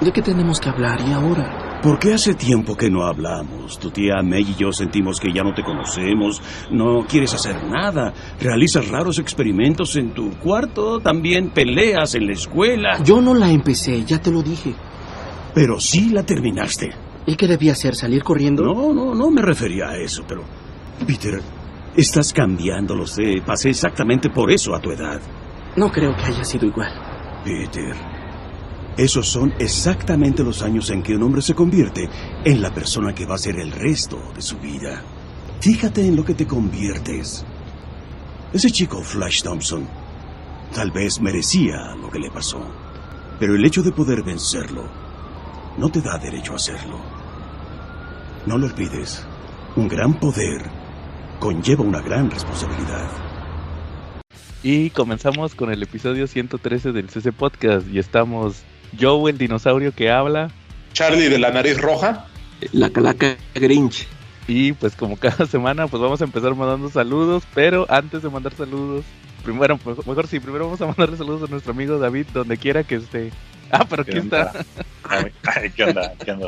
¿De qué tenemos que hablar y ahora? Porque hace tiempo que no hablamos. Tu tía Meg y yo sentimos que ya no te conocemos. No quieres hacer nada. Realizas raros experimentos en tu cuarto. También peleas en la escuela. Yo no la empecé, ya te lo dije. Pero sí la terminaste. ¿Y qué debía hacer? ¿Salir corriendo? No me refería a eso, pero... Peter, estás cambiando, lo sé. Pasé exactamente por eso a tu edad. No creo que haya sido igual. Peter, esos son exactamente los años en que un hombre se convierte en la persona que va a ser el resto de su vida. Fíjate en lo que te conviertes. Ese chico, Flash Thompson, tal vez merecía lo que le pasó. Pero el hecho de poder vencerlo no te da derecho a hacerlo. No lo olvides. Un gran poder conlleva una gran responsabilidad. Y comenzamos con el episodio 113 del CC Podcast. Y estamos Joe, el dinosaurio que habla. Charlie, de la nariz roja. La calaca Grinch. Y pues como cada semana, pues vamos a empezar mandando saludos. Pero antes de mandar saludos, primero vamos a mandarle saludos a nuestro amigo David, donde quiera que esté. Ah, pero aquí está. Ay, ¿qué onda?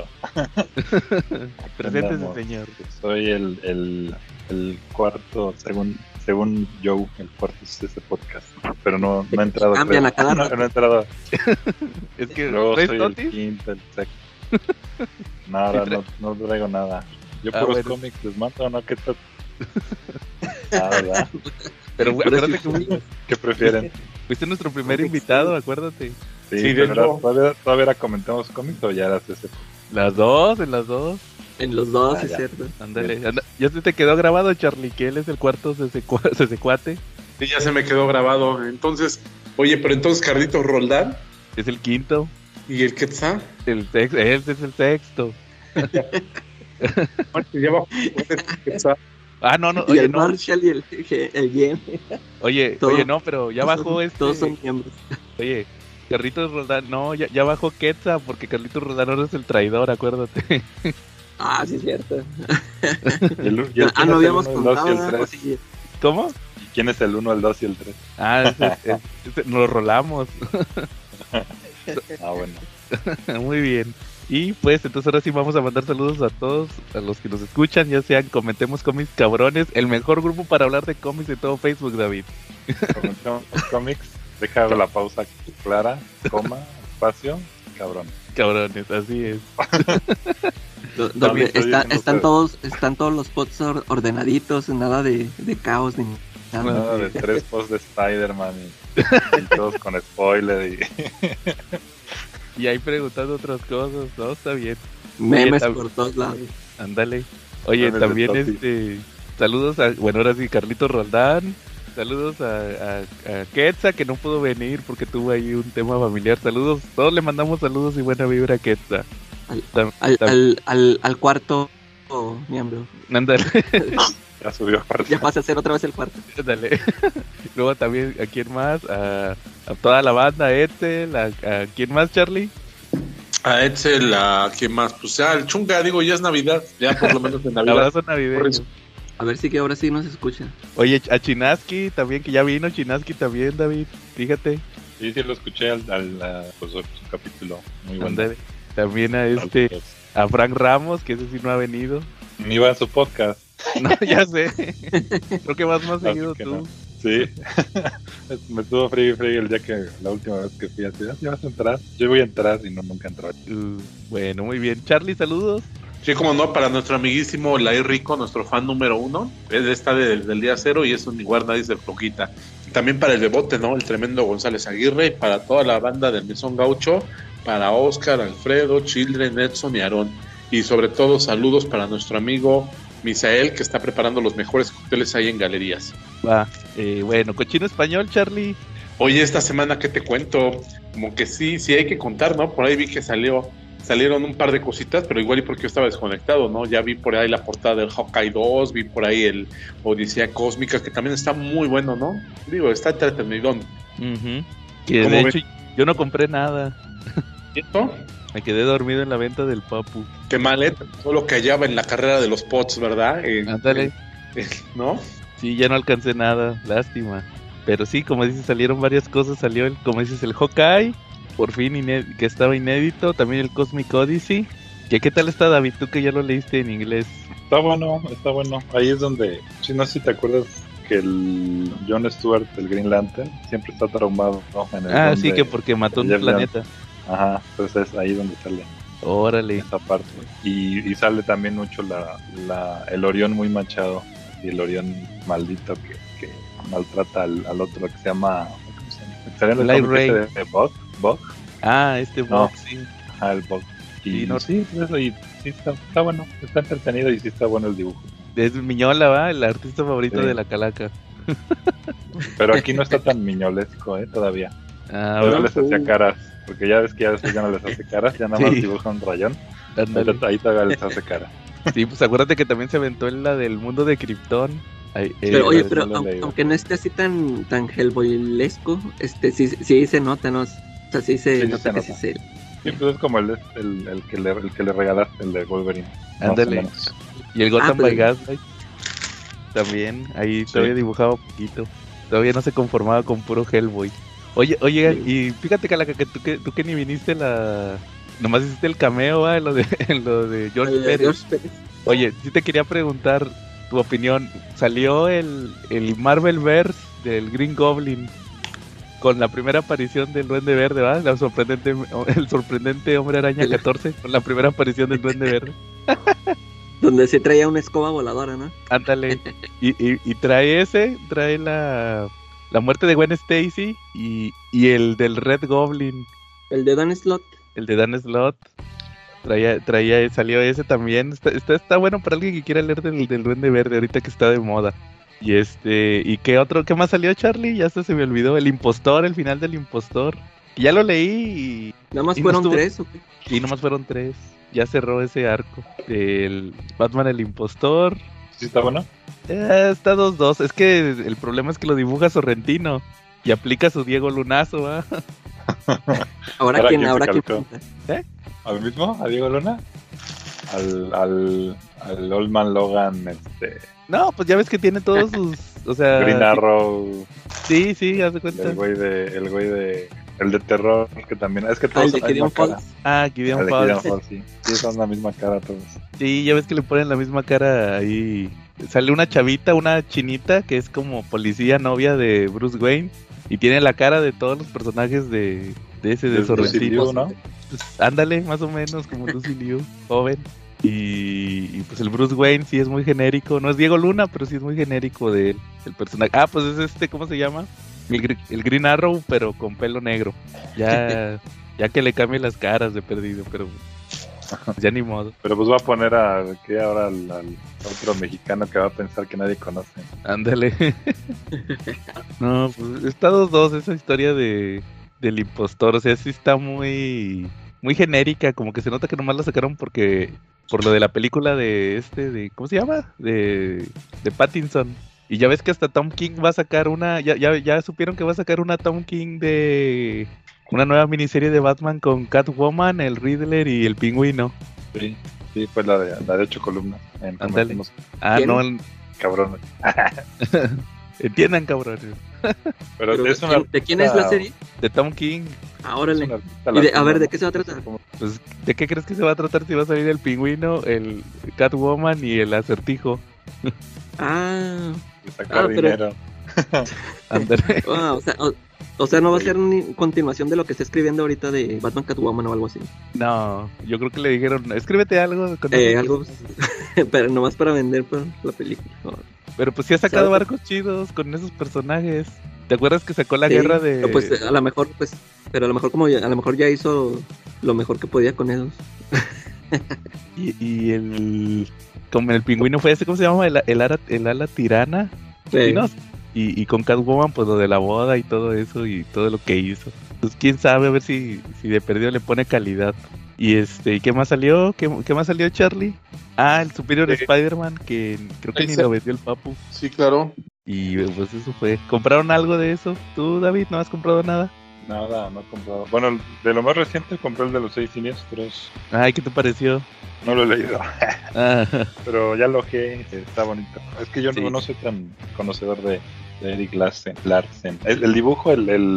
Preséntese, señor. Soy el cuarto, según Joe, el cuarto es este podcast. Pero no he entrado. Cambian a cada no he entrado. Es que luego soy el notis? quinto, el sexto. Nada, no traigo nada. Yo puros bueno. cómics les mando, ¿no? ¿Qué tal? ¿Verdad? Pero acuérdate que ¿Qué prefieren? fuiste nuestro primer invitado, acuérdate. Sí, de pero hecho. ¿todavía comentamos cómics o ya eras ese? En las dos. En los dos, es ya. cierto. Ándale. Ya se te quedó grabado, Charlie, que él es el cuarto CC cuate. Sí, ya se me quedó grabado. Entonces, oye, pero entonces Carlitos Roldán Es el quinto. y el Quetzal. Él es el sexto. Ya bajo Quetzal. Ah, no, Y oye, el no. Marshall y el Jen. Oye, no, pero ya bajó Todos son miembros. Oye, Carlitos Roldán, no, ya bajó Quetzal, porque Carlitos Roldán ahora es el traidor, acuérdate. Ah, sí, es cierto. ¿Quién No es habíamos el 1, el 2 y el contado. 3? Sí. ¿Cómo? ¿Y quién es el 1, el 2 y el 3? Ah, nos rolamos. Ah, bueno. Muy bien. Y pues entonces ahora sí vamos a mandar saludos a todos, a los que nos escuchan, ya sean Comentemos Cómics Cabrones, el mejor grupo para hablar de cómics de todo Facebook, David. Comentamos cómics. Deja la pausa clara, coma, espacio, cabrón. Cabrones, así es. Donde estoy diciendo están todos los posts ordenaditos, nada de caos ni nada. Nada de 3 posts de Spider-Man y todos con spoiler Y ahí preguntando otras cosas, no, está bien. Memes Oye, por todos lados. Ándale. Oye, Memes de también Toti. saludos a, bueno, ahora sí, Carlitos Roldán. Saludos a Quetzal, que no pudo venir porque tuvo ahí un tema familiar. Saludos, todos le mandamos saludos y buena vibra a Quetzal. Al cuarto miembro. Ándale, Ya subió aparte. Ya pasa a ser otra vez el cuarto. ándale. Luego también, ¿a quién más? A toda la banda, Edsel, ¿a quién más, Charlie? A Edsel, ¿a quién más? Pues ya, el Chunga, digo, ya es Navidad. Ya por lo menos en Navidad. Abrazo navideño. A ver si que ahora sí nos escuchan. Oye, a Chinaski también, que ya vino Chinaski también, David, fíjate. Sí, lo escuché pues, su capítulo. Muy bueno. Ándale. También a Frank Ramos, que ese sí no ha venido. Ni iba a su podcast. No, ya sé. Creo que vas más Así seguido que tú. no. Sí. Me estuvo fregue el día que la última vez que fui así. ¿Ya vas a entrar? Yo voy a entrar y nunca entró. Bueno, muy bien. Charlie, saludos. Sí, como no, para nuestro amiguísimo Lair Rico, nuestro fan número 1. Él está desde el día 0 y es un igual nadie se floquita. Y también para el Bebote, ¿no? El tremendo González Aguirre. Y para toda la banda del Mesón Gaucho. Para Oscar, Alfredo, Children, Edson y Aarón. Y sobre todo, saludos para nuestro amigo Misael, que está preparando los mejores cócteles ahí en Galerías. Va. Bueno, cochino español, Charlie. Oye, esta semana, ¿qué te cuento? Como que sí hay que contar, ¿no? Por ahí vi que salieron un par de cositas, pero igual y porque yo estaba desconectado, ¿no? Ya vi por ahí la portada del Hawkeye 2, vi por ahí el Odisea Cósmica, que también está muy bueno, ¿no? Digo, está entretenidón. Que ¿Cómo de ves? hecho yo no compré nada. ¿Cierto? Me quedé dormido en la venta del Papu. Qué mal, ¿eh? Solo que hallaba en la carrera de los pots, ¿verdad? Ándale. ¿No? Sí, ya no alcancé nada, lástima. Pero sí, como dices, salieron varias cosas. Salió, como dices, el Hawkeye. por fin que estaba inédito, también el Cosmic Odyssey. ¿Qué tal está, David? Tú que ya lo leíste en inglés. Está bueno. Ahí es donde, si no sé si te acuerdas que el Jon Stewart, el Green Lantern, siempre está traumado, ¿no? Sí, que porque mató un planeta. Ajá, entonces es ahí donde sale. Órale. Esa parte. Y sale también mucho el Orión muy manchado y el Orión maldito que maltrata al otro que se llama... ¿Cómo se llama? Light Ray. De Bug. Bug, sí. Ajá, el Bug. Y sí, no, sí, eso, y sí está bueno, está entretenido y sí está bueno el dibujo. Es Miñola, ¿va? El artista favorito de la calaca. Pero aquí no está tan miñolesco, todavía. Bueno. Les hacía caras, porque ya ves que ya después ya no les hace caras, ya nada más dibuja un rayón. Ahí todavía les hace cara. Sí, pues acuérdate que también se aventó en la del mundo de Krypton. Pero oye, pero aunque no esté así tan hellboylesco, sí se nota, ¿no? O sea, sí se nota que sí se... Sí, pues es como el que le regalaste, el de Wolverine. Ándale. Y el Gotham by Gaslight también, ahí todavía dibujaba poquito. Todavía no se conformaba con puro Hellboy. Oye, y fíjate, Calaca, que tú que ni viniste nomás hiciste el cameo, en lo de George Pérez. Oye, sí te quería preguntar tu opinión. Salió el Marvelverse del Green Goblin con la primera aparición del Duende Verde, ¿va? El sorprendente Hombre Araña 14, con la primera aparición del Duende Verde. Donde se traía una escoba voladora, ¿no? Ándale. Y trae la muerte de Gwen Stacy y el del Red Goblin. El de Dan Slott. Salió ese también. Está bueno para alguien que quiera leer del Duende Verde ahorita que está de moda. ¿Y qué más salió, Charlie? Ya se me olvidó. El final del Impostor. Ya lo leí y... ¿Nada más fueron 3 o qué? Sí, nomás fueron 3. Ya cerró ese arco del Batman el Impostor. ¿Sí está bueno? Está 2-2. Es que el problema es que lo dibuja Sorrentino y aplica su Diego Lunazo, ¿va? ¿Ahora quién pinta? ¿Al mismo? ¿A Diego Luna? Al Old Man Logan, No, pues ya ves que tiene todos sus... O sea... Green Arrow. Sí, haz de cuenta. El güey de... El de terror, que también... Es que todos son la misma cara. Gideon Falls. Sí, son la misma cara todos. Sí, ya ves que le ponen la misma cara ahí. Sale una chavita, una chinita, que es como policía novia de Bruce Wayne. Y tiene la cara de todos los personajes de Sorrentino, ¿no? Pues, ándale, más o menos, como Lucy Liu, joven. Y pues el Bruce Wayne sí es muy genérico. No es Diego Luna, pero sí es muy genérico de él, el personaje. Pues es ¿cómo se llama? El Green Arrow, pero con pelo negro. Ya que le cambie las caras de perdido, pero ya ni modo. Pero pues va a poner al otro mexicano que va a pensar que nadie conoce. Ándale. No, pues está 2-2 esa historia del impostor. O sea, sí está muy genérica, como que se nota que nomás la sacaron por lo de la película de ¿cómo se llama? De Pattinson. Y ya ves que hasta Tom King va a sacar ya supieron que va a sacar una Tom King de una nueva miniserie de Batman con Catwoman, el Riddler y el Pingüino. Sí, pues la de 8 columnas. Ándale. Cabrones. Entiendan, cabrones. Pero ¿de quién es la serie? De Tom King. Órale. A ver, ¿de qué se va a tratar? Pues, ¿de qué crees que se va a tratar si va a salir el Pingüino, el Catwoman y el Acertijo? De sacar dinero. Ándale. O sea, no va a ser ni continuación de lo que está escribiendo ahorita de Batman Catwoman o algo así. No, yo creo que le dijeron, escríbete algo. Algo, pero nomás para vender la película. Pero pues sí ha sacado barcos chidos con esos personajes. ¿Te acuerdas que sacó la guerra de...? Pues a lo mejor, pero a lo mejor ya hizo lo mejor que podía con esos. y como el Pingüino fue ese, ¿cómo se llama? El ala tirana. Sí. ¿No? Y con Catwoman, pues lo de la boda y todo eso y todo lo que hizo. Pues quién sabe, a ver si de perdido le pone calidad. ¿Y qué más salió? ¿Qué más salió, Charlie? El Superior Spider-Man, que creo que ni lo vendió el Papu. Sí, claro. Y pues eso fue. ¿Compraron algo de eso? ¿Tú, David, no has comprado nada? Nada, no he comprado. Bueno, de lo más reciente compré el de los 6 siniestros. ¿Qué te pareció? No lo he leído. Pero ya lo que está bonito. Es que yo no soy tan conocedor de de Eric Larsen. El dibujo,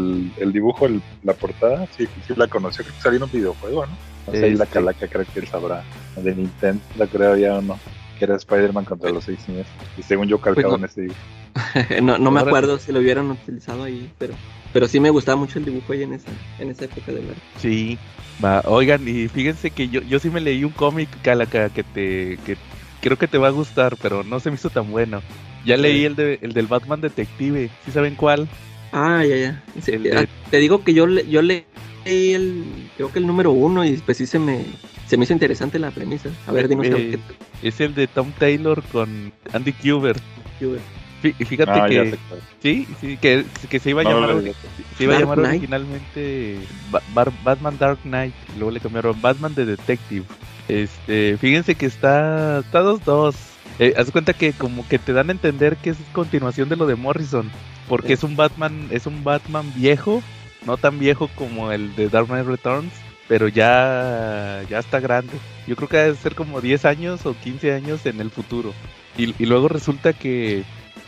la portada, sí la conoció, creo que salió en un videojuego, ¿no? No sé, ahí la calaca creo que él sabrá. De Nintendo, creo había uno, que era Spider-Man contra los 6 siniestros. Y según yo calcaba en ese dibujo. no me acuerdo si lo hubieran utilizado ahí, pero sí me gustaba mucho el dibujo ahí en esa época de verdad. Sí, oigan, y fíjense que yo sí me leí un cómic, Calaca, que creo que te va a gustar, pero no se me hizo tan bueno. Ya leí el del Batman Detective, ¿sí saben cuál? Ah, ya. Sí, te digo que yo leí creo que el número 1 y pues sí se me hizo interesante la premisa. A ver, dinos es el de Tom Taylor con Andy Kubert. Fíjate que sí, que se iba a llamar originalmente Batman Dark Knight, y luego le cambiaron Batman the Detective. Fíjense que está 2-2. Haz cuenta que como que te dan a entender que es continuación de lo de Morrison, porque es un Batman viejo, no tan viejo como el de Dark Knight Returns, pero ya está grande. Yo creo que debe ser como 10 años o 15 años en el futuro. Y luego resulta que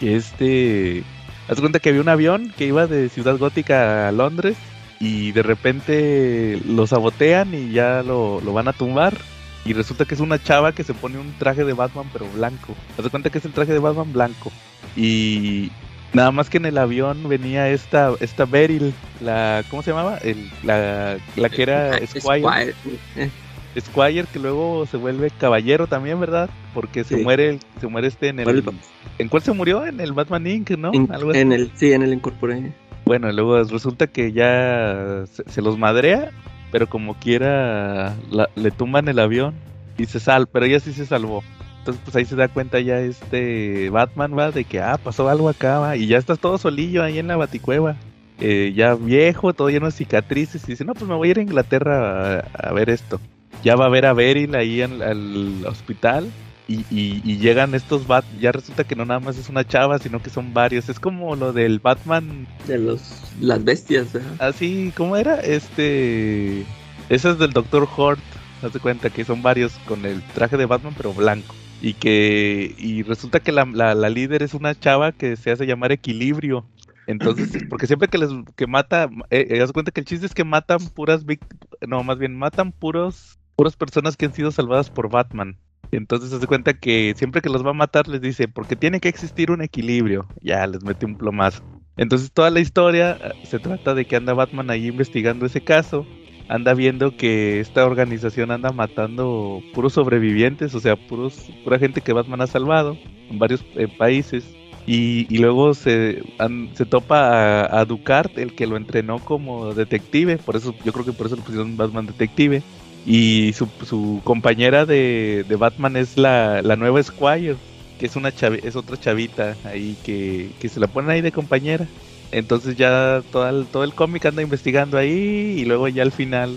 haz cuenta que había un avión que iba de Ciudad Gótica a Londres y de repente lo sabotean y ya lo van a tumbar. Y resulta que es una chava que se pone un traje de Batman pero blanco. Haz de cuenta que es el traje de Batman blanco. Y nada más que en el avión venía esta Beryl, ¿cómo se llamaba? La que era Squire. Squire, que luego se vuelve caballero también, ¿verdad? Porque se muere en el... ¿En cuál se murió? En el Batman Inc., ¿no? Algo así. En el Incorporé. Bueno, luego resulta que ya se los madrea, pero como quiera le tumban el avión y pero ella sí se salvó. Entonces pues ahí se da cuenta ya Batman, va, de que pasó algo acá, va, y ya está todo solillo ahí en la Baticueva. Ya viejo, todo lleno de cicatrices, y dice, no, pues me voy a ir a Inglaterra a ver esto. Ya va a ver a Beryl ahí al hospital. Y llegan estos ya resulta que no nada más es una chava, sino que son varios. Es como lo del Batman de las bestias, ¿verdad? Así, ¿cómo era? Ese es del Dr. Hort. Haz de cuenta que son varios con el traje de Batman pero blanco. Y resulta que la líder es una chava que se hace llamar Equilibrio. Entonces, porque siempre que mata, haz de cuenta que el chiste es que matan matan puras personas que han sido salvadas por Batman. Entonces se hace cuenta que siempre que los va a matar les dice, porque tiene que existir un equilibrio. Ya, les mete un plomazo. Entonces toda la historia se trata de que anda Batman ahí investigando ese caso. Anda viendo que esta organización anda matando puros sobrevivientes, o sea, pura gente que Batman ha salvado en varios países. Y luego se topa a Ducard, el que lo entrenó como detective. Yo creo que por eso le pusieron Batman Detective. Y su compañera de Batman es la nueva Squire, que es otra chavita ahí que se la ponen ahí de compañera. Entonces ya todo el cómic anda investigando ahí, y luego ya al final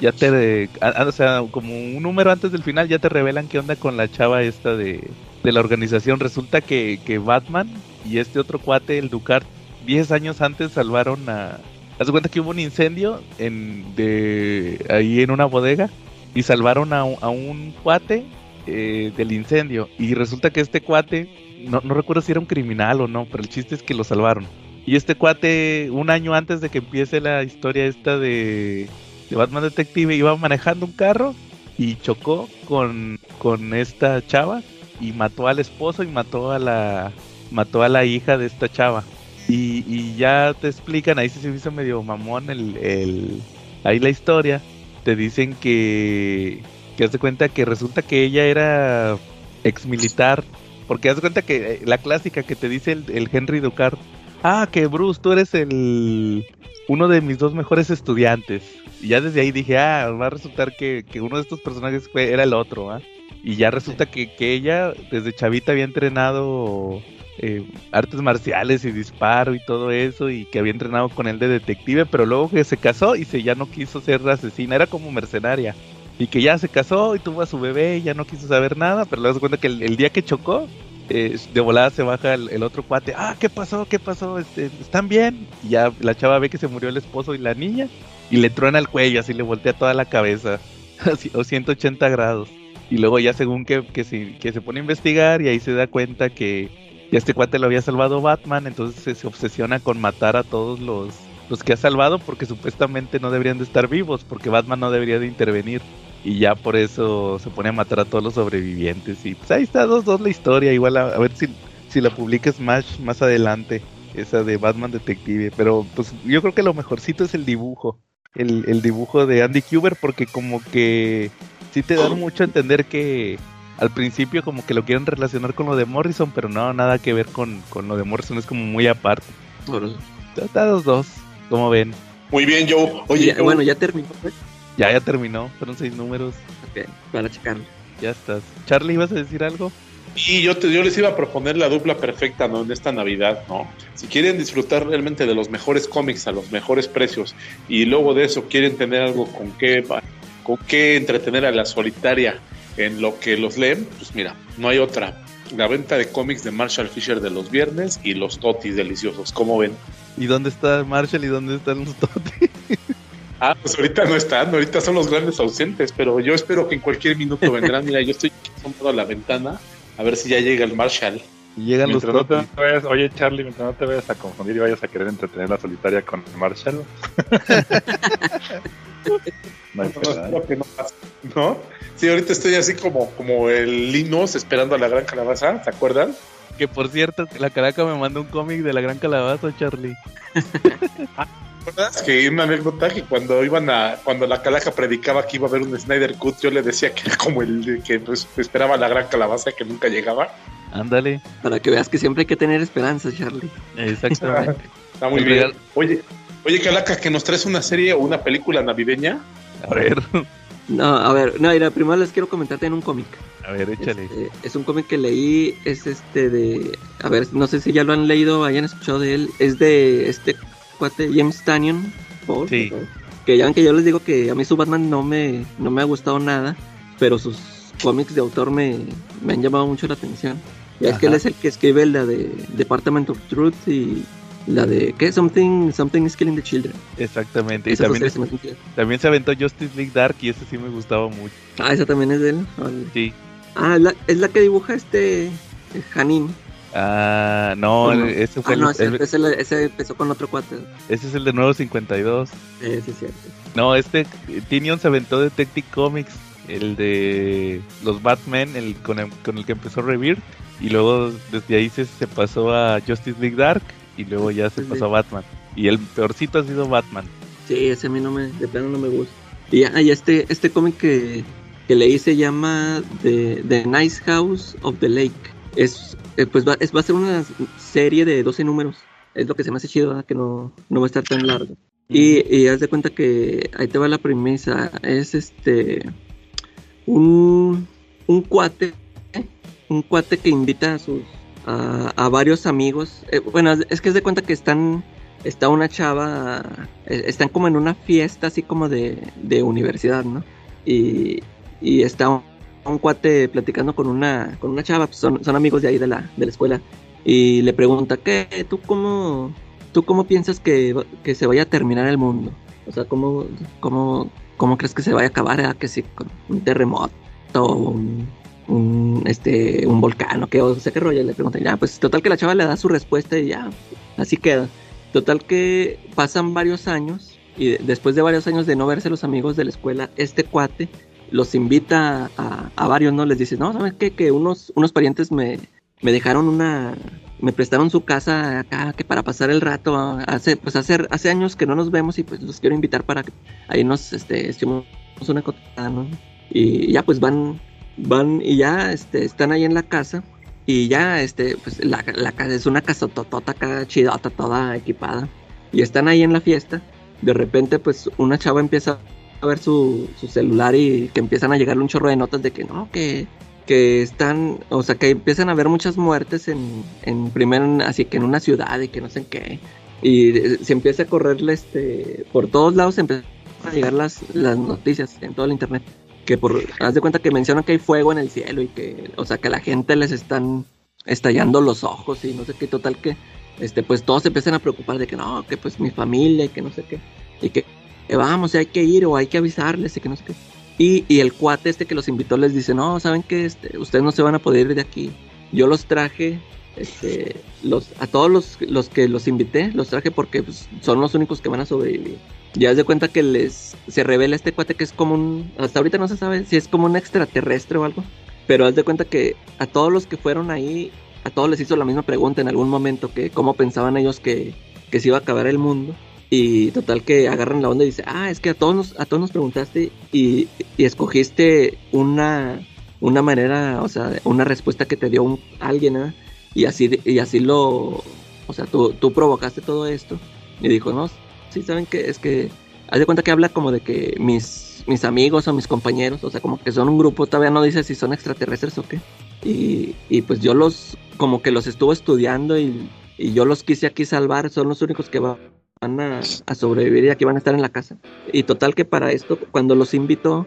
o sea, como un número antes del final ya te revelan qué onda con la chava esta de la organización. Resulta que Batman y este otro cuate, el Ducard, 10 años antes salvaron haz de cuenta que hubo un incendio ahí en una bodega y salvaron a un cuate del incendio. Y resulta que este cuate, no recuerdo si era un criminal o no, pero el chiste es que lo salvaron. Y este cuate, un año antes de que empiece la historia esta de Batman Detective, iba manejando un carro y chocó con esta chava y mató al esposo y mató a la hija de esta chava. Y ya te explican, ahí sí se hizo medio mamón ahí la historia. Te dicen que haz de cuenta que resulta que ella era ex militar, porque haz de cuenta que la clásica que te dice el Henry Ducard, que Bruce, tú eres uno de mis 2 mejores estudiantes. Y ya desde ahí dije, va a resultar que uno de estos personajes era el otro, y ya resulta que ella desde chavita había entrenado artes marciales y disparo y todo eso, y que había entrenado con él de detective, pero luego que se casó y ya no quiso ser asesina, era como mercenaria, y que ya se casó y tuvo a su bebé y ya no quiso saber nada. Pero luego se cuenta que el día que chocó, de volada se baja el otro cuate, ¿qué pasó? ¿Están bien? Y ya la chava ve que se murió el esposo y la niña, y le truena el cuello, así le voltea toda la cabeza, así, o 180 grados. Y luego ya según que se pone a investigar, y ahí se da cuenta que y este cuate lo había salvado Batman, entonces se obsesiona con matar a todos los que ha salvado porque supuestamente no deberían de estar vivos, porque Batman no debería de intervenir. Y ya por eso se pone a matar a todos los sobrevivientes. Y pues ahí está 2-2 la historia. Igual a ver si la publica Smash más adelante. Esa de Batman Detective. Pero pues yo creo que lo mejorcito es el dibujo. El dibujo de Andy Kubert, porque como que sí te dan mucho a entender que al principio como que lo quieren relacionar con lo de Morrison, pero no, nada que ver con lo de Morrison, es como muy aparte. Está 2-2, ¿cómo ven? Muy bien, Joe. Oye, bueno, ya terminó, pues. Ya terminó, fueron 6 números. Ok, para checarlo. Ya estás. Charlie, ¿ibas a decir algo? Y yo les iba a proponer la dupla perfecta, ¿no? En esta Navidad, ¿no? Si quieren disfrutar realmente de los mejores cómics a los mejores precios y luego de eso quieren tener algo con qué entretener a la solitaria en lo que los leen, pues mira, no hay otra. La venta de cómics de Marshall Fisher de los viernes y los totis deliciosos, ¿cómo ven? ¿Y dónde está Marshall y dónde están los totis? Pues ahorita no están, ahorita son los grandes ausentes, pero yo espero que en cualquier minuto vendrán. Mira, yo estoy asomado a la ventana a ver si ya llega el Marshall. Y llegan los totis. Oye, Charlie, mientras no te vayas a confundir y vayas a querer entretener la solitaria con Marshall. No, espero que no pase, ¿no? Sí, ahorita estoy así como el Linus esperando a la Gran Calabaza, ¿se acuerdan? Que por cierto, la Calaca me mandó un cómic de la Gran Calabaza, Charlie. ¿Recuerdas que una anécdota que cuando la Calaca predicaba que iba a haber un Snyder Cut, yo le decía que era como el que pues, esperaba la Gran Calabaza que nunca llegaba? Ándale. Para que veas que siempre hay que tener esperanza, Charlie. Exactamente. Está muy bien. Oye, Calaca, que nos traes una serie o una película navideña. A ver. Mira, primero les quiero comentarte en un cómic. A ver, échale. Es un cómic que leí, es a ver, no sé si ya lo han leído o hayan escuchado de él, es de este cuate James Tynion, sí. Que ya ven que yo les digo que a mí su Batman no me ha gustado nada, pero sus cómics de autor me han llamado mucho la atención. Ya es que él es el que escribe la de Department of Truth y la de ¿qué? Something is Killing the Children. Exactamente. Y también se aventó Justice League Dark y ese sí me gustaba mucho. Esa también es de él. Vale. Sí. Es la que dibuja Janin. No, ese fue ese empezó con otro cuate. Ese es el de Nuevo 52. Sí, es cierto. No, Tynion se aventó Detective Comics, el de los Batman, con el que empezó Rebirth, y luego desde ahí se pasó a Justice League Dark, y luego ya se pasó a Batman. Y el peorcito ha sido Batman. Sí, ese a mí de plano no me gusta. Y este cómic que leí se llama The Nice House of the Lake. Va a ser una serie de 12 números. Es lo que se me hace chido, ¿verdad? Que no va a estar tan largo. Y haz de cuenta que ahí te va la premisa. Es un cuate que invita a varios amigos. Bueno, es que haz de cuenta que está una chava, están como en una fiesta así como de universidad, ¿no? Y está un cuate platicando con una chava, pues son amigos de ahí de la escuela, y le pregunta, ¿qué? ¿Tú cómo piensas que se vaya a terminar el mundo? O sea, ¿cómo crees que se vaya a acabar? ¿Que si con un terremoto o un volcán o qué? O sea, ¿qué rollo? Le pregunta, ya, pues total que la chava le da su respuesta y ya, así queda. Total que pasan varios años y después de varios años de no verse los amigos de la escuela, este cuate los invita a varios, ¿no? Les dice, no, ¿sabes qué? Que unos parientes me dejaron me prestaron su casa acá, que para pasar el rato, hace años que no nos vemos y pues los quiero invitar para que ahí nos echemos una cotada, ¿no? Y ya pues van y ya están ahí en la casa y ya pues la casa es una casototota acá chidota, toda equipada, y están ahí en la fiesta. De repente pues una chava empieza a ver su celular y que empiezan a llegarle un chorro de notas de que no, que están, o sea, que empiezan a haber muchas muertes así que en una ciudad y que no sé en qué, y se empieza a correrle por todos lados, empiezan a llegar las noticias en todo el internet, que haz de cuenta que mencionan que hay fuego en el cielo y que, o sea, que a la gente les están estallando los ojos y no sé qué, total que pues todos se empiezan a preocupar de que no, que pues mi familia y que no sé qué, y que vamos, hay que ir o hay que avisarles y que no sé qué. Y el cuate que los invitó les dice, no, ¿saben qué? Ustedes no se van a poder ir de aquí. Yo los traje a todos los que los invité, los traje porque pues, son los únicos que van a sobrevivir. Ya haz de cuenta que se revela este cuate que es como hasta ahorita no se sabe si es como un extraterrestre o algo, pero haz de cuenta que a todos los que fueron ahí, a todos les hizo la misma pregunta en algún momento, que cómo pensaban ellos que se iba a acabar el mundo. Y total que agarran la onda y dicen, es que a todos nos preguntaste y escogiste una manera, o sea, una respuesta que te dio alguien, ¿eh? Y así o sea, tú provocaste todo esto. Y dijo, no, sí, ¿saben qué? Es que, haz de cuenta que habla como de que mis amigos o mis compañeros, o sea, como que son un grupo, todavía no dice si son extraterrestres o qué. Y pues yo como que los estuve estudiando y yo los quise aquí salvar, son los únicos que van a sobrevivir y aquí van a estar en la casa. Y total que para esto, cuando los invitó,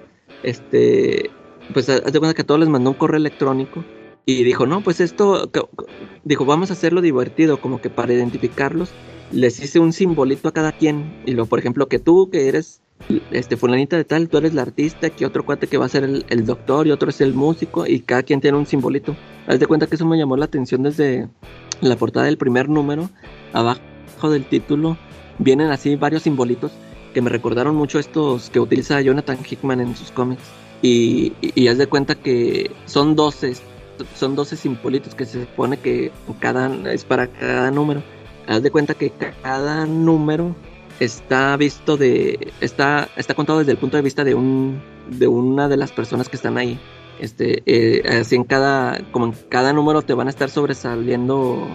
pues haz de cuenta que a todos les mandó un correo electrónico y dijo, no, pues dijo, vamos a hacerlo divertido, como que para identificarlos, les hice un simbolito a cada quien. Y por ejemplo, que tú, que eres fulanita de tal, tú eres la artista, que otro cuate que va a ser el doctor y otro es el músico, y cada quien tiene un simbolito. Haz de cuenta que eso me llamó la atención desde la portada del primer número. Abajo del título vienen así varios simbolitos que me recordaron mucho estos que utiliza Jonathan Hickman en sus cómics. Y haz de cuenta que son 12 simbolitos que se supone que es para cada número. Haz de cuenta que cada número está contado desde el punto de vista de una de las personas que están ahí. Así como en cada número te van a estar sobresaliendo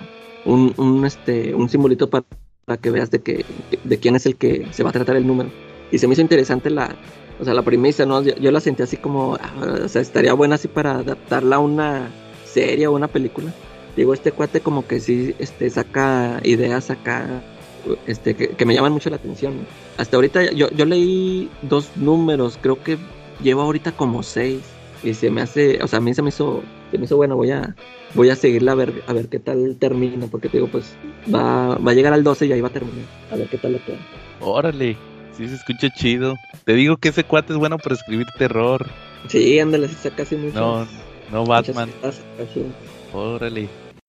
un simbolito para que veas de quién es el que se va a tratar el número. Y se me hizo interesante la premisa, ¿no? Yo la sentí así como, o sea, estaría buena así para adaptarla a una serie o una película. Digo, este cuate como que sí saca ideas acá que me llaman mucho la atención. Hasta ahorita yo leí 2 números, creo que llevo ahorita como 6 y se me hace, o sea, a mí se me hizo bueno. Voy a seguirla a ver qué tal termina, porque te digo, pues va a llegar al 12 y ahí va a terminar, a ver qué tal le queda. Órale, sí se escucha chido. Te digo que ese cuate es bueno para escribir terror. Sí, ándale, se saca así mucho. No Batman. Órale.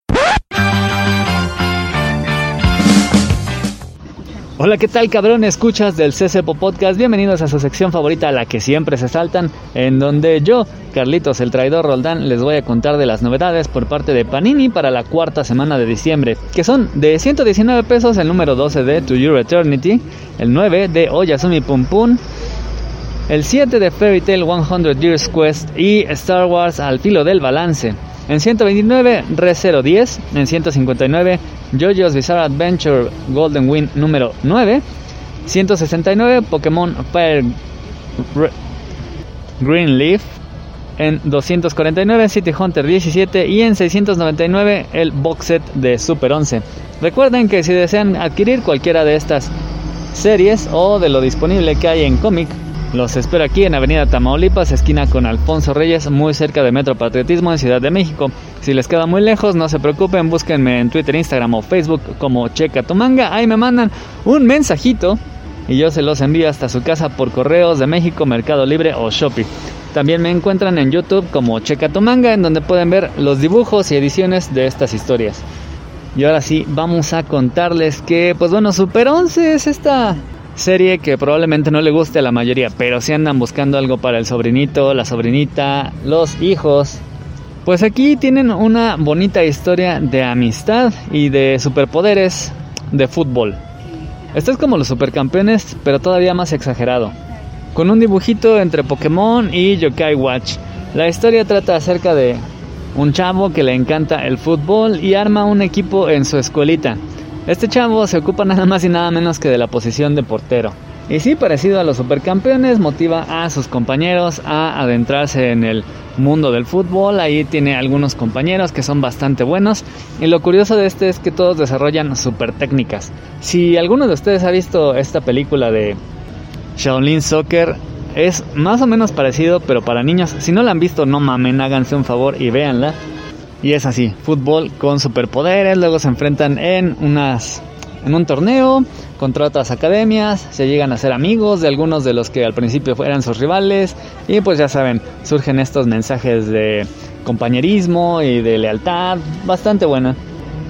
Hola, ¿qué tal, cabrón? Escuchas del CCPO Podcast. Bienvenidos a su sección favorita, la que siempre se saltan, en donde yo, Carlitos el Traidor Roldán, les voy a contar de las novedades por parte de Panini para la 4ª semana de diciembre, que son de 119 pesos el número 12 de To Your Eternity, el 9 de Oyasumi Pum Pum, el 7 de Fairy Tail 100 Years Quest y Star Wars Al Filo del Balance. En 129, Re-010. En 159, JoJo's Bizarre Adventure Golden Wind número 9. 169, Pokémon Fire Green Leaf. En 249, City Hunter 17. Y en 699, el box set de Super 11. Recuerden que si desean adquirir cualquiera de estas series o de lo disponible que hay en cómic, los espero aquí en Avenida Tamaulipas, esquina con Alfonso Reyes, muy cerca de Metro Patriotismo en Ciudad de México. Si les queda muy lejos, no se preocupen, búsquenme en Twitter, Instagram o Facebook como Checa tu Manga. Ahí me mandan un mensajito y yo se los envío hasta su casa por Correos de México, Mercado Libre o Shopee. También me encuentran en YouTube como Checa tu Manga, en donde pueden ver los dibujos y ediciones de estas historias. Y ahora sí, vamos a contarles que, pues bueno, Super 11 es esta serie que probablemente no le guste a la mayoría, pero si andan buscando algo para el sobrinito, la sobrinita, los hijos, pues aquí tienen una bonita historia de amistad y de superpoderes de fútbol. Esto es como los Supercampeones, pero todavía más exagerado, con un dibujito entre Pokémon y Yokai Watch. La historia trata acerca de un chavo que le encanta el fútbol y arma un equipo en su escuelita. Este chavo se ocupa nada más y nada menos que de la posición de portero. Y sí, parecido a los Supercampeones, motiva a sus compañeros a adentrarse en el mundo del fútbol. Ahí tiene algunos compañeros que son bastante buenos. Y lo curioso de este es que todos desarrollan super técnicas. Si alguno de ustedes ha visto esta película de Shaolin Soccer, es más o menos parecido, pero para niños. Si no la han visto, no mamen, háganse un favor y véanla. Y es así, fútbol con superpoderes, luego se enfrentan en un torneo contra otras academias, se llegan a ser amigos de algunos de los que al principio eran sus rivales, y pues ya saben, surgen estos mensajes de compañerismo y de lealtad, bastante buena.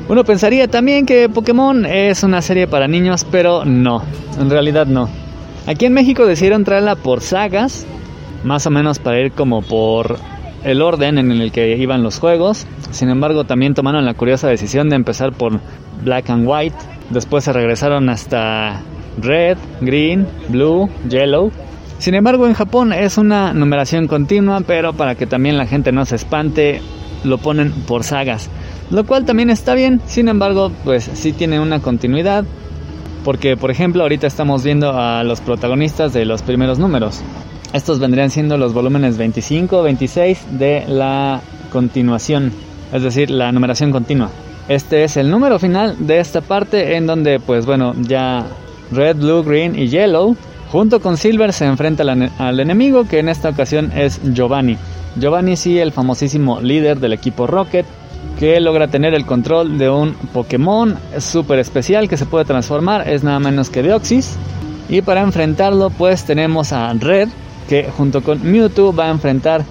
Uno pensaría también que Pokémon es una serie para niños, pero no, en realidad no. Aquí en México decidieron traerla por sagas, más o menos para ir como por el orden en el que iban los juegos. Sin embargo, también tomaron la curiosa decisión de empezar por Black and White. Después se regresaron hasta Red, Green, Blue, Yellow. Sin embargo, en Japón es una numeración continua, pero para que también la gente no se espante, lo ponen por sagas, lo cual también está bien. Sin embargo, pues sí tiene una continuidad, porque por ejemplo ahorita estamos viendo a los protagonistas de los primeros números. Estos vendrían siendo los volúmenes 25, 26 de la continuación, es decir, la numeración continua. Este es el número final de esta parte, en donde pues bueno, ya Red, Blue, Green y Yellow junto con Silver se enfrenta al enemigo, que en esta ocasión es Giovanni. Giovanni, sí, el famosísimo líder del equipo Rocket, que logra tener el control de un Pokémon súper especial que se puede transformar, es nada menos que Deoxys. Y para enfrentarlo pues tenemos a Red, que junto con Mewtwo va a enfrentar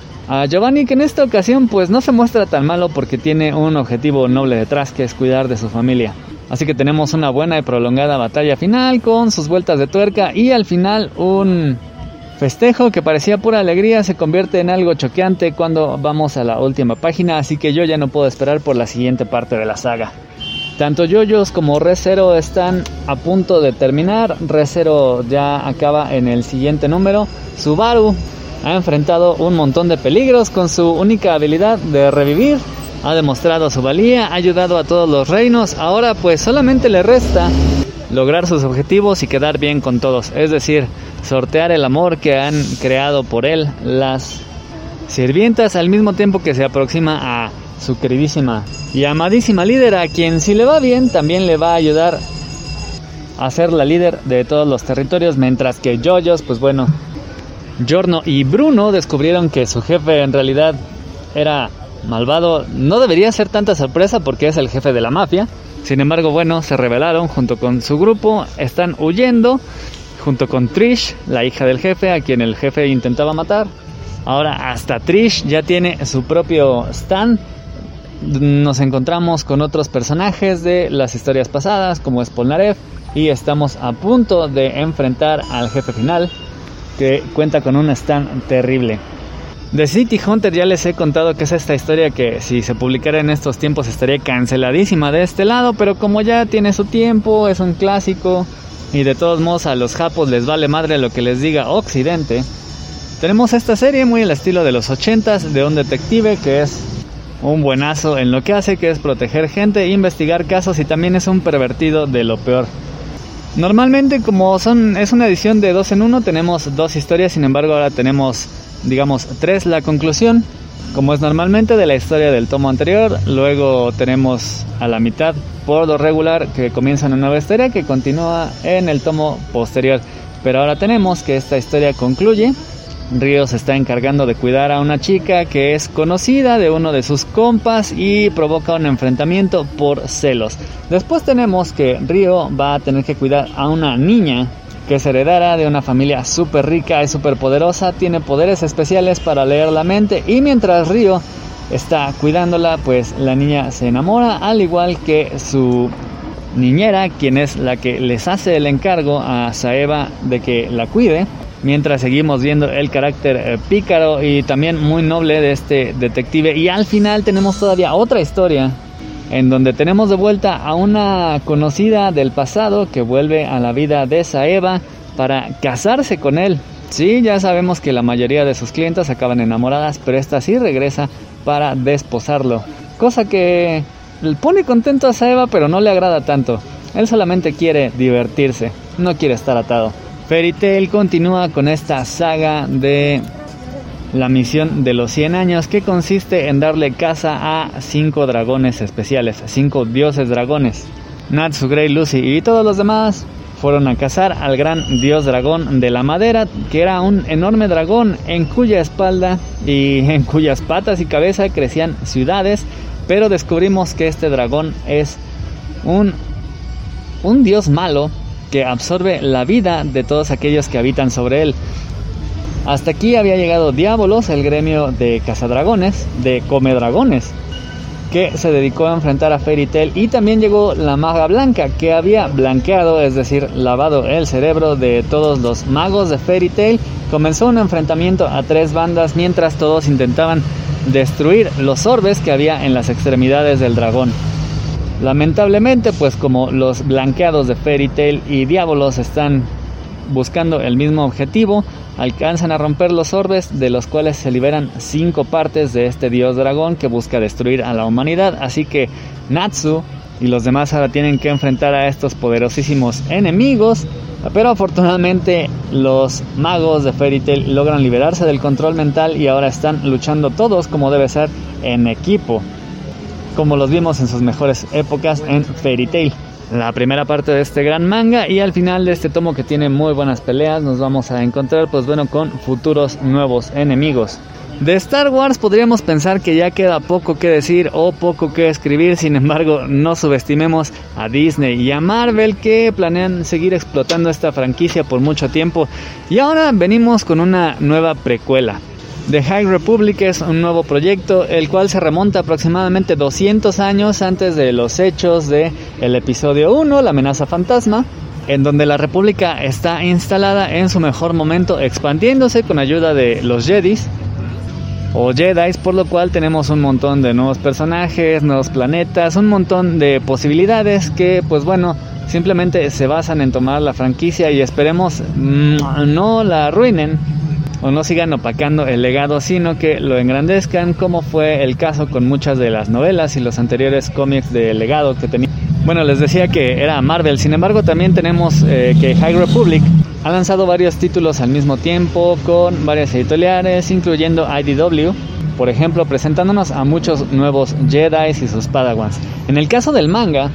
a Giovanni, que en esta ocasión pues no se muestra tan malo porque tiene un objetivo noble detrás, que es cuidar de su familia. Así que tenemos una buena y prolongada batalla final con sus vueltas de tuerca, y al final un festejo que parecía pura alegría se convierte en algo choqueante cuando vamos a la última página, así que yo ya no puedo esperar por la siguiente parte de la saga. Tanto JoJo's como Re:Zero están a punto de terminar. Re:Zero ya acaba en el siguiente número. Subaru ha enfrentado un montón de peligros con su única habilidad de revivir. Ha demostrado su valía, ha ayudado a todos los reinos. Ahora pues solamente le resta lograr sus objetivos y quedar bien con todos. Es decir, sortear el amor que han creado por él las sirvientas, al mismo tiempo que se aproxima a su queridísima y amadísima líder, a quien si le va bien también le va a ayudar a ser la líder de todos los territorios. Mientras que JoJo's, pues bueno, Giorno y Bruno descubrieron que su jefe en realidad era malvado. No debería ser tanta sorpresa porque es el jefe de la mafia. Sin embargo, bueno, se rebelaron junto con su grupo, están huyendo junto con Trish, la hija del jefe, a quien el jefe intentaba matar. Ahora hasta Trish ya tiene su propio stand. Nos encontramos con otros personajes de las historias pasadas, como es Polnareff, y estamos a punto de enfrentar al jefe final, que cuenta con un stand terrible. The City Hunter ya les he contado que es esta historia que si se publicara en estos tiempos estaría canceladísima de este lado, pero como ya tiene su tiempo, es un clásico y de todos modos a los japos les vale madre lo que les diga Occidente, tenemos esta serie muy al estilo de los 80s, de un detective que es un buenazo en lo que hace, que es proteger gente, investigar casos, y también es un pervertido de lo peor. Normalmente, como es una edición de 2 en 1, tenemos 2 historias. Sin embargo, ahora tenemos, digamos, 3, la conclusión, como es normalmente, de la historia del tomo anterior. Luego tenemos a la mitad, por lo regular, que comienza una nueva historia que continúa en el tomo posterior. Pero ahora tenemos que esta historia concluye. Ryo se está encargando de cuidar a una chica que es conocida de uno de sus compas y provoca un enfrentamiento por celos. Después tenemos que Ryo va a tener que cuidar a una niña que es heredera de una familia súper rica y súper poderosa, tiene poderes especiales para leer la mente, y mientras Ryo está cuidándola, pues la niña se enamora, al igual que su niñera, quien es la que les hace el encargo a Saeva de que la cuide. Mientras seguimos viendo el carácter pícaro y también muy noble de este detective. Y al final tenemos todavía otra historia en donde tenemos de vuelta a una conocida del pasado que vuelve a la vida de Saeva para casarse con él. Sí, ya sabemos que la mayoría de sus clientes acaban enamoradas, pero esta sí regresa para desposarlo, cosa que le pone contento a Saeva, pero no le agrada tanto. Él solamente quiere divertirse, no quiere estar atado. Fairy Tail continúa con esta saga de la misión de los 100 años, que consiste en darle caza a 5 dragones especiales, 5 dioses dragones. Natsu, Grey, Lucy y todos los demás fueron a cazar al gran dios dragón de la madera, que era un enorme dragón en cuya espalda y en cuyas patas y cabeza crecían ciudades, pero descubrimos que este dragón es un dios malo que absorbe la vida de todos aquellos que habitan sobre él. Hasta aquí había llegado Diabolos, el gremio de cazadragones, de comedragones. que se dedicó a enfrentar a Fairy Tail, y también llegó la Maga Blanca, que había blanqueado, es decir, lavado el cerebro de todos los magos de Fairy Tail. Comenzó un enfrentamiento a 3 bandas mientras todos intentaban destruir los orbes que había en las extremidades del dragón. Lamentablemente, pues como los blanqueados de Fairy Tail y Diabolos están buscando el mismo objetivo, alcanzan a romper los orbes, de los cuales se liberan 5 partes de este dios dragón que busca destruir a la humanidad. Así que Natsu y los demás ahora tienen que enfrentar a estos poderosísimos enemigos, pero afortunadamente los magos de Fairy Tail logran liberarse del control mental y ahora están luchando todos como debe ser, en equipo, como los vimos en sus mejores épocas en Fairy Tail. La primera parte de este gran manga, y al final de este tomo, que tiene muy buenas peleas, nos vamos a encontrar pues bueno con futuros nuevos enemigos. De Star Wars podríamos pensar que ya queda poco que decir o poco que escribir. Sin embargo, no subestimemos a Disney y a Marvel, que planean seguir explotando esta franquicia por mucho tiempo, y ahora venimos con una nueva precuela. The High Republic es un nuevo proyecto, el cual se remonta aproximadamente 200 años antes de los hechos de el episodio 1, la amenaza fantasma, en donde la República está instalada en su mejor momento, expandiéndose con ayuda de los Jedis o Jedis, por lo cual tenemos un montón de nuevos personajes, nuevos planetas, un montón de posibilidades que pues bueno, simplemente se basan en tomar la franquicia y esperemos no la arruinen o no sigan opacando el legado, sino que lo engrandezcan, como fue el caso con muchas de las novelas y los anteriores cómics de legado que tenía. Bueno, les decía que era Marvel, sin embargo también tenemos que High Republic ha lanzado varios títulos al mismo tiempo con varias editoriales, incluyendo IDW, por ejemplo, presentándonos a muchos nuevos Jedi y sus Padawans. En el caso del manga,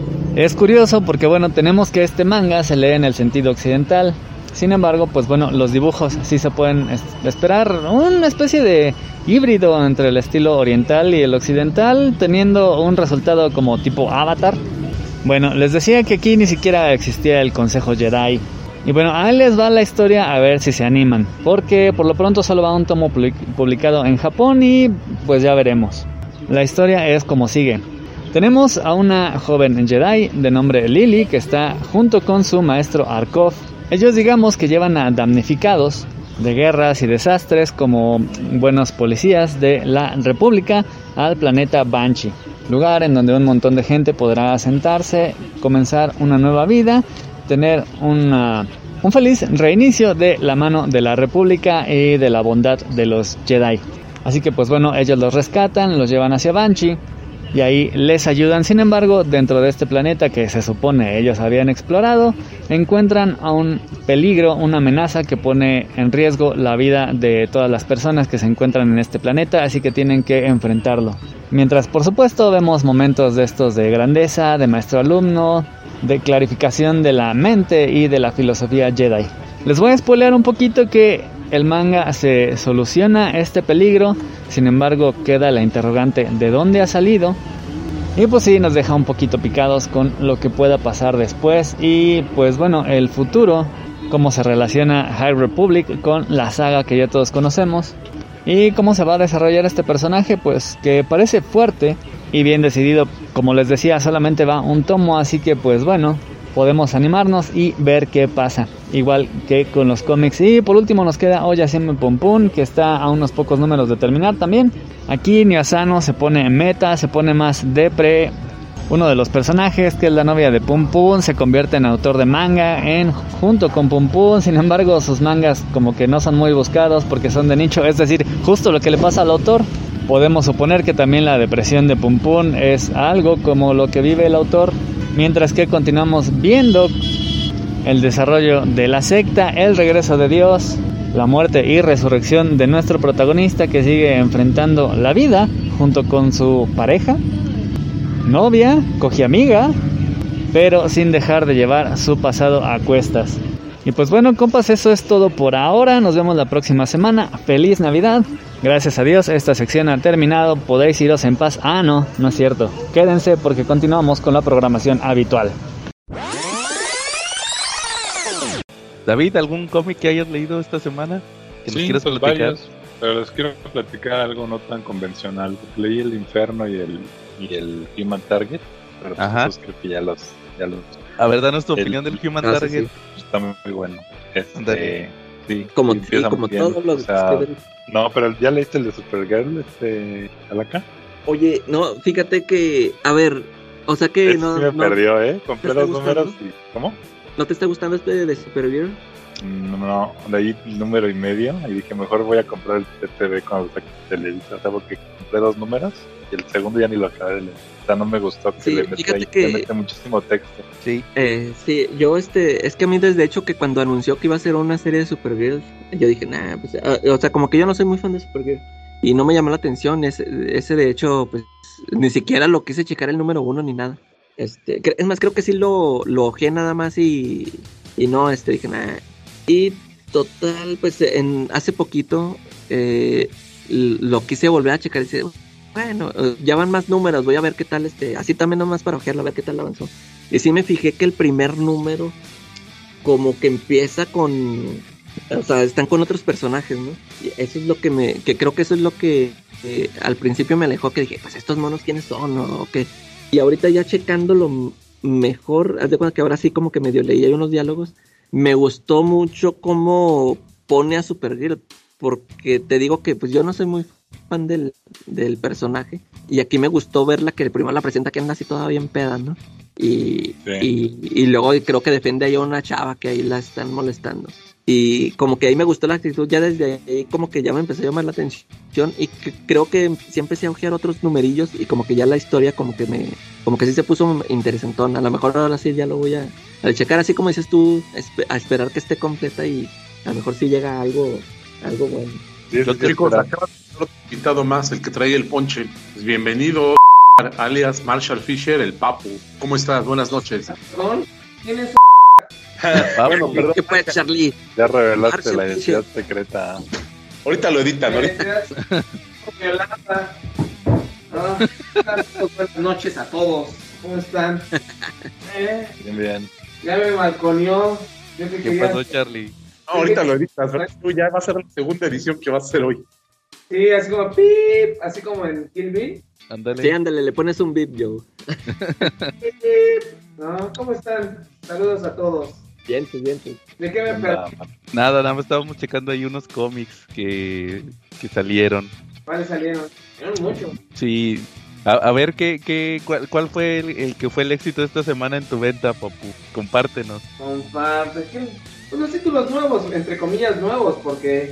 es curioso porque bueno, tenemos que este manga se lee en el sentido occidental. Sin embargo, pues bueno, los dibujos sí se pueden esperar una especie de híbrido entre el estilo oriental y el occidental, teniendo un resultado como tipo Avatar. Bueno, les decía que aquí ni siquiera existía el Consejo Jedi. Y bueno, ahí les va la historia, a ver si se animan, porque por lo pronto solo va un tomo publicado en Japón y pues ya veremos. La historia es como sigue. Tenemos a una joven Jedi de nombre Lily que está junto con su maestro Arkov. Ellos digamos que llevan a damnificados de guerras y desastres como buenos policías de la República al planeta Banshee, lugar en donde un montón de gente podrá asentarse, comenzar una nueva vida, tener un feliz reinicio de la mano de la República y de la bondad de los Jedi. Así que pues bueno, ellos los rescatan, los llevan hacia Banshee y ahí les ayudan. Sin embargo, dentro de este planeta que se supone ellos habían explorado, encuentran a un peligro, una amenaza que pone en riesgo la vida de todas las personas que se encuentran en este planeta, así que tienen que enfrentarlo. Mientras, por supuesto, vemos momentos de estos de grandeza, de maestro-alumno, de clarificación de la mente y de la filosofía Jedi. Les voy a spoilear un poquito que el manga se soluciona este peligro, sin embargo queda la interrogante de dónde ha salido, y pues sí, nos deja un poquito picados con lo que pueda pasar después y pues bueno, el futuro, cómo se relaciona High Republic con la saga que ya todos conocemos y cómo se va a desarrollar este personaje, pues que parece fuerte y bien decidido. Como les decía, solamente va un tomo, así que pues bueno, podemos animarnos y ver qué pasa, igual que con los cómics. Y por último nos queda Oyaseme Pum Pum, que está a unos pocos números de terminar también. Aquí Nyasano se pone en meta, se pone más depre. Uno de los personajes, que es la novia de Pum Pum, se convierte en autor de manga junto con Pum Pum. Sin embargo, sus mangas como que no son muy buscados porque son de nicho, es decir, justo lo que le pasa al autor. Podemos suponer que también la depresión de Pum Pum es algo como lo que vive el autor, mientras que continuamos viendo el desarrollo de la secta, el regreso de Dios, la muerte y resurrección de nuestro protagonista, que sigue enfrentando la vida junto con su pareja, novia, cogiamiga, pero sin dejar de llevar su pasado a cuestas. Y pues bueno, compas, eso es todo por ahora. Nos vemos la próxima semana. ¡Feliz Navidad! Gracias a Dios, esta sección ha terminado. Podéis iros en paz. Ah, no es cierto. Quédense porque continuamos con la programación habitual. David, ¿algún cómic que hayas leído esta semana? ¿Que nos quieras platicar? Pero les quiero platicar algo no tan convencional. Leí El Inferno y el Human Target, pero pues creo que ya los... A ver, danos tu opinión del Human Target. Sí. Está muy bueno. Sí, como bien, todos los... o sea, no, pero ¿ya leíste el de Supergirl, Alaka? Oye, no, fíjate que, a ver, o sea que sí me perdió, compré los números y... ¿Cómo? ¿No te está gustando este de Supergirl? No, leí el número y medio y dije, mejor voy a comprar el TTV cuando saque Televisa, o sea, porque compré 2 números y el segundo ya ni lo acabé de leer. O sea, no me gustó que le mete muchísimo texto. Sí. Sí, yo es que a mí desde hecho que cuando anunció que iba a ser una serie de Supergirl, yo dije, pues, o sea, como que yo no soy muy fan de Supergirl y no me llamó la atención, ese de hecho, pues, ni siquiera lo quise checar el número 1 ni nada. Es más, creo que sí lo ojeé nada más y no, dije, nah. Y total, pues hace poquito lo quise volver a checar y dice, bueno, ya van más números, voy a ver qué tal así también nomás para ojearlo, a ver qué tal avanzó. Y sí me fijé que el primer número como que empieza con, o sea, están con otros personajes, ¿no? Y eso es lo que creo que eso es lo que al principio me alejó, que dije, pues estos monos quiénes son, ¿no? ¿O qué? Y ahorita ya checándolo mejor, haz de cuenta que ahora sí como que medio leí hay unos diálogos. Me gustó mucho cómo pone a Supergirl, porque te digo que pues yo no soy muy fan del personaje, y aquí me gustó verla que primero la presenta que anda así toda bien peda, ¿no? Y luego creo que defiende ahí a una chava que ahí la están molestando. Y como que ahí me gustó la actitud, ya desde ahí como que ya me empezó a llamar la atención y creo que sí empecé a ojear otros numerillos y como que ya la historia como que sí se puso interesantona. A lo mejor ahora sí ya lo voy a checar, así como dices tú, a esperar que esté completa y a lo mejor sí llega algo bueno. Sí, chicos, acaba de otro invitado más, el que trae el ponche. Pues bienvenido, alias Marshall Fisher, el Papu. ¿Cómo estás? Buenas noches. ¿Quién es? Bueno, perdón. ¿Qué puede, Charlie? Ya revelaste Marshall la identidad Fisher. secreta. Ahorita lo editan, ahorita. Yolanda. Buenas noches a todos. ¿Cómo están? Bien. Ya me balconeó. ¿Qué pasó, Charlie? No, ahorita lo editas, ¿verdad? Tú ya va a ser la segunda edición que vas a hacer hoy. Sí, así como pip, así como en Kill Bill. Ándale. Sí, ándale, le pones un beep, Joe. No, ¿cómo están? Saludos a todos. Bien. ¿De qué me perdí? Nada más estábamos checando ahí unos cómics que salieron. ¿Cuáles salieron? Salieron mucho. Sí. A ver, ¿cuál fue el que fue el éxito de esta semana en tu venta, Papu? Compártenos. Comparte. Unos títulos nuevos, entre comillas nuevos, porque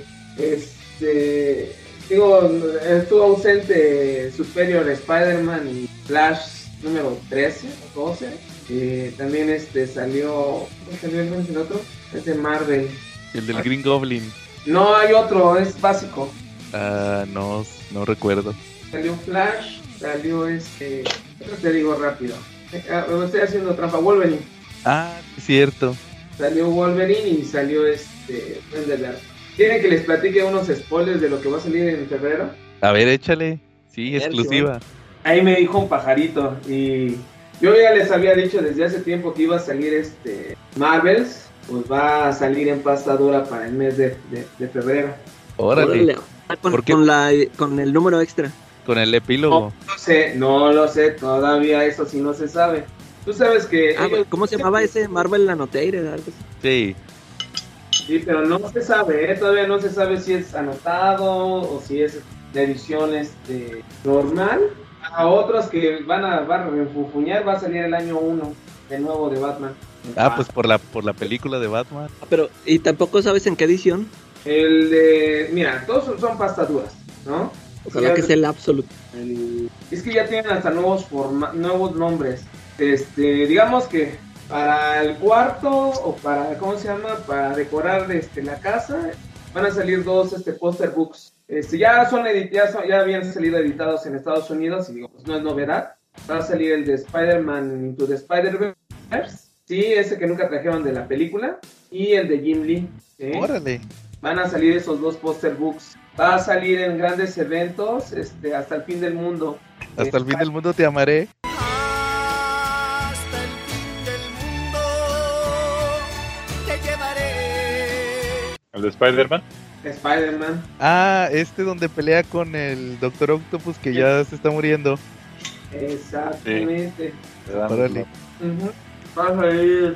estuvo ausente Superior Spider-Man y Flash número 13 o 12. También salió el otro, es de Marvel. El del Green Goblin. No, hay otro, es básico. No recuerdo. Salió Flash, salió te digo rápido. Me estoy haciendo trampa. Wolverine. Es cierto. Salió Wolverine y salió Pendeler. ¿Quieren que les platique unos spoilers de lo que va a salir en febrero? A ver, échale. Sí, exclusiva. Ahí me dijo un pajarito y yo ya les había dicho desde hace tiempo que iba a salir Marvels, pues va a salir en pasta dura para el mes de febrero. Órale. Con el número extra. Con el epílogo. No lo sé, todavía eso sí no se sabe. Tú sabes que... ¿Cómo se llamaba ese? Marvel Annotated, algo así. Sí, pero no se sabe, todavía no se sabe si es anotado o si es de edición normal. A otros que van a refufuñar va a salir el año 1 de nuevo de Batman. Pues por la película de Batman. Pero, ¿y tampoco sabes en qué edición? Mira, todos son pastaduras, ¿no? Ojalá que sea el Absolute. Es que ya tienen hasta nuevos nombres. Digamos que para el cuarto o para, ¿cómo se llama? Para decorar la casa, van a salir 2 poster books. Ya habían salido editados en Estados Unidos y digo, pues no es novedad. Va a salir el de Spider-Man Into the Spider-Verse, sí, ese que nunca trajeron de la película, y el de Jim Lee. ¿Sí? Órale. Van a salir esos 2 poster books. Va a salir en grandes eventos hasta el fin del mundo. Hasta el fin del mundo te amaré. Hasta el fin del mundo te llevaré. ¿El de Spider-Man? Spider-Man. Ah, donde pelea con el Doctor Octopus que ya se está muriendo. Exactamente. Órale. Va a salir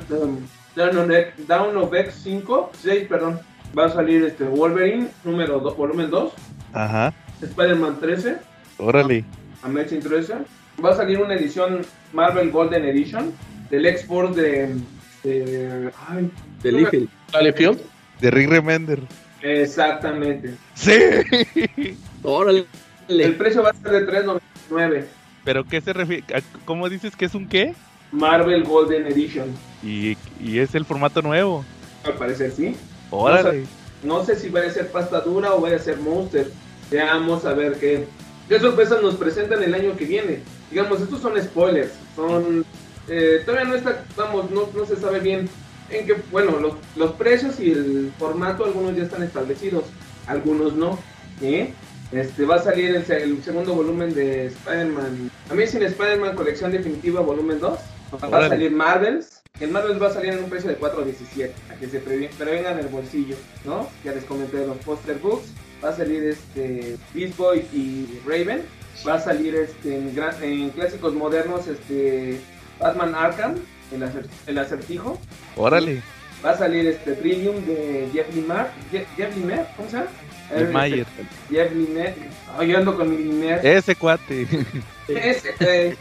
Down of X 6, perdón. Va a salir Wolverine número 2, volumen 2. Ajá. Spider-Man 13. Órale. Amazing 13. Va a salir una edición Marvel Golden Edition del X-Force de Liefeld. De Rick Remender. Exactamente. Sí. Órale. El precio va a ser de $3.99. ¿Pero qué se refiere? ¿Cómo dices que es un qué? Marvel Golden Edition. Y es el formato nuevo. Al parecer sí. Órale. No sé si va a ser pasta dura o va a ser Monster. Veamos a ver qué sorpresas nos presentan el año que viene. Digamos, estos son spoilers. Todavía no está, no se sabe bien en qué, bueno, los precios y el formato, algunos ya están establecidos, algunos no. Va a salir el segundo volumen de Spider-Man, Amazing Spider-Man Colección Definitiva volumen 2. Va a salir Marvels. El Marvels va a salir en un precio de $4.17, a que se prevengan el bolsillo, ¿no? Ya les comenté de los poster books. Va a salir Beast Boy y Raven. Va a salir en clásicos modernos Batman Arkham, el acertijo. Órale. Va a salir Trillium de Jeff Lemire, ¿cómo se llama? Mayer. Jeff Lemire. Yo ando con mi Lemire. Ese cuate. Ese.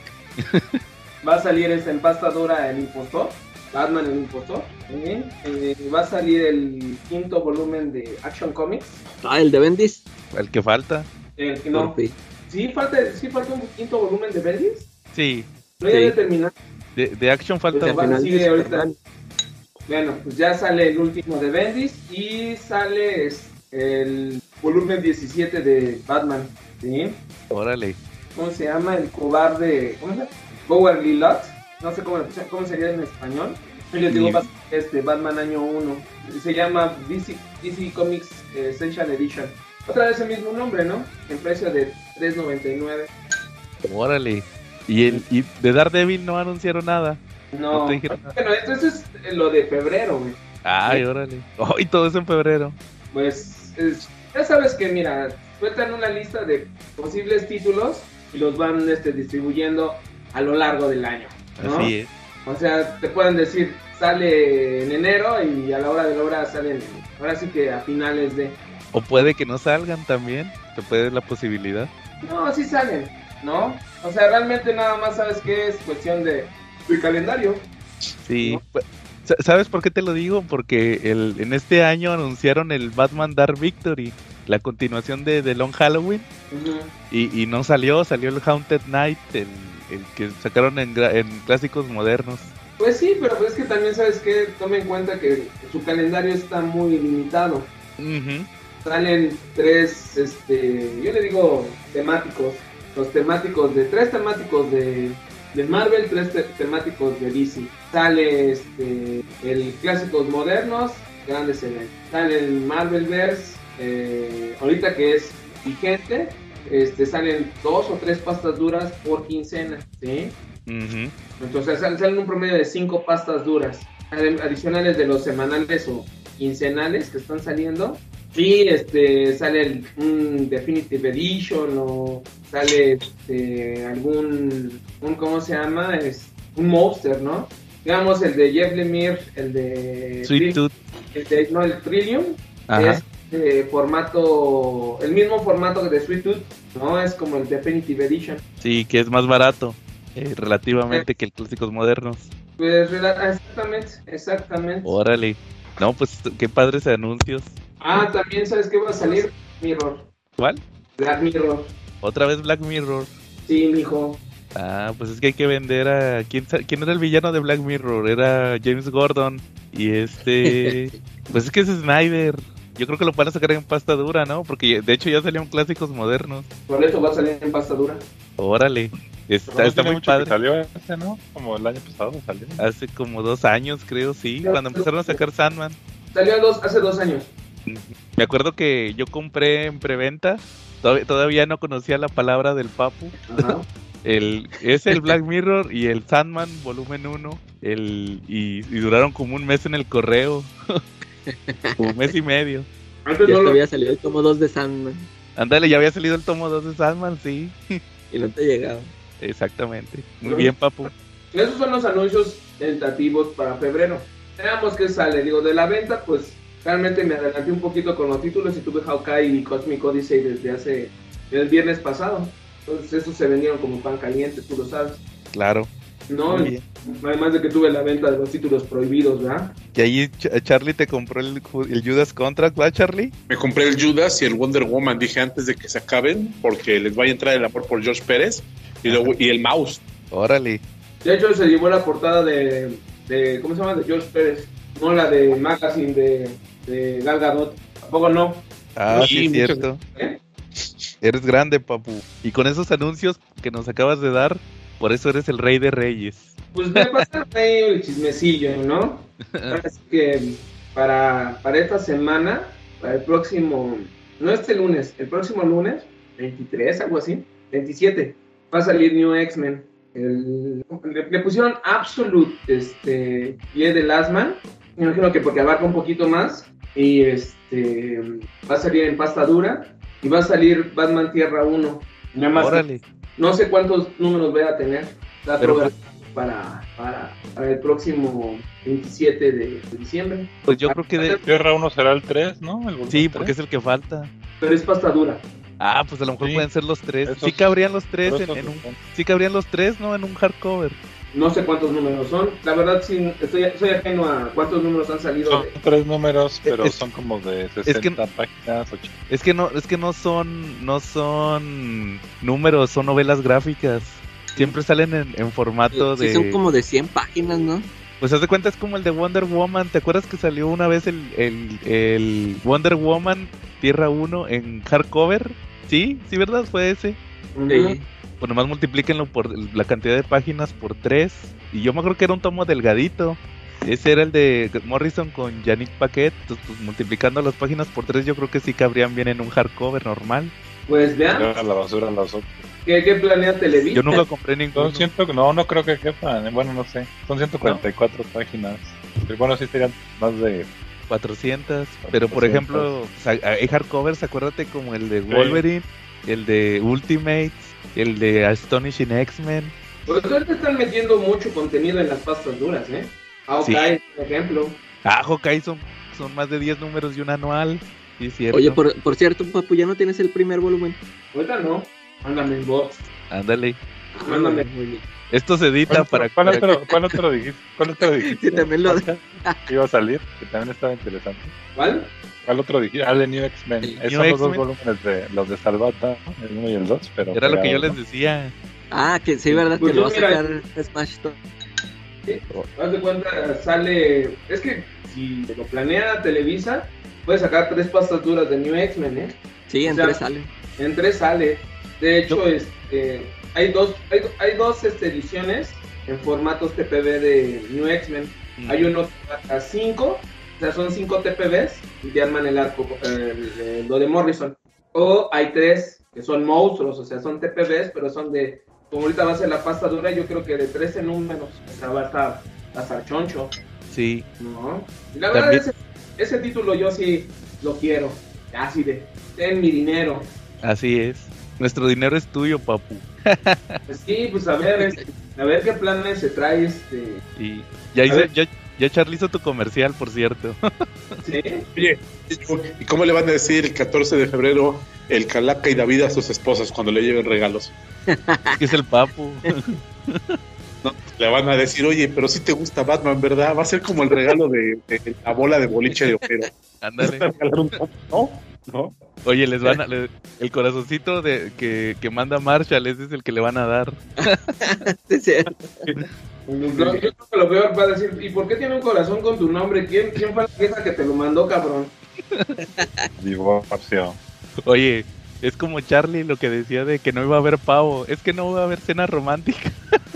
Va a salir en pasta dura el impostor. Batman el impostor. Va a salir el quinto volumen de Action Comics. El de Bendis. El que falta. No. Sí falta un quinto volumen de Bendis. Sí. No ya de terminar. De Action falta. Sigue ahorita. Bueno, pues ya sale el último de Bendis y sale el volumen 17 de Batman. ¿Sí? Órale. ¿Cómo se llama? El cobarde. ¿Cómo se llama? Cowardly Lot. No sé cómo sería en español. Y les digo, Batman año 1. Se llama DC Comics Essential Edition. Otra vez el mismo nombre, ¿no? En precio de $3.99. Órale. ¿Y de Daredevil no anunciaron nada? No. Te dijeron nada. Bueno, esto es lo de febrero, güey. Ay, órale. Y todo eso en febrero. Pues, ya sabes que, mira, sueltan una lista de posibles títulos y los van distribuyendo a lo largo del año, ¿no? Así es. O sea, te pueden decir, sale en enero y a la hora de la hora salen, ahora sí que a finales de... O puede que no salgan también, se puede dar la posibilidad. No, sí salen, ¿no? O sea, realmente nada más sabes que es cuestión de calendario. Sí, ¿no? Pues, ¿sabes por qué te lo digo? Porque en este año anunciaron el Batman Dark Victory, la continuación de The Long Halloween, y no salió el Haunted Knight, el que sacaron en clásicos modernos. Pues sí, pero es que también sabes que tome en cuenta que su calendario está muy limitado. Salen 3, yo le digo temáticos, los temáticos de 3 temáticos de Marvel, 3 temáticos de DC. Sale el clásicos modernos, grandes eventos. Sale el Marvelverse, ahorita que es vigente, salen 2 o 3 pastas duras por quincena, ¿sí? Entonces salen un promedio de 5 pastas duras adicionales de los semanales o quincenales que están saliendo. Sí, sale un Definitive Edition o sale ¿cómo se llama? Un Monster, ¿no? Digamos el de Jeff Lemire, el de Sweet Tooth. El Trillium. Ajá. Es formato, el mismo formato que de Sweet Tooth, ¿no? Es como el Definitive Edition. Sí, que es más barato relativamente que el clásicos modernos. Pues exactamente. Órale. No, pues qué padres anuncios. También sabes que va a salir Mirror. ¿Cuál? Black Mirror. Otra vez Black Mirror. Sí, mijo. Pues es que hay que vender a... ¿Quién era el villano de Black Mirror? Era James Gordon. Y pues es que es Snyder. Yo creo que lo van a sacar en pasta dura, ¿no? Porque de hecho ya salieron clásicos modernos. Por eso va a salir en pasta dura. Órale. Está muy padre. Salió ¿no? Como el año pasado salió. Hace como 2 años, creo, sí. Cuando empezaron a sacar Sandman. Salió hace 2 años. Me acuerdo que yo compré en preventa. Todavía no conocía la palabra del Papu. Es el Black Mirror y el Sandman volumen 1. Y duraron como un mes en el correo. Como un mes y medio. Antes Ya no te lo... había salido el tomo 2 de Sandman Ándale, ya había salido el tomo 2 de Sandman, sí. y no te llegaba. Exactamente. Muy bien, papu. Esos son los anuncios tentativos para febrero. Veamos qué sale. Digo, de la venta, pues realmente me adelanté un poquito con los títulos y tuve Hawkeye y Cosmic Odyssey desde el viernes pasado. Entonces esos se vendieron como pan caliente, tú lo sabes. Claro. No, Muy bien. además de que tuve la venta de los títulos prohibidos, ¿verdad? Y ahí Charlie te compró el Judas Contract, ¿va, Charlie? Me compré el Judas y el Wonder Woman, dije antes de que se acaben, porque les vaya a entrar el amor por George Pérez y el mouse. Órale. De hecho, se llevó la portada de ¿cómo se llama? De George Pérez, no la de Magazine de Gal Gadot. ¿Tampoco no? Ah, sí, Sí, cierto. Eres grande, papu. Y con esos anuncios que nos acabas de dar, por eso eres el rey de reyes. Pues me pasa ahí el chismecillo, ¿no? Así que para esta semana, para el próximo, no este lunes, el próximo lunes, 23, algo así, 27, va a salir New X-Men. Le pusieron Absolute Pie de Last Man. Me imagino que porque abarca un poquito más. Y va a salir en pasta dura. Y va a salir Batman Tierra 1. Nada más. Órale. No sé cuántos números voy a tener. Está Pero programado para el próximo 27 de diciembre. Pues yo creo que Tierra 1 será el 3, ¿no? El volumen sí, 3. porque es el que falta. Pero es pasta dura. Ah, pues a lo mejor Sí. pueden ser los tres. Esos- Sí cabrían los tres Por eso en un... supongo. Sí cabrían los tres, ¿no? En un hardcover. No sé cuántos números son. La verdad, sí, soy ajeno a cuántos números han salido. Son 3 números, pero Es- son como de 60 páginas, 80. Es que no son números, son novelas gráficas. Siempre salen en formato Sí, de... son como de 100 páginas, ¿no? Pues haz de cuenta, es como el de Wonder Woman. ¿Te acuerdas que salió una vez el Wonder Woman Tierra 1 en hardcover? Sí, sí, ¿verdad? Fue ese. Sí. Pues nomás multiplíquenlo por la cantidad de páginas por 3. Y yo me acuerdo que era un tomo delgadito. Ese era el de Morrison con Yannick Paquet. Entonces, pues multiplicando las páginas por 3, yo creo que sí cabrían bien en un hardcover normal. Pues vean, Lleva a la basura los otros. ¿qué planea Televisa? Yo nunca compré ninguno. Son 100, no creo que quepan. Bueno, no sé. Son 144 páginas. Pero bueno, sí serían más de 400. Pero por 400. ejemplo, hay hardcovers, acuérdate, como el de Wolverine, el de Ultimates, el de Astonishing X-Men. Pues ahorita están metiendo mucho contenido en las pastas duras, ¿eh? Hawkeye, por ejemplo. Ah, Hawkeye son más de 10 números y un anual. Sí, es cierto. Oye, por cierto, papu, ¿ya no tienes el primer volumen? Ahorita no. Mándame en box. Ándale. Mándame. Muy bien. Esto se edita ¿Cuál otro dijiste? ¿Cuál otro dijiste? Sí, también lo... Que iba a salir, que también estaba interesante. ¿Cuál? ¿Cuál otro dijiste? Ah, de New X-Men. El Esos New son los dos X-Men. volúmenes de los de Salvata, el 1 y el 2, pero Era lo que yo pegados, les decía. Ah, que sí, ¿verdad? Pues que lo yo, va a mira, sacar Smash todo. Haz de cuenta, sale. Es que si lo planea Televisa, puede sacar 3 pastas duras de New X-Men, ¿eh? Sí, en O sea, 3 sale. En 3 sale. De hecho, hay dos ediciones en formatos TPB de New X-Men. Hay uno que a 5, o sea, son 5 TPBs y te arman el arco, lo de Morrison. O hay 3 que son monstruos, o sea, son TPBs, pero son de, como ahorita va a ser la pasta dura, yo creo que de 13 números, o sea, va a estar choncho, Sí. ¿no? Y la verdad, También- ese título yo sí lo quiero, así de, ten mi dinero. Así es. Nuestro dinero es tuyo, papu. Pues sí, pues a ver qué planes se trae Y ya A hice, ver. ya Charlie hizo tu comercial, por cierto. ¿sí? Oye, ¿y cómo le van a decir el 14 de febrero el Calaca y David a sus esposas cuando le lleven regalos? Que es el papu. No, le van a decir, oye, pero si te gusta Batman, ¿verdad? Va a ser como el regalo de la bola de boliche de Ojero. Ándale. ¿No? Oye, el corazoncito que manda Marshall, ese es el que le van a dar. Sí, sí. Yo creo que lo peor va a decir, ¿y por qué tiene un corazón con tu nombre? ¿Quién fue la vieja que te lo mandó, cabrón? Divorcio. Oye, es como Charlie lo que decía de que no iba a haber pavo. Es que no va a haber cena romántica.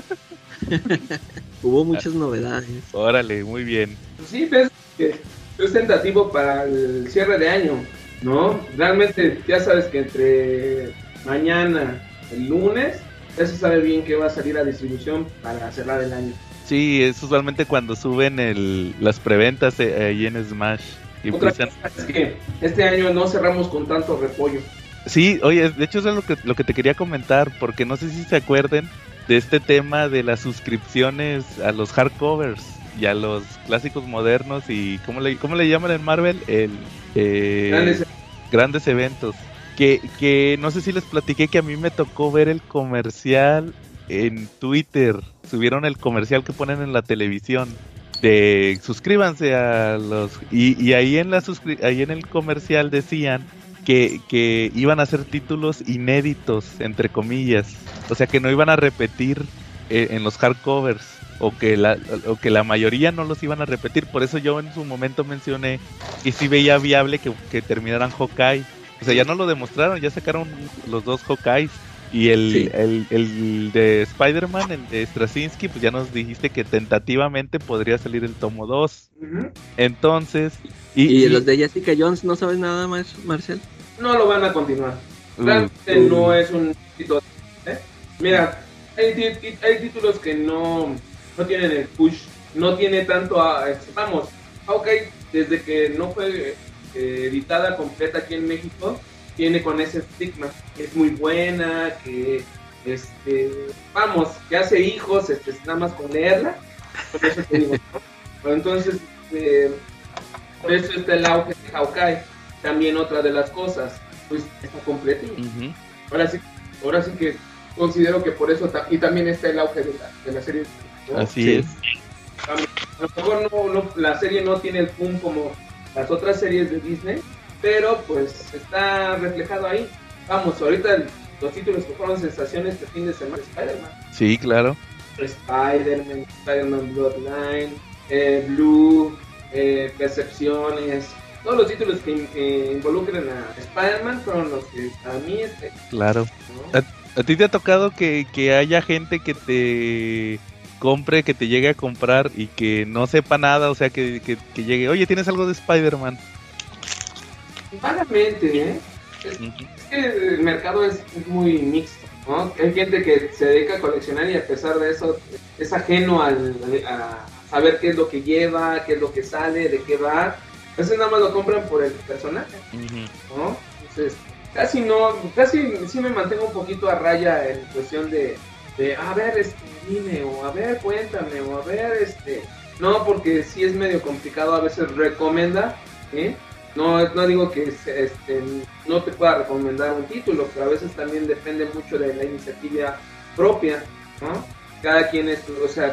Hubo muchas novedades. Órale, muy bien. Pues sí, ves que es tentativo para el cierre de año, ¿no? Realmente ya sabes que entre mañana, el lunes, ya se sabe bien que va a salir a distribución para cerrar el año. Sí, es usualmente cuando suben las preventas ahí en Smash. Y otra pues, cosa es que este año no cerramos con tanto repollo. sí, oye, de hecho eso es lo que te quería comentar, porque no sé si se acuerden de este tema de las suscripciones a los hardcovers y a los clásicos modernos y ¿cómo le llaman en Marvel? Grandes eventos. Que no sé si les platiqué que a mí me tocó ver el comercial en Twitter. Subieron el comercial que ponen en la televisión de suscríbanse a los y ahí en el comercial decían que iban a hacer títulos inéditos entre comillas, o sea que no iban a repetir en los hardcovers o que la mayoría no los iban a repetir. Por eso yo en su momento mencioné que sí veía viable que terminaran Hawkeye. O sea, ya no lo demostraron, ya sacaron los 2 Hawkeyes. Y el de Spider-Man, el de Straczynski, pues ya nos dijiste que tentativamente podría salir el tomo 2. Uh-huh. Entonces... ¿Y los de Jessica Jones no sabes nada más, Marcel? No lo van a continuar. Realmente no es un título. Mira, hay títulos que no tienen el push, no tiene tanto... vamos, Hawkeye, desde que no fue editada completa aquí en México, tiene con ese estigma, que es muy buena, que vamos, que hace hijos, nada más con leerla, por eso te digo, ¿no? Pero entonces, por eso está el auge de Hawkeye. También otra de las cosas, pues está completo. Uh-huh. Ahora sí que considero que por eso, y también está el auge de la serie, ¿no? Así es. A lo mejor la serie no tiene el boom como las otras series de Disney, pero pues está reflejado ahí. Vamos, ahorita los títulos que fueron sensaciones este fin de semana, Spider-Man. Sí, claro. Spider-Man Bloodline, Blue, Percepciones, todos los títulos que involucren a Spider-Man fueron los que a mí claro. ¿No? ¿A ti te ha tocado que haya gente que te compre, que te llegue a comprar y que no sepa nada? O sea, que llegue, oye, ¿tienes algo de Spider-Man? Vagamente, es que el mercado es muy mixto, ¿no? Hay gente que se dedica a coleccionar y a pesar de eso es ajeno a saber qué es lo que lleva, qué es lo que sale, de qué va. A veces nada más lo compran por el personaje, ¿no? Entonces, casi sí me mantengo un poquito a raya en cuestión de a ver, dime, o a ver, cuéntame, o a ver, no, porque sí es medio complicado a veces recomendar, ¿sí? No digo que no te pueda recomendar un título, pero a veces también depende mucho de la iniciativa propia, ¿no? Cada quien es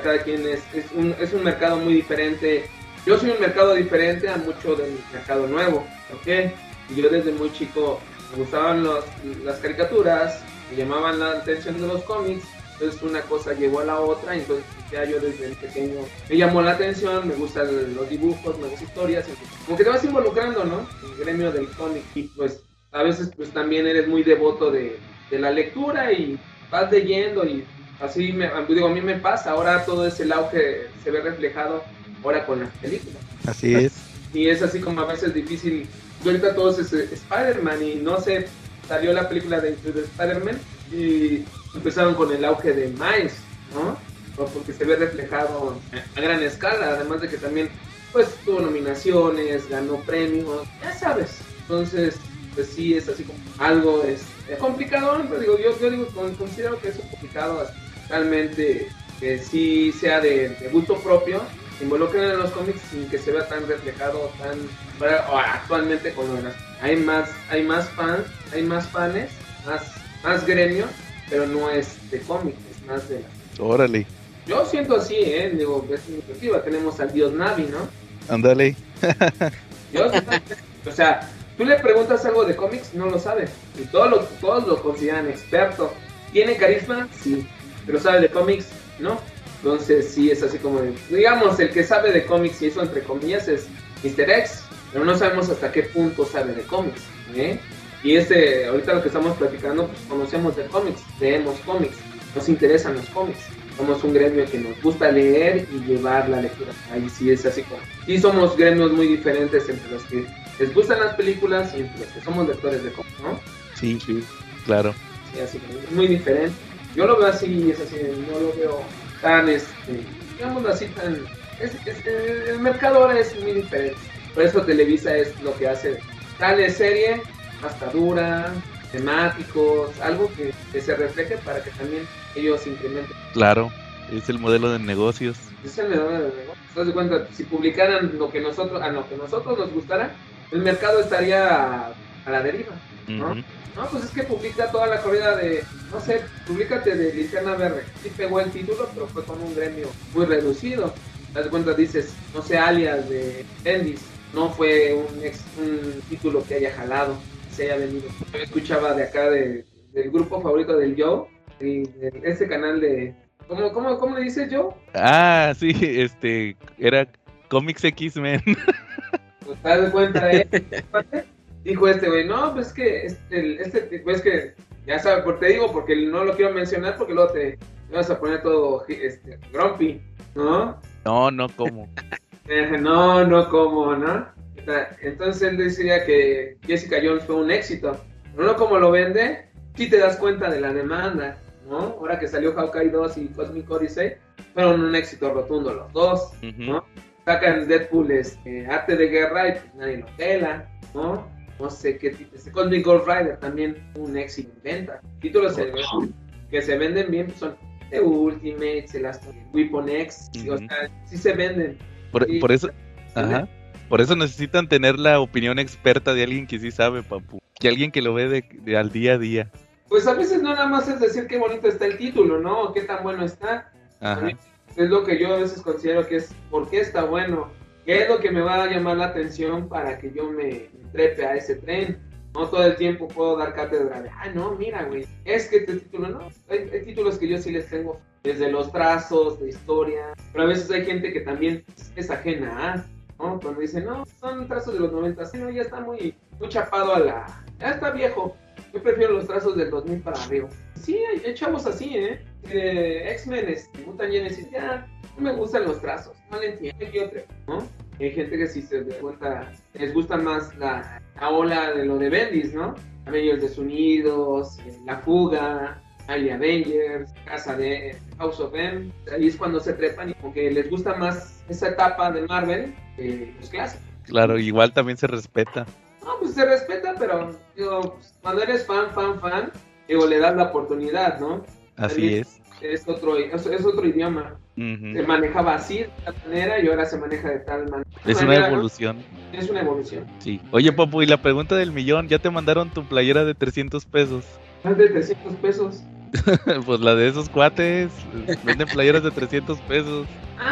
un mercado muy diferente. Yo soy un mercado diferente a mucho del mercado nuevo, ¿ok? Y yo desde muy chico me gustaban las caricaturas, me llamaban la atención de los cómics, entonces una cosa llevó a la otra, entonces ya yo desde pequeño me llamó la atención, me gustan los dibujos, me gustan historias, como que te vas involucrando, ¿no? En el gremio del cómic, y pues a veces pues también eres muy devoto de la lectura y vas leyendo y así a mí me pasa, ahora todo ese auge se ve reflejado ahora con las películas. Así es. Y es así como a veces difícil, ahorita todos es Spider-Man y no sé, salió la película de Spider-Man y empezaron con el auge de Miles, ¿no? Porque se ve reflejado a gran escala, además de que también pues tuvo nominaciones, ganó premios, ya sabes. Entonces, pues sí, es así como algo complicado, pero yo considero que es un complicado realmente que sí sea de gusto propio, se involucren en los cómics sin que se vea tan reflejado, actualmente con lo de hay más fans, más gremio, pero no es de cómics, es más de Órale. Yo siento así, digo, es mi perspectiva, tenemos al dios Navi, ¿no? Ándale. O sea, tú le preguntas algo de cómics, no lo sabe, y todos lo consideran experto. ¿Tiene carisma? Sí, pero sabe de cómics, ¿no? Entonces sí, es así como, digamos, el que sabe de cómics, y eso entre comillas, es Mr. X, pero no sabemos hasta qué punto sabe de cómics, ¿eh? Y ahorita lo que estamos platicando, pues conocemos de cómics, leemos cómics, nos interesan los cómics. Somos un gremio que nos gusta leer y llevar la lectura. Ahí sí es así como... Sí somos gremios muy diferentes entre los que les gustan las películas y entre los que somos lectores de cómics, ¿no? Sí, claro. Sí, así es muy diferente. Yo lo veo así, es así, no lo veo tan, digamos así, tan... el mercado ahora es muy diferente. Por eso Televisa es lo que hace. Sale serie, hasta dura, temáticos, algo que se refleje para que también ellos incrementen. Claro, es el modelo de negocios. Es el modelo de negocios. ¿Te das cuenta? Si publicaran lo que nosotros nos gustara, el mercado estaría a la deriva, ¿no? Uh-huh. No, pues es que publica toda la corrida de, no sé, publícate de Linterna Verde. Sí pegó el título, pero fue con un gremio muy reducido. Te das cuenta, dices, no sé, Alias de Bendis, no fue un título que haya jalado, se haya vendido. Yo escuchaba de acá del grupo favorito del Joe, ese canal de, ¿cómo le dices Joe? Ah, sí, era Comics X-Men. Pues te das cuenta dijo este güey, no, pues es que pues que ya sabes, te digo porque no lo quiero mencionar porque luego te vas a poner todo grumpy, ¿no? No, ¿cómo? No, ¿cómo, no? Entonces él decía que Jessica Jones fue un éxito, pero no como lo vende, sí te das cuenta de la demanda, ¿no? Ahora que salió Hawkeye 2 y Cosmic Odyssey, fueron un éxito rotundo los dos, ¿no? Sacan Deadpool arte de guerra y pues nadie lo pela, ¿no? No sé qué tipo. Cosmic Ghost Rider también un éxito en venta. Títulos que se venden bien son The Ultimates, el Weapon X, o sea, sí se venden. Por eso, ajá. Por eso necesitan tener la opinión experta de alguien que sí sabe, papu. Que alguien que lo ve de al día a día. Pues a veces no nada más es decir qué bonito está el título, ¿no? O qué tan bueno está. Ajá. Es lo que yo a veces considero que es por qué está bueno. ¿Qué es lo que me va a llamar la atención para que yo me trepe a ese tren? No todo el tiempo puedo dar cátedra de, no, mira, güey, es que este título no. Hay títulos que yo sí les tengo, desde los trazos, de historia, pero a veces hay gente que también es ajena, ¿no? Cuando dice, no, son trazos de los 90, no, ya está muy chapado ya está viejo. Yo prefiero los trazos del 2000 para arriba. Sí, hay chavos así, X-Men, Mutant Genesis, ya no me gustan los trazos, no le entiendo, y otro, ¿no? Hay gente que si se da cuenta, les gusta más la ola de lo de Bendis, ¿no? Avengers desunidos, La Fuga, Alien Avengers, Casa de House of M. Ahí es cuando se trepan y como que les gusta más esa etapa de Marvel que los clásicos. Claro, igual también se respeta. No, pues se respeta, pero digo, cuando eres fan, digo, le das la oportunidad, ¿no? Así también es. Es otro idioma. Uh-huh. Se manejaba así, de tal manera, y ahora se maneja de tal manera. Es una evolución. ¿No? Es una evolución. Sí. Oye, papu, y la pregunta del millón, ¿ya te mandaron tu playera de 300 pesos? Más de 300 pesos. Pues la de esos cuates, venden playeras de 300 pesos.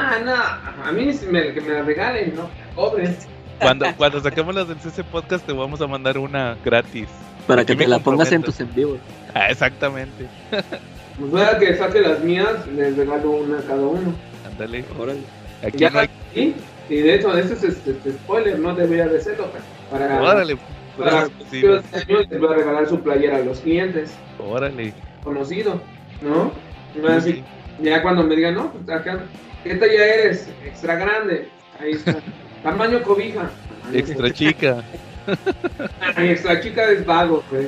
No, a mí que me la regalen, ¿no? Cobren. Cuando saquemos las del CC Podcast te vamos a mandar una gratis. Para que te la pongas en tus en vivos. Exactamente. Pues voy a que saque las mías, les regalo una a cada uno. Ándale. Órale. Aquí ya no hay... ¿sí? Y de hecho, eso es spoiler, no debería de serlo. Órale. Para este año les voy a regalar su playera a los clientes. Órale. Conocido, ¿no? Así, ya cuando me digan, no, pues acá, ¿qué talla eres? Extra grande. Ahí está. Tamaño cobija. Extra chica. Extra chica es vago, güey.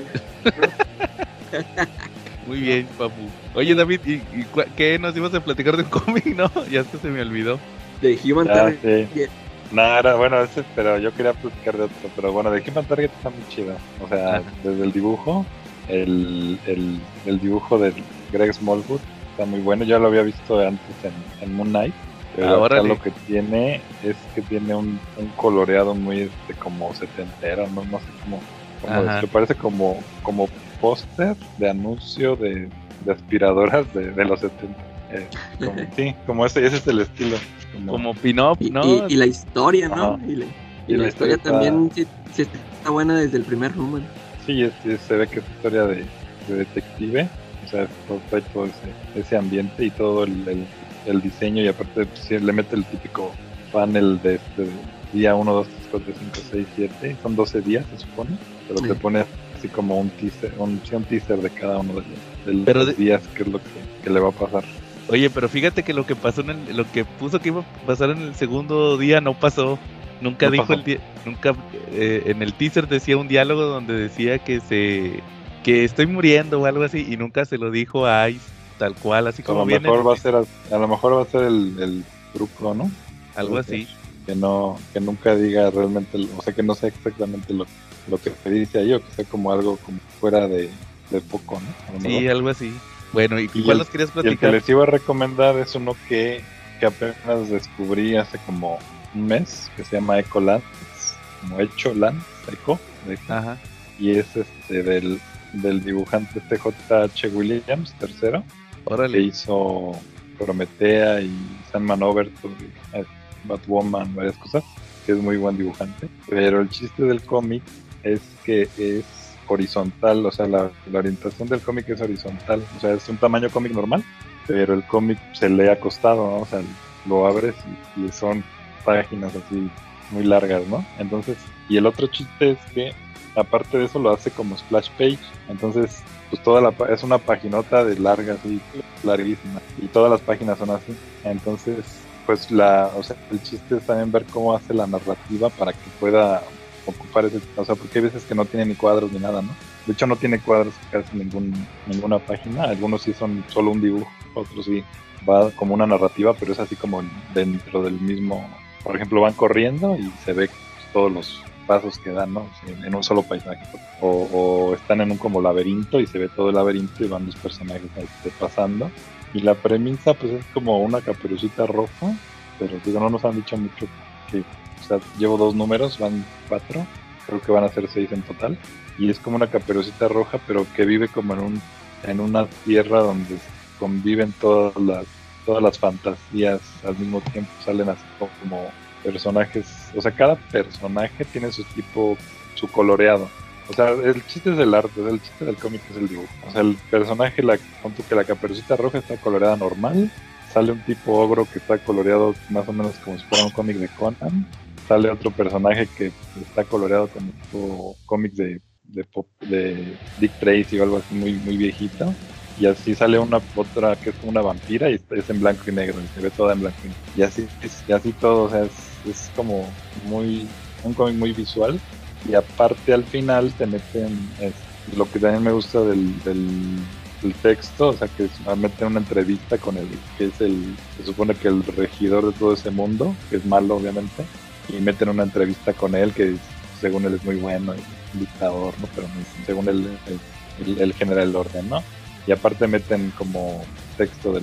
Muy bien, papu. Oye, David, ¿y qué nos ibas a platicar de un cómic, no? Ya hasta se me olvidó. De Human Target. Sí. No, bueno, pero yo quería platicar de otro. Pero bueno, de Human Target está muy chido. O sea, desde el dibujo, el dibujo de Greg Smallwood está muy bueno. Ya lo había visto antes en Moon Knight. Pero acá lo que tiene es que tiene un coloreado muy como setentero, no sé cómo decirlo. Parece como póster de anuncio de aspiradoras de los 70. Como ese es el estilo. Como pin-up, ¿no? Y la historia, ¿no? Ajá. Y la historia también sí está buena desde el primer número. Sí, se ve que es historia de detective. O sea, trae todo ese ambiente y todo el diseño, y aparte pues, le mete el típico panel de día 1, 2, 3, 4, 5, 6, 7. Son 12 días, se supone. Pero te pone así como un teaser, un teaser de cada uno de los días, que es lo que le va a pasar. Oye, pero fíjate que lo que pasó lo que puso que iba a pasar en el segundo día no pasó. Nunca no dijo pasó. Nunca en el teaser decía un diálogo donde decía que estoy muriendo o algo así, y nunca se lo dijo a Ice tal cual, así como a lo mejor va a ser el truco, ¿no? Algo así. que nunca diga realmente, o sea, que no sea exactamente lo que te dice ahí, o que sea como algo como fuera de foco, ¿no? Sí, algo así. Bueno, ¿y cuál nos querías platicar? Y el que les iba a recomendar es uno que apenas descubrí hace como un mes, que se llama Ecoland, como Eco. Ajá. Y es del dibujante J.H. Williams III, Órale. que hizo Prometea y Sandman Overture, Batwoman, varias cosas, que es muy buen dibujante. Pero el chiste del cómic es que es horizontal, o sea, la orientación del cómic es horizontal, o sea, es un tamaño cómic normal, pero el cómic se lee acostado, ¿no? O sea, lo abres y son páginas así muy largas, ¿no? Entonces, y el otro chiste es que aparte de eso lo hace como splash page, entonces pues es una paginota de larga, así larguísima, y todas las páginas son así. Entonces pues o sea, el chiste es también ver cómo hace la narrativa para que pueda ocupar o sea, porque hay veces que no tiene ni cuadros ni nada, ¿no? De hecho no tiene cuadros casi ninguna página, algunos sí son solo un dibujo, otros sí va como una narrativa, pero es así como dentro del mismo, por ejemplo van corriendo y se ve todos los pasos que dan, ¿no? En un solo paisaje, o están en un como laberinto y se ve todo el laberinto y van los personajes ahí pasando, y la premisa pues es como una Caperucita Roja, pero digo, no nos han dicho mucho que, o sea, llevo 2 números, van 4, creo que van a ser 6 en total, y es como una Caperucita Roja, pero que vive como en una tierra donde conviven todas las fantasías al mismo tiempo, salen así como personajes, o sea, cada personaje tiene su coloreado. O sea, el chiste es el arte, el chiste del cómic es el dibujo. O sea, el personaje, que la Caperucita Roja está coloreada normal, sale un tipo ogro que está coloreado más o menos como si fuera un cómic de Conan, sale otro personaje que está coloreado como tipo cómics de Dick Tracy o algo así muy, muy viejito. Y así sale otra que es como una vampira y es en blanco y negro, y se ve toda en blanco y negro. Y así todo, o sea, es como un cómic muy visual. Y aparte al final te meten, lo que también me gusta del texto, o sea, que meten una entrevista con que se supone que el regidor de todo ese mundo, que es malo obviamente, y meten una entrevista con él, que según él es muy bueno, es un dictador, ¿no? Pero según él genera el orden, ¿no? Y aparte meten como texto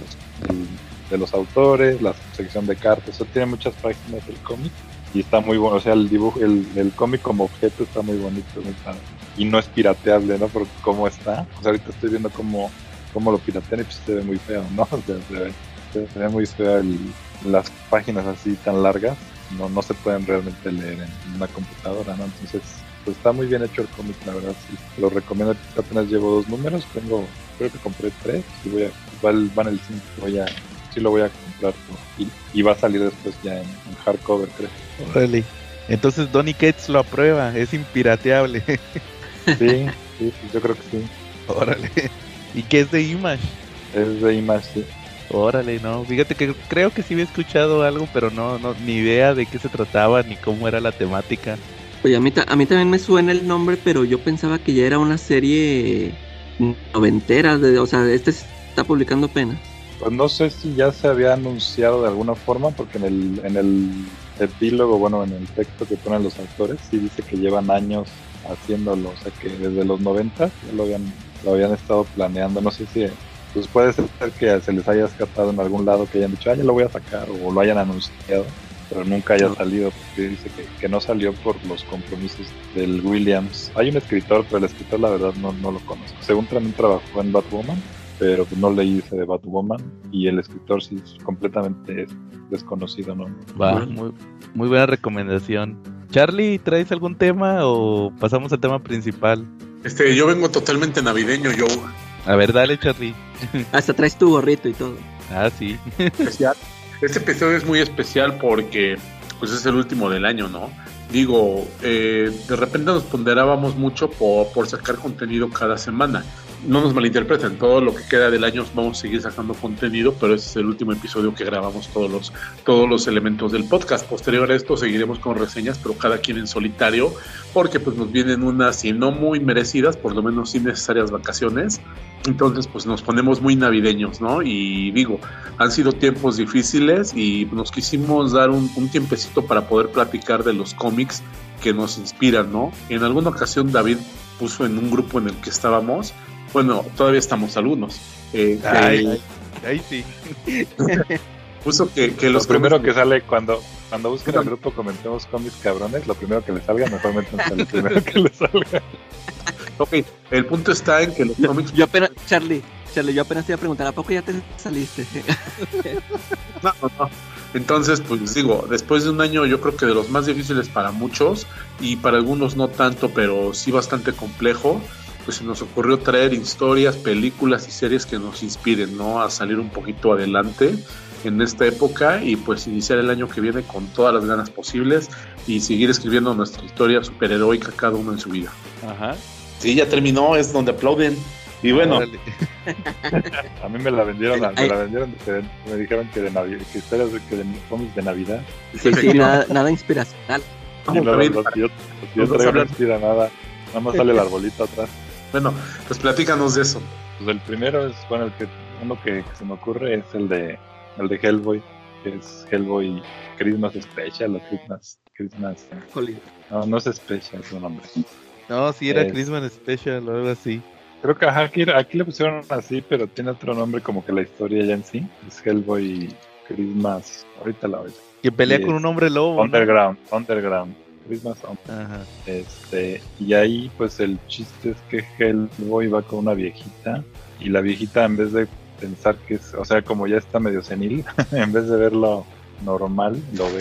de los autores, la sección de cartas, o sea, tiene muchas páginas el cómic y está muy bueno, o sea, el dibujo, el cómic como objeto está muy bonito, muy padre. Y no es pirateable, ¿no? Por cómo está. O sea, ahorita estoy viendo cómo lo piratean y pues se ve muy feo, ¿no? O sea, se ve muy feo las páginas así tan largas, no se pueden realmente leer en una computadora, ¿no? Entonces, pues está muy bien hecho el cómic, la verdad, sí. Lo recomiendo, apenas llevo 2 números, creo que compré 3 y van el 5, sí lo voy a comprar y va a salir después ya en hardcover, creo. Órale. Entonces Donny Cates lo aprueba, es impirateable. Sí, yo creo que sí. Órale. ¿Y qué es de Image? Es de Image, sí. Órale, no, fíjate que creo que sí había escuchado algo, pero no ni idea de qué se trataba ni cómo era la temática. Oye, a mí también me suena el nombre, pero yo pensaba que ya era una serie noventera, o sea, se está publicando apenas. Pues no sé si ya se había anunciado de alguna forma, porque en el epílogo, bueno, en el texto que ponen los autores, sí dice que llevan años haciéndolo, o sea que desde los 90 ya lo habían estado planeando. No sé si pues puede ser que se les haya escapado en algún lado, que hayan dicho, ya lo voy a sacar, o lo hayan anunciado, pero nunca haya salido, porque dice que no salió por los compromisos del Williams. Hay un escritor, pero el escritor la verdad no lo conozco. Según también trabajó en Batwoman, pero no leí ese de Batwoman, y el escritor sí es completamente desconocido, ¿no? Va, muy buena recomendación. Charlie, ¿traes algún tema o pasamos al tema principal? Yo vengo totalmente navideño, yo. A ver, dale, Charlie. Hasta traes tu gorrito y todo. Ah, sí. Especial. Este episodio es muy especial porque pues es el último del año, ¿no? Digo, de repente nos ponderábamos mucho por sacar contenido cada semana. no nos malinterpreten, todo lo que queda del año vamos a seguir sacando contenido, pero ese es el último episodio que grabamos todos los elementos del podcast. Posterior a esto seguiremos con reseñas, pero cada quien en solitario, porque pues nos vienen unas, si no muy merecidas, por lo menos sin necesarias vacaciones. Entonces pues nos ponemos muy navideños, ¿no? Y digo, han sido tiempos difíciles y nos quisimos dar un tiempecito para poder platicar de los cómics que nos inspiran, ¿no? En alguna ocasión David puso en un grupo en el que estábamos, bueno, todavía estamos algunos, Ahí sí. puso que Lo los primero cómics, que sale cuando busquen el grupo Comentemos Cómics Cabrones, lo primero que les salga, mejor métanse lo primero que les salga. ok, el punto está en que los cómics, Yo apenas, Charlie, yo apenas te iba a preguntar, ¿a poco ya te saliste? no. Entonces, pues digo, después de un año yo creo que de los más difíciles para muchos y para algunos no tanto, pero sí bastante complejo, pues se nos ocurrió traer historias, películas y series que nos inspiren, ¿no? A salir un poquito adelante en esta época y pues iniciar el año que viene con todas las ganas posibles y seguir escribiendo nuestra historia superheroica cada uno en su vida. Ajá. Sí, ya terminó, es donde aplauden. Y bueno, Órale. A mí me la vendieron, diferente. Me dijeron que de Navidad, que historias de cómics de Navidad. Sí, nada inspiracional. Y vamos, David, yo vamos a traigo no hablar. inspira nada más sale el arbolito atrás. Bueno, pues platícanos de eso. Pues el primero es, bueno, uno que se me ocurre es el de Hellboy, que es Hellboy Christmas Special o Christmas Jolín. no es Special, es un nombre. No, sí era Es- Christmas Special o algo así. Creo que aquí le pusieron así, pero tiene otro nombre como que la historia ya en sí. Es Hellboy Christmas, ahorita la oigo. Que pelea Sí, con un hombre lobo, ¿no? Underground, Christmas Ajá. y ahí pues el chiste es que Hellboy va con una viejita y la viejita en vez de pensar que es, o sea, como ya está medio senil, en vez de verlo normal, lo ve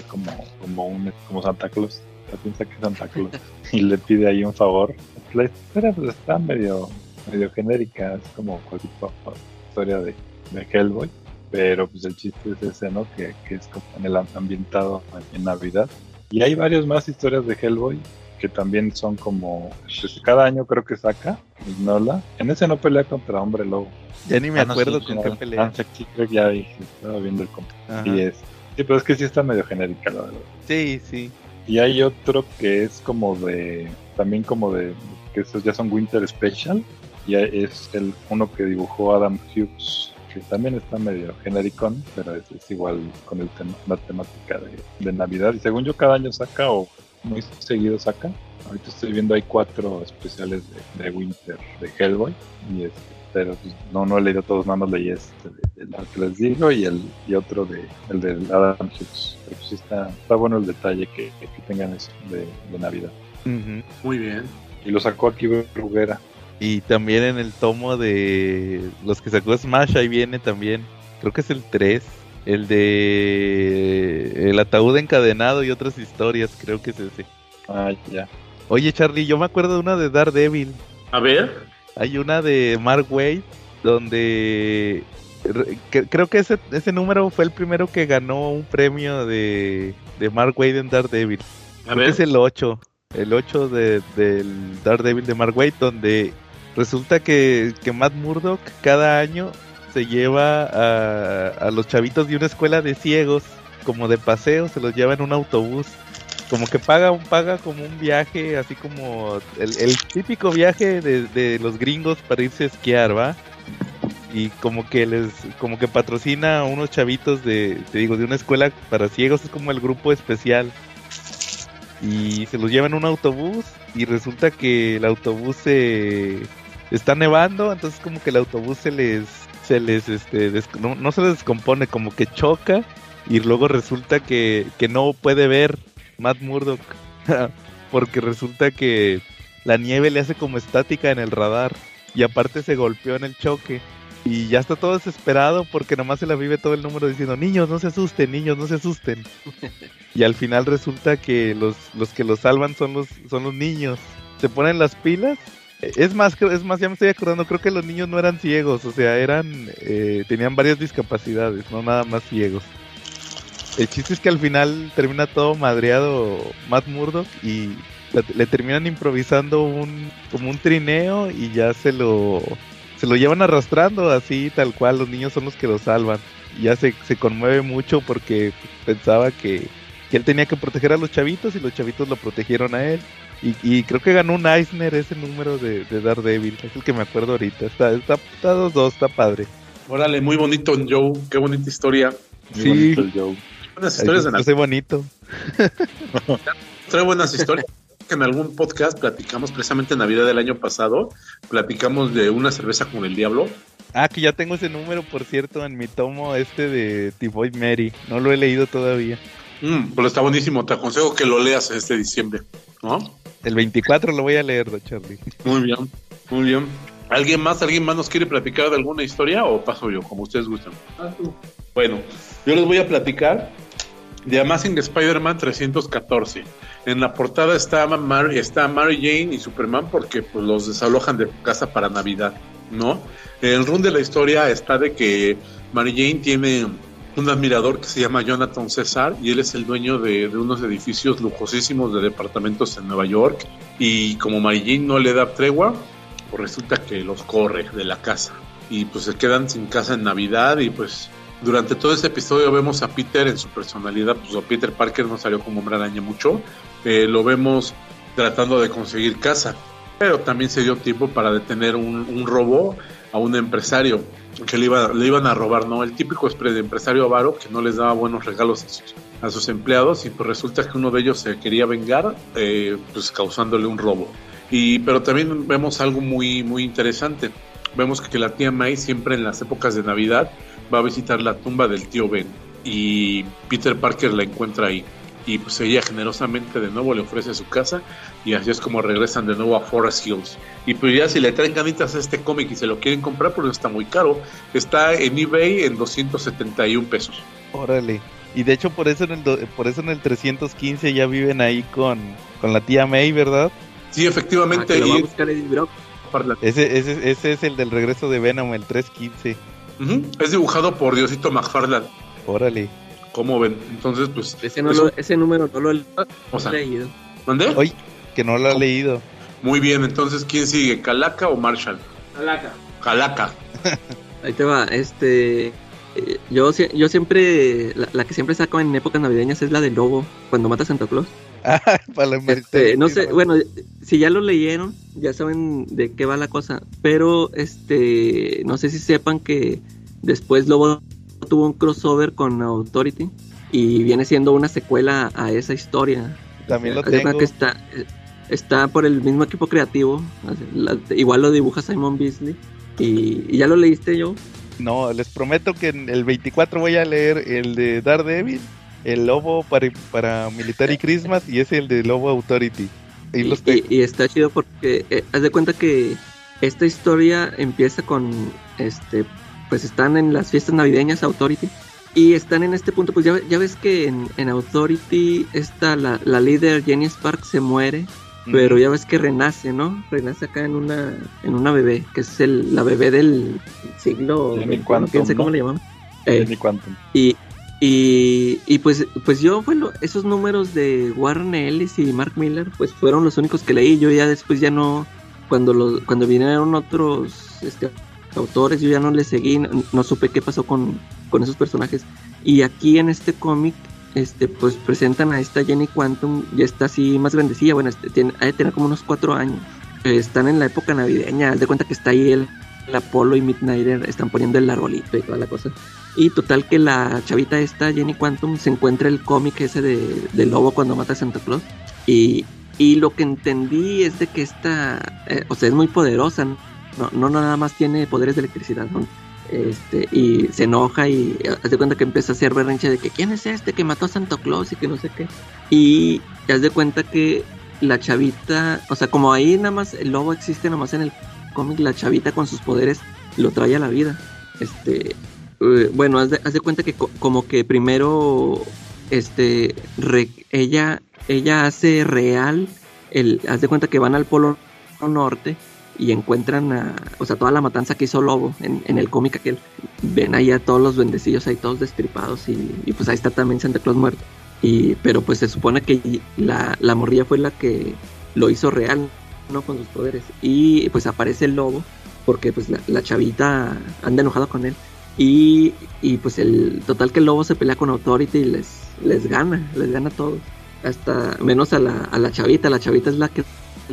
como Santa Claus. O sea, piensa que es Santa Claus y le pide ahí un favor. La historia pues está medio genérica, es como cualquier historia de Hellboy, pero pues el chiste es ese, ¿no? Que es como en el ambientado en Navidad. Y hay varias más historias de Hellboy que también son como, pues, cada año creo que saca Mignola. En ese no pelea contra Hombre Lobo. Ya ni me No, acuerdo sí, con no, qué pelea. sí, creo que ya dije, estaba viendo el cómic. Ajá. Y sí, pero es que sí está medio genérica, la verdad. Sí, sí. Y hay otro que es también como de, que esos ya son Winter Special, y es uno que dibujó Adam Hughes, que también está medio genericón, pero es igual con la temática de Navidad, y según yo cada año saca, o muy seguido saca. Ahorita estoy viendo, hay 4 especiales de Winter de Hellboy, pero pues, no he leído todos, nada más leí el que les digo y otro el de Adam Hughes. Pero pues sí está bueno el detalle que tengan eso de Navidad. Ujú. Muy bien. Y lo sacó aquí Bruguera. Y también en el tomo de los que sacó Smash, ahí viene también, creo que es el 3, el de el ataúd encadenado y otras historias, creo que es ese. Ah, ya. Oye, Charlie, yo me acuerdo de una de Daredevil. A ver, Hay una de Mark Waid donde creo que ese número fue el primero que ganó un premio de Mark Waid en Daredevil. a Creo que es ver. el 8 del Daredevil de Mark Waid, donde resulta que Matt Murdock cada año se lleva a los chavitos de una escuela de ciegos como de paseo, se los lleva en un autobús. Como que paga como un viaje, así como el típico viaje de los gringos para irse a esquiar, ¿va? Y como que patrocina a unos chavitos de una escuela para ciegos, es como el grupo especial. Y se los lleva en un autobús y resulta que el autobús está nevando, entonces como que el autobús no se les descompone, como que choca y luego resulta que no puede ver Matt Murdock porque resulta que la nieve le hace como estática en el radar y aparte se golpeó en el choque y ya está todo desesperado porque nomás se la vive todo el número diciendo niños no se asusten y al final resulta que los que lo salvan son los niños, se ponen las pilas. Es más, ya me estoy acordando, creo que los niños no eran ciegos, o sea, tenían varias discapacidades, no nada más ciegos. El chiste es que al final termina todo madreado Matt Murdock y le terminan improvisando como un trineo y ya se lo se lo llevan arrastrando así, tal cual, los niños son los que lo salvan. Y ya se conmueve mucho porque pensaba que él tenía que proteger a los chavitos y los chavitos lo protegieron a él. Y creo que ganó un Eisner ese número de Daredevil, es el que me acuerdo ahorita. Está 2-2, está padre. Órale, muy bonito Joe, qué bonita historia. Sí, Muy bonito el Joe. Buenas historias de es bonito. Trae buenas historias. Que en algún podcast platicamos precisamente en Navidad del año pasado, platicamos de una cerveza con el diablo. Ah, que ya tengo ese número, por cierto, en mi tomo de Typhoid Mary. No lo he leído todavía. Pero está buenísimo, te aconsejo que lo leas este diciembre, ¿no? El 24 lo voy a leer, don Charlie. Muy bien, muy bien. ¿Alguien más nos quiere platicar de alguna historia o paso yo, como ustedes gustan? Bueno, yo les voy a platicar de Amazing Spider-Man 314. En la portada está Mary Jane y Superman porque pues los desalojan de casa para Navidad, ¿no? El run de la historia está de que Mary Jane tiene un admirador que se llama Jonathan César y él es el dueño de unos edificios lujosísimos de departamentos en Nueva York, y como Mary Jane no le da tregua, pues resulta que los corre de la casa y pues se quedan sin casa en Navidad. Y pues durante todo ese episodio vemos a Peter en su personalidad, pues a Peter Parker no salió como Hombre Araña mucho, lo vemos tratando de conseguir casa, pero también se dio tiempo para detener un robo a un empresario que le iban a robar, ¿no? El típico empresario avaro que no les daba buenos regalos a sus empleados, y pues resulta que uno de ellos se quería vengar, pues causándole un robo. Pero también vemos algo muy, muy interesante. Vemos que la tía May siempre en las épocas de Navidad va a visitar la tumba del tío Ben, y Peter Parker la encuentra ahí. Y pues ella generosamente de nuevo le ofrece su casa, y así es como regresan de nuevo a Forest Hills. Y pues ya si le traen ganitas a este cómic y se lo quieren comprar, pues no está muy caro. Está en eBay en 271 pesos. Órale. Y de hecho por eso en el 315 ya viven ahí con la tía May, ¿verdad? Sí, efectivamente. Que lo va a buscar Eddie Brock. Ese es el del regreso de Venom, el 315. Es dibujado por Diosito McFarlane. Órale. ¿Cómo ven? Entonces, pues... Ese número no lo he leído. ¿Dónde? Oye, que no lo ha leído. Muy bien, entonces, ¿quién sigue? ¿Calaca o Marshall? Calaca. Ahí te va, yo siempre, la que siempre saco en épocas navideñas es la del lobo, cuando mata a Santa Claus. No sé, bueno, si ya lo leyeron, ya saben de qué va la cosa, pero no sé si sepan que después Lobo tuvo un crossover con Authority y viene siendo una secuela a esa historia. También lo tengo. Que está por el mismo equipo creativo, igual lo dibuja Simon Bisley. ¿Y ya lo leíste, Joe? No, les prometo que en el 24 voy a leer el de Daredevil, el Lobo para Military Christmas, y ese el de Lobo Authority. Y está chido porque haz de cuenta que esta historia empieza con pues están en las fiestas navideñas Authority, y están en este punto, pues ya ves que en Authority la líder Jenny Spark se muere, pero ya ves que renace, ¿no? Renace acá en una bebé, que es la bebé del siglo Jenny Quantum, no sé cómo le llaman. Jenny Quantum. Y pues yo, bueno, esos números de Warren Ellis y Mark Millar, pues fueron los únicos que leí. Yo ya después ya no, cuando vinieron otros autores, yo ya no les seguí, no supe qué pasó con esos personajes. Y aquí en este cómic, pues presentan a esta Jenny Quantum, ya está así más grandecilla, bueno, ha de tener como unos 4 años. Están en la época navideña, haz de cuenta que está ahí el Apollo y Midnighter, están poniendo el arbolito y toda la cosa. Y total que la chavita esta, Jenny Quantum, se encuentra el cómic ese de Lobo cuando mata a Santa Claus. Y lo que entendí es de que esta, es muy poderosa, no nada más tiene poderes de electricidad, ¿no? Y se enoja y haz de cuenta que empieza a hacer berrinche de que quién es que mató a Santa Claus y que no sé qué. Y haz de cuenta que la chavita, o sea, como ahí nada más el lobo existe nada más en el cómic, la chavita con sus poderes lo trae a la vida. Bueno, haz de cuenta que como que primero ella hace real haz de cuenta que van al Polo Norte y encuentran toda la matanza que hizo Lobo en el cómic aquel. Ven ahí a todos los duendecillos ahí todos destripados y pues ahí está también Santa Claus muerto. Pero pues se supone que la morrilla fue la que lo hizo real, ¿no? Con sus poderes. Y pues aparece el Lobo porque pues la chavita anda enojada con él. Y pues el total que el lobo se pelea con Authority y les gana a todos. Hasta menos a la chavita. La chavita es la que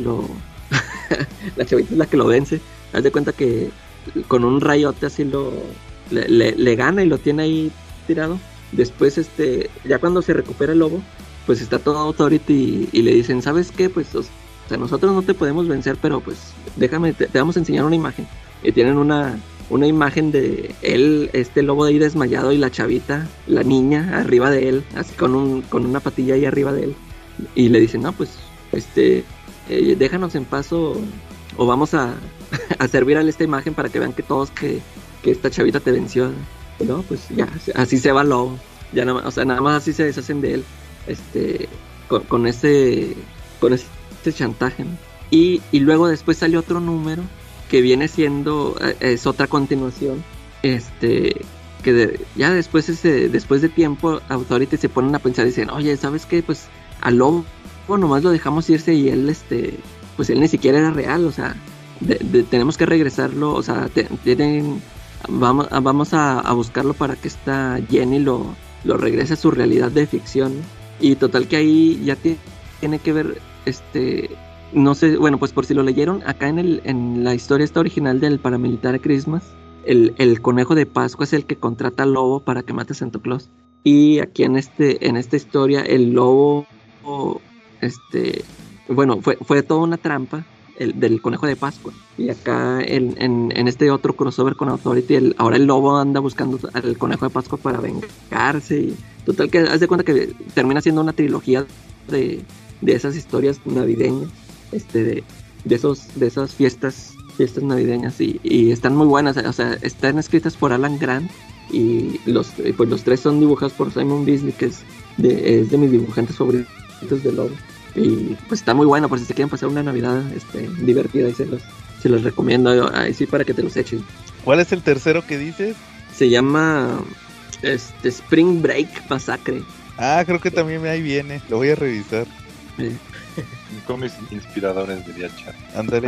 la chavita es la que lo vence. Haz de cuenta que con un rayote así le gana y lo tiene ahí tirado. Después ya cuando se recupera el lobo, pues está todo Authority y le dicen, ¿sabes qué? Pues o sea, nosotros no te podemos vencer, pero pues déjame, te vamos a enseñar una imagen. Y tienen una imagen de él, lobo de ahí desmayado, y la chavita, la niña, arriba de él, así con una patilla ahí arriba de él. Y le dicen, no, pues, déjanos en paz o vamos a servir a esta imagen para que vean que todos que esta chavita te venció. No, pues ya, así se va el lobo. Ya nada más así se deshacen de él, con ese chantaje, ¿no? Y luego después sale otro número que viene siendo es otra continuación, ya después de tiempo Authority se ponen a pensar y dicen, oye, ¿sabes qué? Pues al lobo nomás lo dejamos irse y él pues él ni siquiera era real, o sea, tenemos que regresarlo, o sea, vamos a buscarlo para que esta Jenny lo regrese a su realidad de ficción, ¿no? Y total que ahí ya tiene que ver, no sé, bueno, pues por si lo leyeron, acá en la historia esta original del paramilitar Christmas, el conejo de Pascua es el que contrata al lobo para que mate a Santa Claus. Y aquí en esta historia el lobo, bueno, fue toda una trampa del conejo de Pascua. Y acá en este otro crossover con Authority, ahora el lobo anda buscando al conejo de Pascua para vengarse. Y total que haz de cuenta que termina siendo una trilogía de esas historias navideñas, de esas fiestas navideñas, y están muy buenas, o sea, están escritas por Alan Grant, y pues los tres son dibujados por Simon Bisley, que es de mis dibujantes favoritos de lobo, y pues está muy bueno por si se quieren pasar una Navidad divertida, y se los recomiendo ahí sí para que te los echen. ¿Cuál es el tercero que dices? Se llama Spring Break Massacre. Creo que también ahí viene, lo voy a revisar. Cómics inspiradores, diría Charlie. Ándale.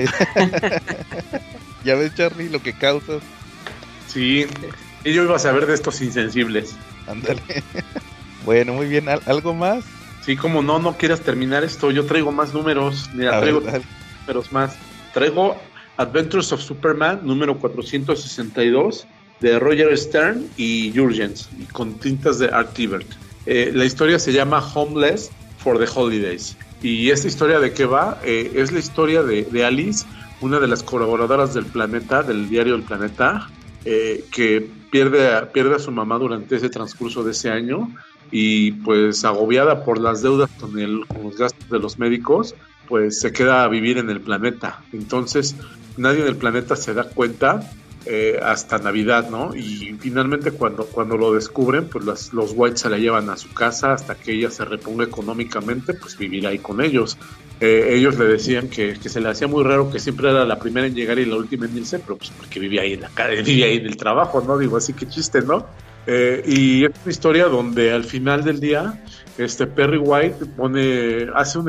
Ya ves, Charlie, lo que causas. Sí, y yo iba a saber de estos insensibles. Ándale. Bueno, muy bien. ¿Algo más? Sí, como no quieras terminar esto, yo traigo más números. Mira, traigo números más. Traigo Adventures of Superman, número 462, de Roger Stern y Jurgens, y con tintas de Art Ebert. La historia se llama Homeless for the Holidays. Y esta historia, ¿de qué va? Es la historia de Alice, una de las colaboradoras del Planeta, del diario El Planeta, que pierde a su mamá durante ese transcurso de ese año, y pues agobiada por las deudas con los gastos de los médicos, pues se queda a vivir en el planeta. Entonces nadie en el planeta se da cuenta hasta Navidad, ¿no? Y finalmente cuando lo descubren, pues los White se la llevan a su casa hasta que ella se reponga económicamente, pues vivir ahí con ellos. Ellos le decían que se le hacía muy raro que siempre era la primera en llegar y la última en irse, pero pues porque vivía ahí en el trabajo, ¿no? Digo, así que chiste, ¿no? Y es una historia donde al final del día Perry White hace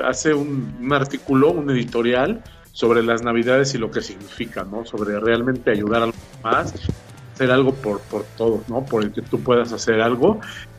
un artículo, un editorial sobre las Navidades y lo que significa, ¿no? Sobre realmente ayudar a los demás, hacer algo por todos, ¿no? Por el que tú puedas hacer algo.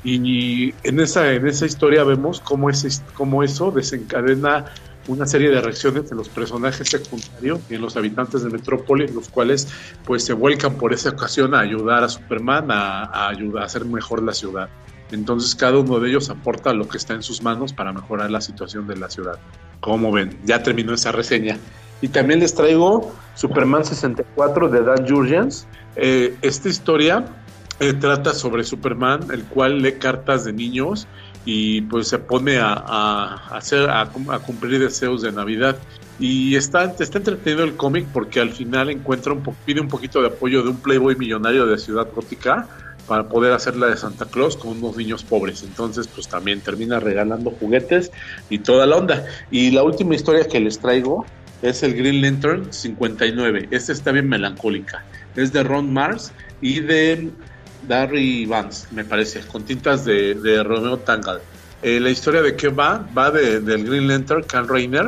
Y en esa historia vemos cómo eso desencadena una serie de reacciones en los personajes secundarios y en los habitantes de Metrópolis, los cuales pues se vuelcan por esa ocasión a ayudar a Superman a ayudar a hacer mejor la ciudad. Entonces cada uno de ellos aporta lo que está en sus manos para mejorar la situación de la ciudad. Como ven, ya terminó esa reseña. Y también les traigo Superman 64 de Dan Jurgens. Esta historia trata sobre Superman, el cual lee cartas de niños y pues se pone a cumplir deseos de Navidad. Y está entretenido el cómic porque al final pide un poquito de apoyo de un playboy millonario de Ciudad Gótica para poder hacer la de Santa Claus con unos niños pobres. Entonces pues también termina regalando juguetes y toda la onda. Y la última historia que les traigo es el Green Lantern 59. Esta está bien melancólica. Es de Ron Mars y de Darry Vance, me parece, con tintas de Romeo Tangal. La historia de qué va del Green Lantern, Kal Rayner,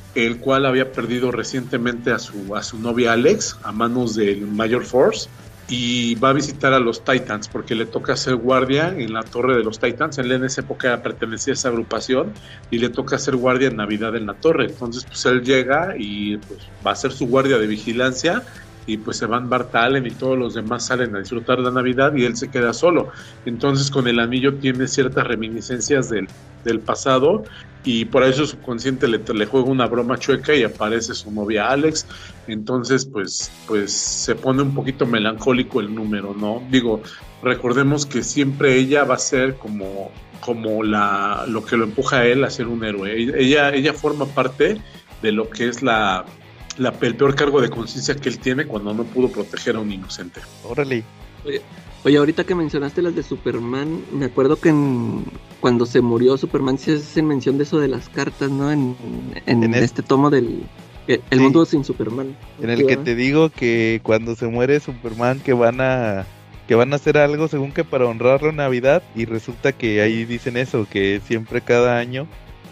el cual había perdido recientemente a su novia Alex a manos del Major Force, y va a visitar a los Titans porque le toca ser guardia en la torre de los Titans. Él en esa época pertenecía a esa agrupación y le toca ser guardia en Navidad en la torre. Entonces pues él llega y pues va a ser su guardia de vigilancia, y pues se van Bart Allen y todos los demás salen a disfrutar la Navidad y él se queda solo. Entonces con el anillo tiene ciertas reminiscencias del pasado, y por eso su subconsciente le juega una broma chueca y aparece su novia Alex. Entonces pues se pone un poquito melancólico el número, ¿no? Digo, recordemos que siempre ella va a ser como lo que lo empuja a él a ser un héroe. Ella forma parte de lo que es el peor cargo de conciencia que él tiene cuando no pudo proteger a un inocente. Órale. Oye, ahorita que mencionaste las de Superman, me acuerdo que cuando se murió Superman se hace mención de eso de las cartas, ¿no? En este tomo del El mundo sin Superman. En el que te digo que cuando se muere Superman que van a hacer algo según que para honrarlo en Navidad, y resulta que ahí dicen eso, que siempre cada año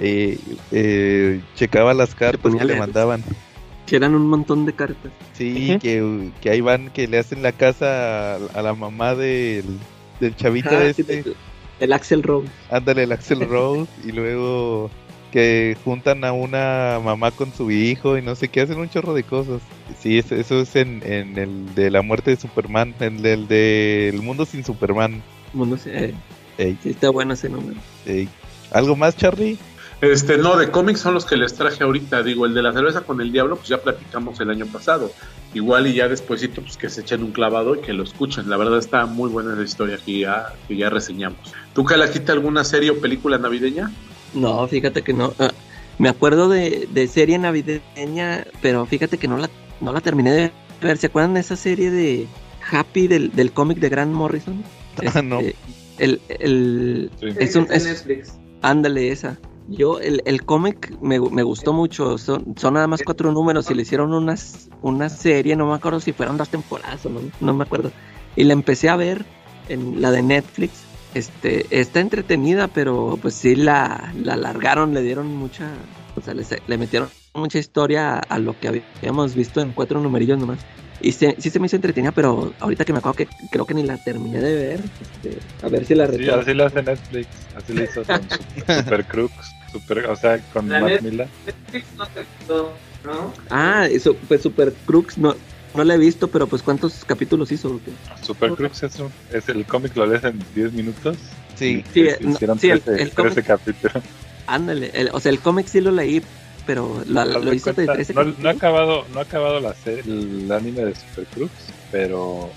checaba las cartas que le mandaban. Que eran un montón de cartas. Sí, uh-huh. que ahí van, que le hacen la casa a la mamá del chavito el Axl Rose. Ándale, el Axl Rose. Y luego que juntan a una mamá con su hijo y no sé qué, hacen un chorro de cosas. Sí, eso es en el de la muerte de Superman, en el del mundo sin Superman. Sí, está bueno ese número. ¿Algo más, Charlie? No, de cómics son los que les traje ahorita. Digo, el de la cerveza con el diablo, pues ya platicamos el año pasado. Igual y ya despuesito, pues que se echen un clavado y que lo escuchen. La verdad está muy buena la historia que ya reseñamos. ¿Tú, Calaquita, alguna serie o película navideña? No, fíjate que no. Me acuerdo de serie navideña, pero fíjate que no la terminé de ver. ¿Se acuerdan de esa serie de Happy del cómic de Grant Morrison? No. Es Netflix. Ándale, esa. Yo, el cómic me gustó mucho. Son nada más 4 números y le hicieron una serie, no me acuerdo si fueron 2 temporadas o no me acuerdo. Y la empecé a ver en la de Netflix. Está entretenida, pero pues sí la alargaron, le dieron mucha, o sea, le metieron mucha historia a lo que habíamos visto en 4 numerillos nomás. Y sí se me hizo entretenida, pero ahorita que me acuerdo que creo que ni la terminé de ver. A ver si la retomo. Sí, así la hace Netflix, así la hizo con Super Crooks, o sea, con Matt Miller. Netflix no te gustó, ¿no? Eso, pues Super Crooks no la he visto, pero pues ¿cuántos capítulos hizo? Super Crooks es el cómic, lo lees en 10 minutos. Sí, hicieron 13 capítulos. Ándale, el cómic sí lo leí, pero lo hizo de 13 capítulos. No ha acabado el anime de Super Crooks, pero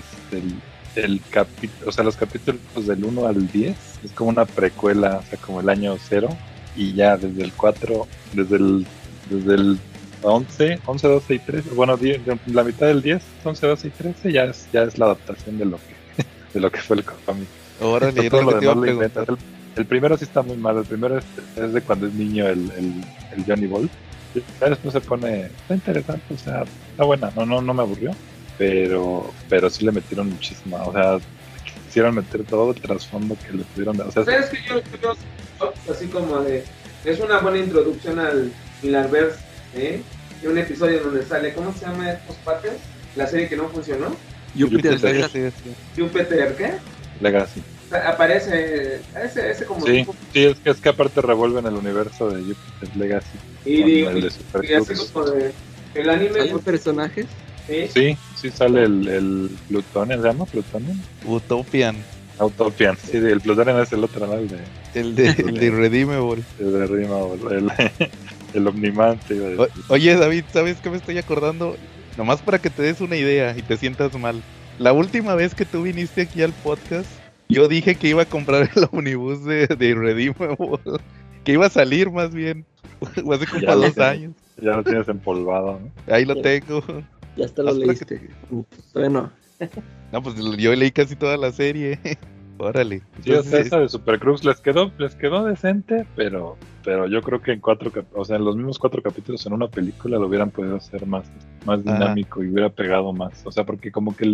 el capítulo, o sea, los capítulos del 1 al 10 es como una precuela, o sea, como el año 0, y ya desde el 4, desde el 11, 12 y 13, bueno, la mitad del 10, 11, 12 y 13 ya es la adaptación de lo que fue el cómic. Órale, todo lo demás lo inventan. El primero sí está muy mal. El primero es de cuando es niño el Johnny Bolt. Ya después se pone, está interesante, o sea, está buena, no me aburrió, pero sí le metieron muchísima, o sea, quisieron meter todo el trasfondo que le pudieron dar. O sea, ¿sabes que yo así como de, es una buena introducción al Millarverse, y un episodio donde sale, ¿cómo se llama estos pates? La serie que no funcionó. Jupiter Jupiter, ¿qué? Legacy. Aparece ese como sí, es que aparte revuelven el universo de Jupiter Legacy y así como de el anime. ¿Hay personajes? Sí sale el Plutonian, ¿se llama Plutonian? Utopian, sí, el Plutonian es el otro, ¿no? El de Irredeemable. El de Irredeemable, el Omnimante. Oye, David, ¿sabes qué me estoy acordando? Nomás para que te des una idea y te sientas mal. La última vez que tú viniste aquí al podcast, yo dije que iba a comprar el omnibus de Irredeemable, que iba a salir más bien, hace como 2 años. Ya lo tienes empolvado, ¿no? Ahí lo tengo. Ya hasta lo leíste. Bueno. No, pues yo leí casi toda la serie. Órale. Sí, o sea, esa de Super Crooks les quedó decente, pero yo creo que en los mismos 4 capítulos en una película lo hubieran podido hacer más dinámico y hubiera pegado más. O sea, porque como que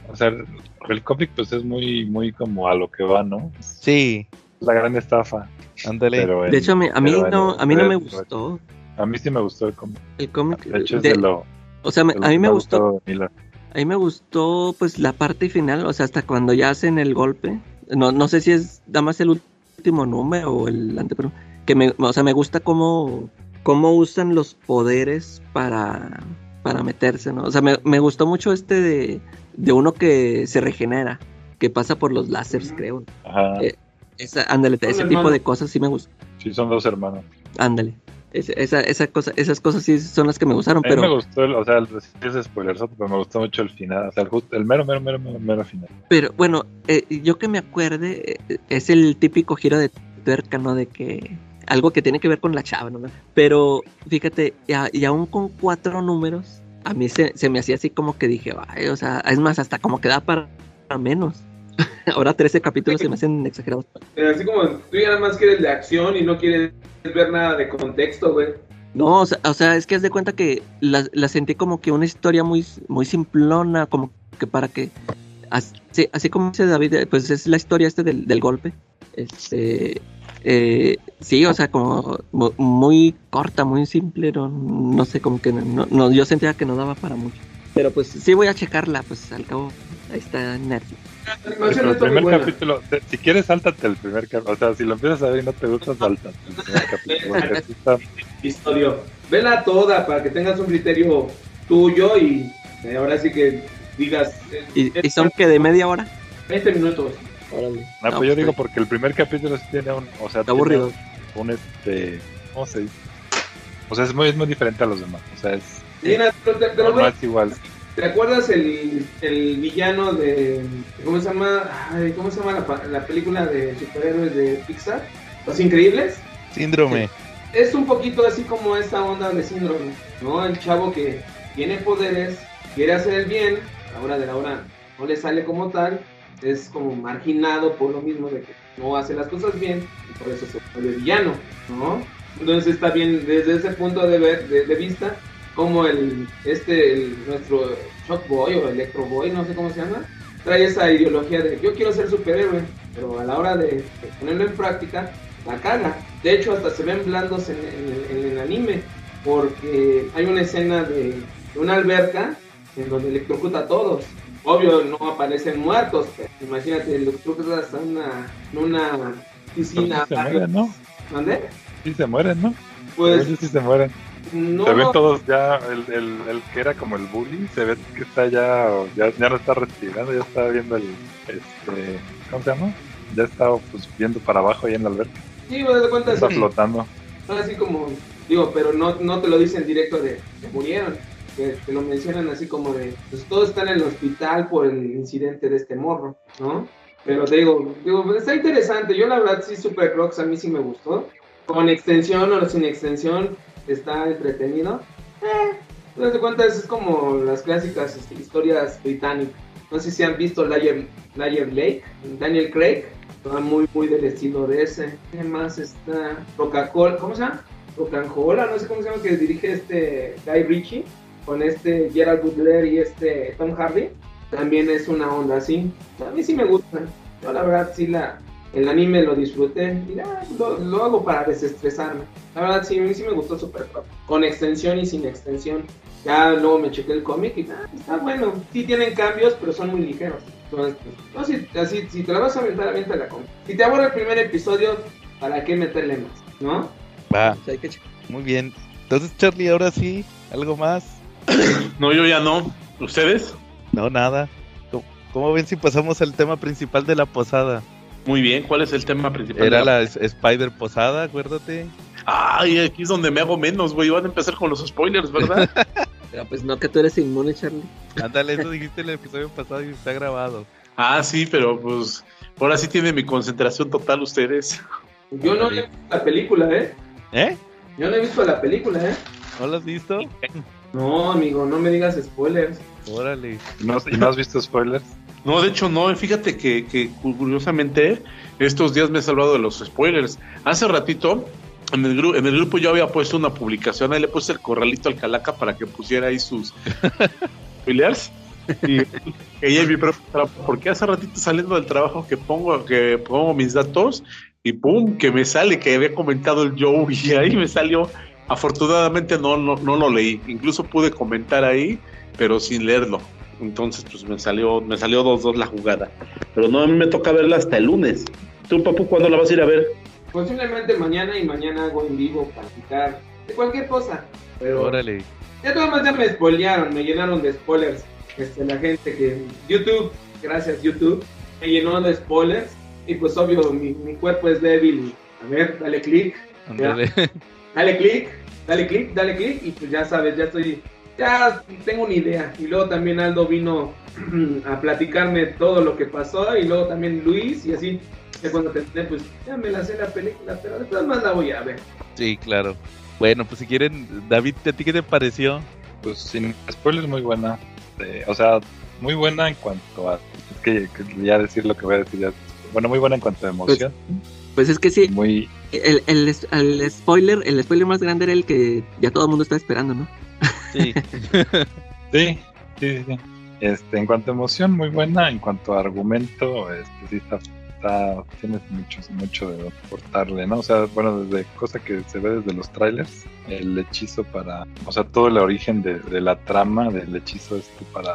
el cómic pues es muy, muy como a lo que va, ¿no? Sí. La gran estafa. Ándale. De hecho, a mí no me gustó. A mí sí me gustó el cómic. El cómic. De hecho, es de lo. O sea, a mí me gustó. De Miller. A mí me gustó, pues, la parte final, o sea, hasta cuando ya hacen el golpe. No sé si es nada más el último número o el antepro. O sea, me gusta cómo usan los poderes para meterse, ¿no? O sea, me gustó mucho de uno que se regenera, que pasa por los láseres, creo. Ajá. Ándale, ese tipo de cosas sí me gustan. Sí, son 2 hermanos. Ándale. Esas cosas sí son las que me gustaron, A mí pero... me gustó, es spoiler, pero me gustó mucho el final, o sea, el mero final. Pero, bueno, yo que me acuerde, es el típico giro de tuerca, ¿no? De que... Algo que tiene que ver con la chava, ¿no? Pero, fíjate, y aún con 4 números, a mí se me hacía así como que dije, ay, o sea, es más, hasta como que da para menos. Ahora 13 capítulos se me hacen exagerados. Así como tú ya nada más quieres de acción y no quieres ver nada de contexto, güey. No, o sea, es que haz de cuenta que la sentí como que una historia muy, muy simplona, como que para que... Así como dice David, pues es la historia del golpe. Sí, o sea, como muy corta, muy simple, no sé, como que no, yo sentía que no daba para mucho. Pero pues sí voy a checarla, pues al cabo ahí está en Netflix. El primer capítulo, si quieres sáltate el primer capítulo, o sea, si lo empiezas a ver y no te gusta, sáltate el primer capítulo. Episodio. Vela toda para que tengas un criterio tuyo y ahora sí que digas... ¿Y son que de media hora? 20 minutos. Órale. No, pues yo digo porque el primer capítulo sí tiene está aburrido. ¿cómo se dice? O sea, es muy diferente a los demás, o sea, no es igual. ¿Te acuerdas el villano de... ¿Cómo se llama? ¿Cómo se llama la película de superhéroes de Pixar? ¿Los Increíbles? Síndrome. Es un poquito así como esa onda de Síndrome, ¿no? El chavo que tiene poderes, quiere hacer el bien, a la hora de la hora no le sale como tal, es como marginado por lo mismo de que no hace las cosas bien y por eso se vuelve villano, ¿no? Entonces está bien desde ese punto de vista como nuestro Shock Boy o Electro Boy, no sé cómo se llama, trae esa ideología de yo quiero ser superhéroe, pero a la hora de ponerlo en práctica la caga. De hecho hasta se ven blandos en el anime, porque hay una escena de una alberca en donde electrocuta a todos. Obvio no aparecen muertos, pero imagínate, electrocuta hasta una piscina. Sí se mueren, ¿no? ¿Dónde? Sí se mueren, ¿no? Pues sí se mueren. No, se ven todos ya, el que era como el bully, se ve que está ya no está respirando, ya está viendo ¿cómo se llama? Ya está pues viendo para abajo ahí en la alberca. Sí, me doy cuenta. Está flotando. Así como, digo, pero no te lo dicen directo de que murieron, que te lo mencionan así como de, pues todos están en el hospital por el incidente de este morro, ¿no? Pero te digo, está interesante, yo la verdad sí Super Crocs a mí sí me gustó, con extensión o sin extensión, está entretenido. Te das cuenta, es como las clásicas historias británicas. No sé si han visto Layer Lake, Daniel Craig, está muy del estilo de ese. ¿Qué más está? Coca-Cola, ¿cómo se llama? Coca-Cola, no sé cómo se llama, que dirige Guy Ritchie, con Gerald Butler y Tom Hardy. También es una onda así. A mí sí me gusta. Yo la verdad sí el anime lo disfruté y lo hago para desestresarme. La verdad sí, a mí sí me gustó Super Pop, con extensión y sin extensión. Ya luego me chequé el cómic y está bueno. Sí tienen cambios, pero son muy ligeros. Entonces, no, si te la vas a aventar, aviéntala con. Si te aburre el primer episodio, ¿para qué meterle más? ¿No? Va. Muy bien. Entonces, Charlie, ahora sí, ¿algo más? No, yo ya no. ¿Ustedes? No, nada. ¿Cómo ven si pasamos al tema principal de la posada? Muy bien, ¿cuál es el tema principal? Era la Spider Posada, acuérdate. Ay, aquí es donde me hago menos, güey. Van a empezar con los spoilers, ¿verdad? Pero pues no, que tú eres inmune, Charlie. Ándale, eso dijiste en el episodio pasado y está grabado. Ah, sí, pero pues ahora sí tiene mi concentración total ustedes. Yo no he visto la película, ¿Eh? Yo no he visto la película, ¿No la has visto? No, amigo, no me digas spoilers. Órale. ¿Y no has visto spoilers? No, de hecho no, fíjate que curiosamente estos días me he salvado de los spoilers. Hace ratito en el grupo yo había puesto una publicación, ahí le puse el corralito al Calaca para que pusiera ahí sus spoilers. Y ella me preguntaba, ¿por qué hace ratito saliendo del trabajo que pongo mis datos y pum, que me sale que había comentado el Joe y ahí me salió afortunadamente no lo leí. Incluso pude comentar ahí, pero sin leerlo. Entonces, pues me salió 2-2 la jugada. Pero no, a mí me toca verla hasta el lunes. ¿Tú, Papu, cuándo la vas a ir a ver? Posiblemente mañana, y mañana hago en vivo para platicar de cualquier cosa. Pero órale. Ya todas más ya me spoilearon, me llenaron de spoilers. La gente que YouTube, gracias YouTube, me llenó de spoilers. Y pues obvio, mi cuerpo es débil. A ver, dale click. Dale click. Y pues ya sabes, ya tengo una idea. Y luego también Aldo vino a platicarme todo lo que pasó. Y luego también Luis, y así. Ya cuando terminé, pues ya me la sé la película, pero después más la voy a ver. Sí, claro. Bueno, pues si quieren, David, ¿a ti qué te pareció? Pues sin spoilers, muy buena. O sea, muy buena en cuanto a... Es que ya decir lo que voy a decir ya... Bueno, muy buena en cuanto a emoción. Pues es que sí, muy... el spoiler más grande era el que ya todo el mundo está esperando, ¿no? Sí. sí. En cuanto a emoción, muy buena. En cuanto a argumento, sí tienes mucho de aportarle, ¿no? O sea, bueno, desde cosa que se ve desde los trailers, el hechizo o sea, todo el origen de la trama del hechizo para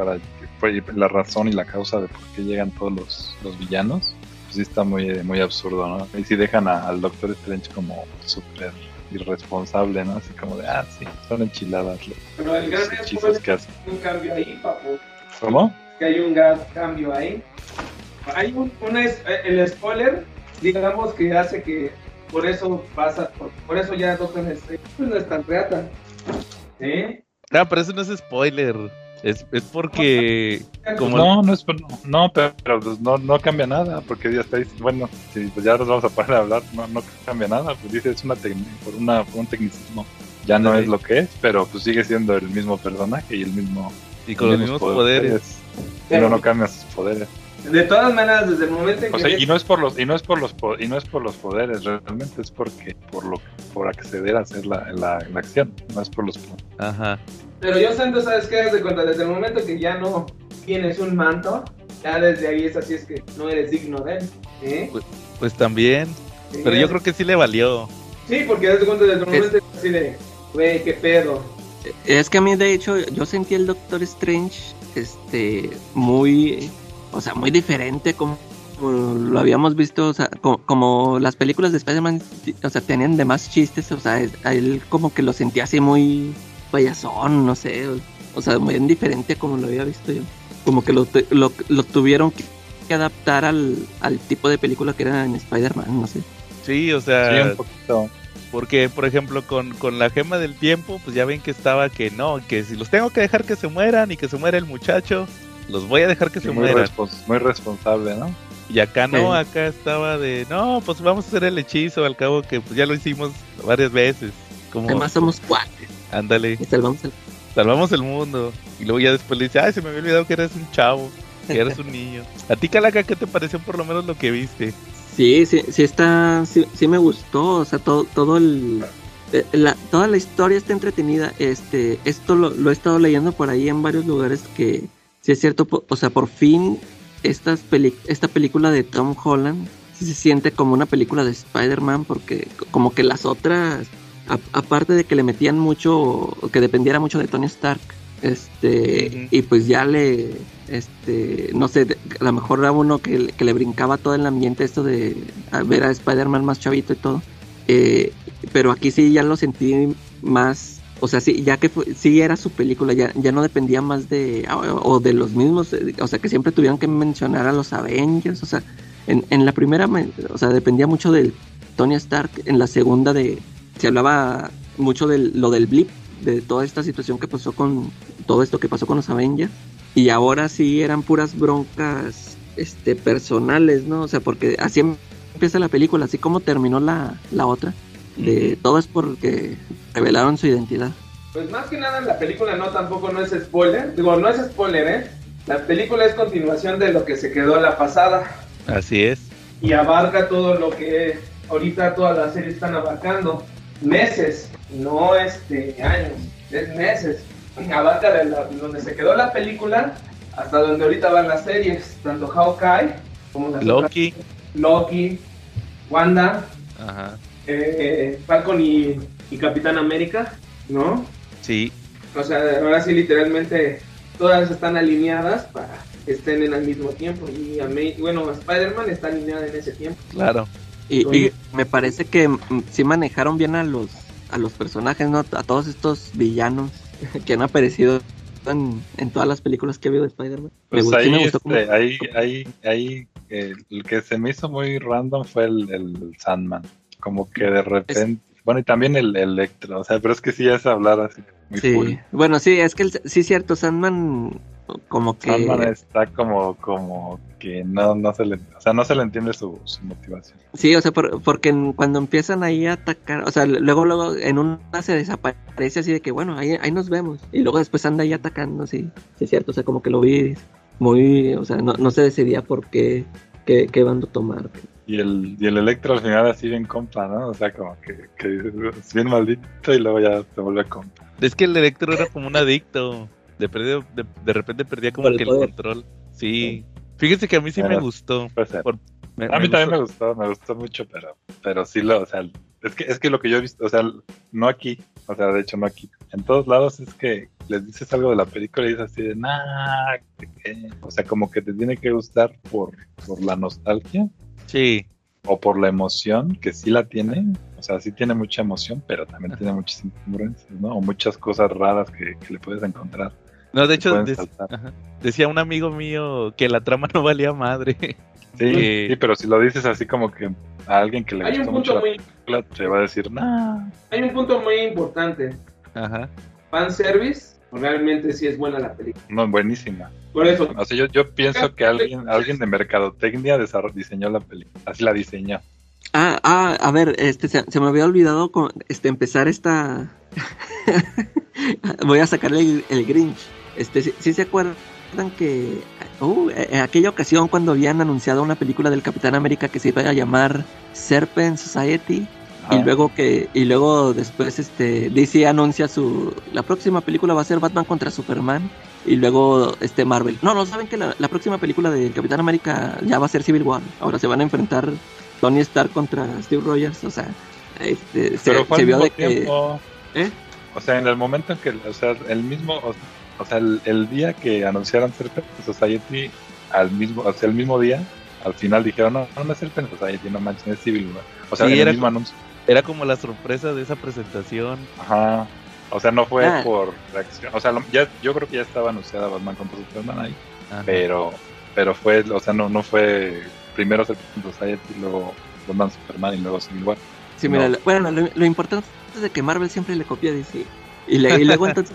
la razón y la causa de por qué llegan todos los villanos, pues sí está muy absurdo, ¿no? Y sí dejan al Doctor Strange como súper irresponsable, ¿no? Así como de, sí, son enchiladas Pero el gran hechizos que hacen. Un cambio ahí, papu. ¿Cómo? Que hay un gran cambio ahí. Hay el spoiler, digamos, que hace que por eso ya Doctor Strange pues no es tan reata. Pero eso no es spoiler. Es porque como pero pues no cambia nada, porque ya estáis, bueno, si pues ya nos vamos a parar a hablar, no cambia nada, pues dice es por un tecnicismo, ya no es lo que es, pero pues sigue siendo el mismo personaje y con los mismos poderes. Pero no cambia sus poderes. De todas maneras, desde el momento en que... O sea, y no es por los poderes, realmente es por acceder a hacer la acción, no es por los poderes. Ajá. Pero yo siento, ¿sabes qué? Das de cuenta, desde el momento que ya no tienes un manto, ya desde ahí es así, es que no eres digno de él, Pues también, sí, pero yo creo que sí le valió. Sí, porque desde el momento así de, güey, qué pedo. Es que a mí, de hecho, yo sentí el Doctor Strange, muy diferente como lo habíamos visto, o sea, como las películas de Spider-Man, o sea, tenían demás chistes, o sea, a él como que lo sentía así muy payasón, no sé, o sea, muy diferente como lo había visto yo. Como que lo tuvieron que adaptar al tipo de película que era en Spider-Man, no sé. Sí, o sea, sí, un poquito. Porque, por ejemplo, con la gema del tiempo, pues ya ven que estaba que si los tengo que dejar que se mueran y que se muera el muchacho, los voy a dejar que se mueran. Muy responsable, ¿no? Y acá no, acá estaba de, pues vamos a hacer el hechizo, al cabo que pues ya lo hicimos varias veces. Además somos cuates. Ándale. Y salvamos el mundo. Y luego ya después le dice, se me había olvidado que eres un chavo, que eres un niño. ¿A ti, Calaca, qué te pareció por lo menos lo que viste? Sí me gustó, o sea, toda la historia está entretenida. Esto lo he estado leyendo por ahí en varios lugares, que sí es cierto, o sea, por fin esta película de Tom Holland sí se siente como una película de Spider-Man, porque como que las otras, aparte de que le metían mucho, que dependiera mucho de Tony Stark, y pues ya no sé, a lo mejor era uno que le brincaba todo el ambiente esto de ver a Spider-Man más chavito y todo, pero aquí sí ya lo sentí más, o sea, sí, ya que sí era su película, ya no dependía más de los mismos, o sea, que siempre tuvieron que mencionar a los Avengers, o sea, en la primera, o sea, dependía mucho de Tony Stark, en la segunda se hablaba mucho de lo del blip, de toda esta situación que pasó con todo esto que pasó con los Avengers, y ahora sí eran puras broncas personales, ¿no? O sea, porque así empieza la película, así como terminó la otra, de todo es porque revelaron su identidad. Pues más que nada la película tampoco no es spoiler, no es spoiler, la película es continuación de lo que se quedó la pasada. Así es. Y abarca todo lo que ahorita todas las series están abarcando. Meses, no años, es meses. Abarca donde se quedó la película hasta donde ahorita van las series, tanto Hawkeye como las Loki, Wanda, ajá. Falcon y y Capitán América, ¿no? Sí. O sea, ahora sí literalmente todas están alineadas para que estén al mismo tiempo. Y bueno, Spider-Man está alineada en ese tiempo. Claro. Y me parece que sí manejaron bien a los personajes, ¿no? A todos estos villanos que han aparecido en todas las películas que ha habido de Spider-Man. Pues Sí me gustó ahí el que se me hizo muy random fue el Sandman. Como que de repente... Bueno, y también el Electro, o sea, pero es que sí es hablar así muy sí, full. bueno, sí, es que sí es cierto, Sandman como que... Sandman está como que no se le entiende su motivación. Sí, o sea, porque cuando empiezan ahí a atacar, o sea, luego en una se desaparece así de que, bueno, ahí nos vemos. Y luego después anda ahí atacando, sí es cierto, o sea, como que lo vi muy, o sea, no se decidía por qué bando tomar. Y el Electro al final así bien compa, ¿no? O sea, como que es bien maldito y luego ya se vuelve compa. Es que el Electro era como un adicto. De repente perdía como que el control. Sí. Fíjense que a mí sí me gustó. Puede ser. A mí también me gustó mucho, pero sí o sea, es que lo que yo he visto, o sea, no aquí, o sea, de hecho no aquí. En todos lados es que les dices algo de la película y dices así de, nah, ¿qué? O sea, como que te tiene que gustar por la nostalgia. Sí. O por la emoción, que sí la tiene, o sea, sí tiene mucha emoción, pero también tiene muchas incongruencias, ¿no? O muchas cosas raras que le puedes encontrar. No, de hecho, decía un amigo mío que la trama no valía madre. Sí, pero si lo dices así como que a alguien que le gusta mucho la película, te va a decir, nah. Hay un punto muy importante. Ajá. Fanservice, realmente sí es buena la película. No, buenísima. Por eso. O sea, yo pienso que alguien de mercadotecnia diseñó la película, así la diseñó. A ver, se me había olvidado empezar esta... Voy a sacarle el Grinch. ¿Sí se acuerdan que en aquella ocasión cuando habían anunciado una película del Capitán América que se iba a llamar Serpent Society? Y luego después DC anuncia la próxima película va a ser Batman contra Superman, y luego Marvel. No, saben que la próxima película del Capitán América ya va a ser Civil War. Ahora se van a enfrentar Tony Stark contra Steve Rogers, o sea, se vio de tiempo. O sea, en el momento en que, o sea, el día que anunciaron Serpent Society, el mismo día, al final dijeron, no es Serpent Society, no manches, es Civil War. O sea, sí, el mismo anuncio. Era como la sorpresa de esa presentación. Ajá. O sea, no fue por reacción. O sea, yo creo que ya estaba anunciada Batman contra Superman ahí. Ajá. Pero fue, o sea, no fue primero Serpent Society, luego Batman Superman y luego Civil War. Sí, mira, bueno, lo importante es de que Marvel siempre le copia a DC. Y luego entonces...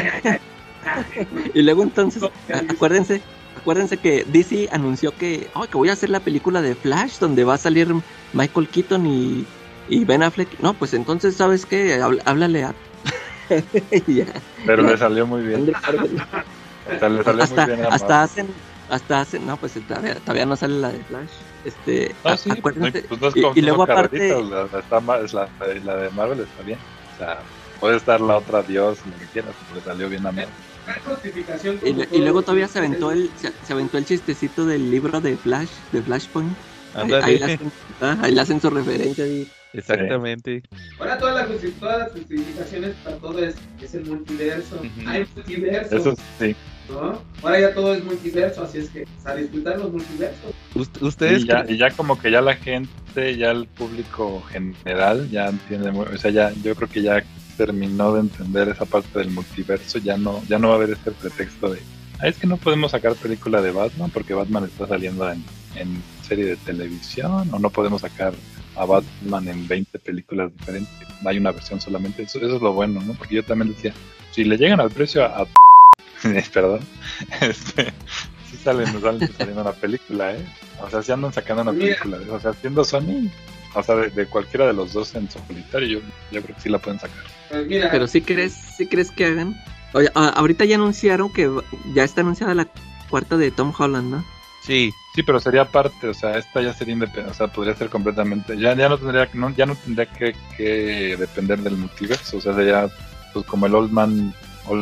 y luego entonces, acuérdense que DC anunció que voy a hacer la película de Flash donde va a salir Michael Keaton y Ben Affleck. No, pues entonces, ¿sabes qué? Háblale a... ya. Pero le salió muy bien. O sea, le salió muy bien hasta hacen, no, pues todavía no sale la de Flash. Sí, acuérdense. Pues y luego aparte la de Marvel está bien. O sea, puede estar la otra Dios, lo que quieras, pero le salió bien a Marvel. Y luego todavía se aventó el chistecito del libro de Flash, de Flashpoint. Ahí le hacen su referencia. Exactamente. Ahora todas las justificaciones para todo es el multiverso. Uh-huh. Hay multiverso. Eso sí. ¿No? Ahora ya todo es multiverso, así es que a disfrutar los multiversos. Ustedes y ya como que ya la gente, ya el público general ya entiende, o sea, yo creo que ya terminó de entender esa parte del multiverso. Ya no va a haber este pretexto de es que no podemos sacar película de Batman porque Batman está saliendo en serie de televisión, o no podemos sacar a Batman en 20 películas diferentes, hay una versión solamente. Eso es lo bueno, ¿no? Porque yo también decía, si le llegan al precio a perdón, sí saliendo una película, o sea, si andan sacando una película, o sea, siendo Sony, o sea, de cualquiera de los dos en solitario, yo creo que sí la pueden sacar. Pero ¿sí crees que hagan? Oye, ahorita ya anunciaron que ya está anunciada la cuarta de Tom Holland, ¿no? Sí, pero sería parte, o sea, esta ya sería independiente, o sea, podría ser completamente, ya no tendría que depender del multiverso, o sea, sería pues como el Old Man,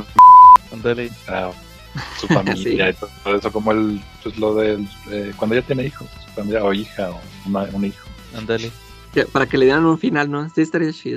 su familia sí. Y todo eso, como pues lo del cuando ya tiene hijos, su familia o hija o un hijo. Ándale. Para que le dieran un final, ¿no? Sí, estaría chido.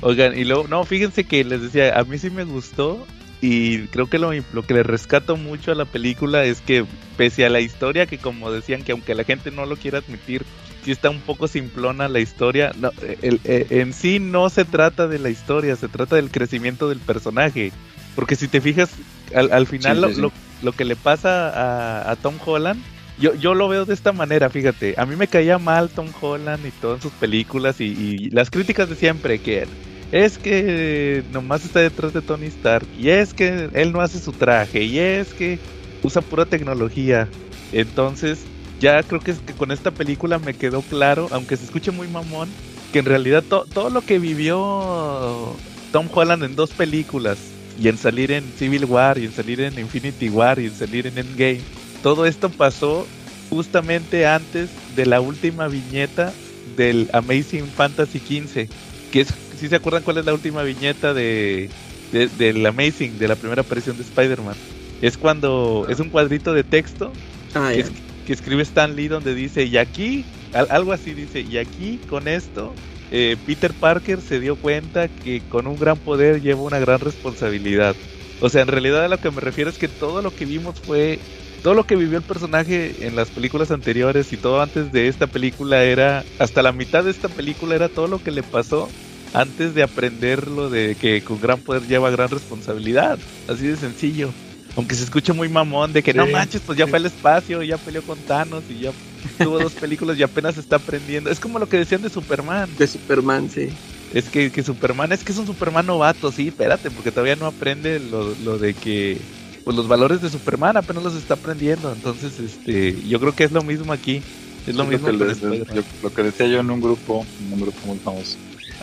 Oigan, y luego, no, fíjense que les decía, a mí sí me gustó. Y creo que lo que le rescato mucho a la película es que pese a la historia, que como decían, que aunque la gente no lo quiera admitir, sí está un poco simplona la historia, no, en sí no se trata de la historia, se trata del crecimiento del personaje. Porque si te fijas, al final sí. Lo que le pasa a Tom Holland, yo lo veo de esta manera, fíjate, a mí me caía mal Tom Holland y todas sus películas y las críticas de siempre, que es que nomás está detrás de Tony Stark, y es que él no hace su traje, y es que usa pura tecnología. Entonces ya creo que con esta película me quedó claro, aunque se escuche muy mamón, que en realidad todo lo que vivió Tom Holland en 2 películas, y en salir en Civil War, y en salir en Infinity War, y en salir en Endgame, todo esto pasó justamente antes de la última viñeta del Amazing Fantasy XV, que es, ¿sí se acuerdan cuál es la última viñeta del Amazing, de la primera aparición de Spider-Man? Es cuando es un cuadrito de texto que escribe Stan Lee, donde dice, y aquí, algo así dice, y aquí con esto Peter Parker se dio cuenta que con un gran poder lleva una gran responsabilidad. O sea, en realidad a lo que me refiero es que todo lo que vimos fue, todo lo que vivió el personaje en las películas anteriores y todo antes de esta película era, hasta la mitad de esta película era todo lo que le pasó antes de aprender lo de que con gran poder lleva gran responsabilidad. Así de sencillo. Aunque se escucha muy mamón de que sí, no manches, pues ya fue al espacio, ya peleó con Thanos y ya tuvo 2 películas y apenas está aprendiendo. Es como lo que decían de Superman. De Superman, sí. Es que Superman, es que es un Superman novato, sí, espérate, porque todavía no aprende lo de que, pues los valores de Superman apenas los está aprendiendo. Entonces, yo creo que es lo mismo aquí. Es lo mismo lo que decía yo en un grupo muy famoso.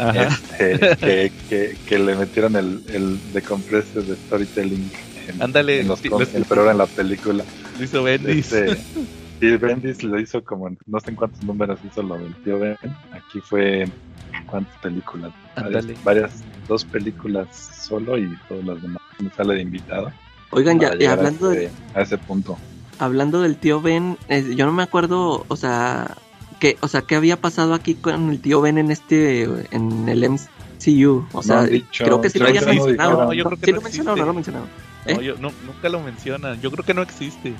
Que le metieron el decompressor de storytelling ándale, pero ahora en la película lo hizo Bendis. Sí, Bendis lo hizo como no sé en cuántos números hizo lo del tío Ben. Aquí fue cuántas películas, varias 2 películas solo y todas las demás me sale de invitado. Oigan, ya hablando a ese punto, hablando del tío Ben, yo no me acuerdo, o sea, qué había pasado aquí con el tío Ben en el MCU, o sea, creo que sí lo había mencionado. No, yo creo que sí lo mencionó, no lo mencionó. No, nunca lo mencionan. Yo creo que no existe.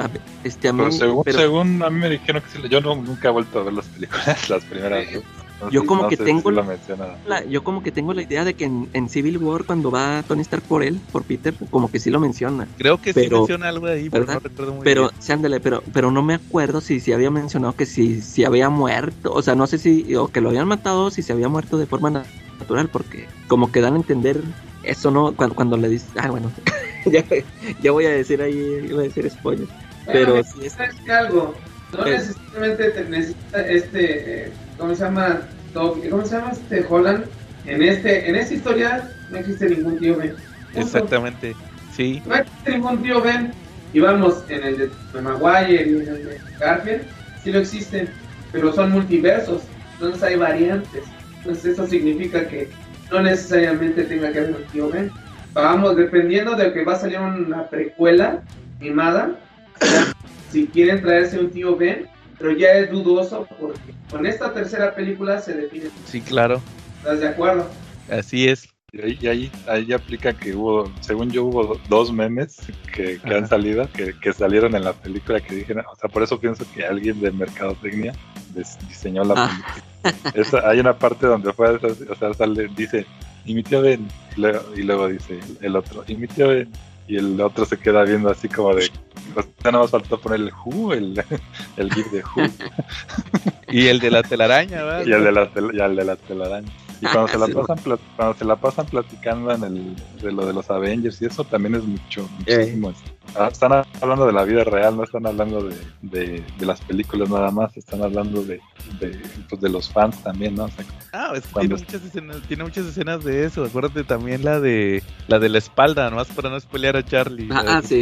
Según a mí me dijeron que sí. Yo nunca he vuelto a ver las películas, las primeras. Yo como que tengo yo como que tengo la idea de que en Civil War, cuando va Tony Stark por Peter, como que sí lo menciona. Creo que sí menciona algo ahí, pero no recuerdo muy bien. Ándale, pero no me acuerdo si había mencionado que si había muerto, o sea, no sé si o que lo habían matado o si se había muerto de forma natural, porque como que dan a entender eso, ¿no? Cuando le dice, bueno, ya voy a decir ahí, iba a decir spoiler. Pero sí es que algo, no necesariamente necesita ¿cómo se llama? Holland. En esta historia no existe ningún tío Ben. Exactamente, sí. No existe ningún tío Ben. Y vamos, en el de Maguire y en el de Garfield, sí lo existen, pero son multiversos, entonces hay variantes. Entonces eso significa que no necesariamente tenga que haber un tío Ben. Vamos, dependiendo de que va a salir una precuela animada, si quieren traerse un tío Ben, pero ya es dudoso porque con esta tercera película se define. Sí, claro. ¿Estás de acuerdo? Así es. Y ahí aplica que según yo hubo 2 memes que han salido, que salieron en la película, que dijeron, o sea, por eso pienso que alguien de mercadotecnia diseñó la película. Hay una parte donde fue, o sea, dice, y mi tío Ben, y luego dice el otro, y mi tío Ben, y el otro se queda viendo así como de, o sea, nada más faltó poner el Who, el GIF de Who. Y el de la telaraña, ¿verdad? Y el de la telaraña. Y cuando se la pasan platicando de lo de los Avengers y eso también es muchísimo. Están hablando de la vida real, no están hablando de las películas nada más, están hablando de los fans también, ¿no? O sea, es que tiene muchas escenas de eso. Acuérdate también la de la espalda, nomás para no spoilear a Charlie. Sí.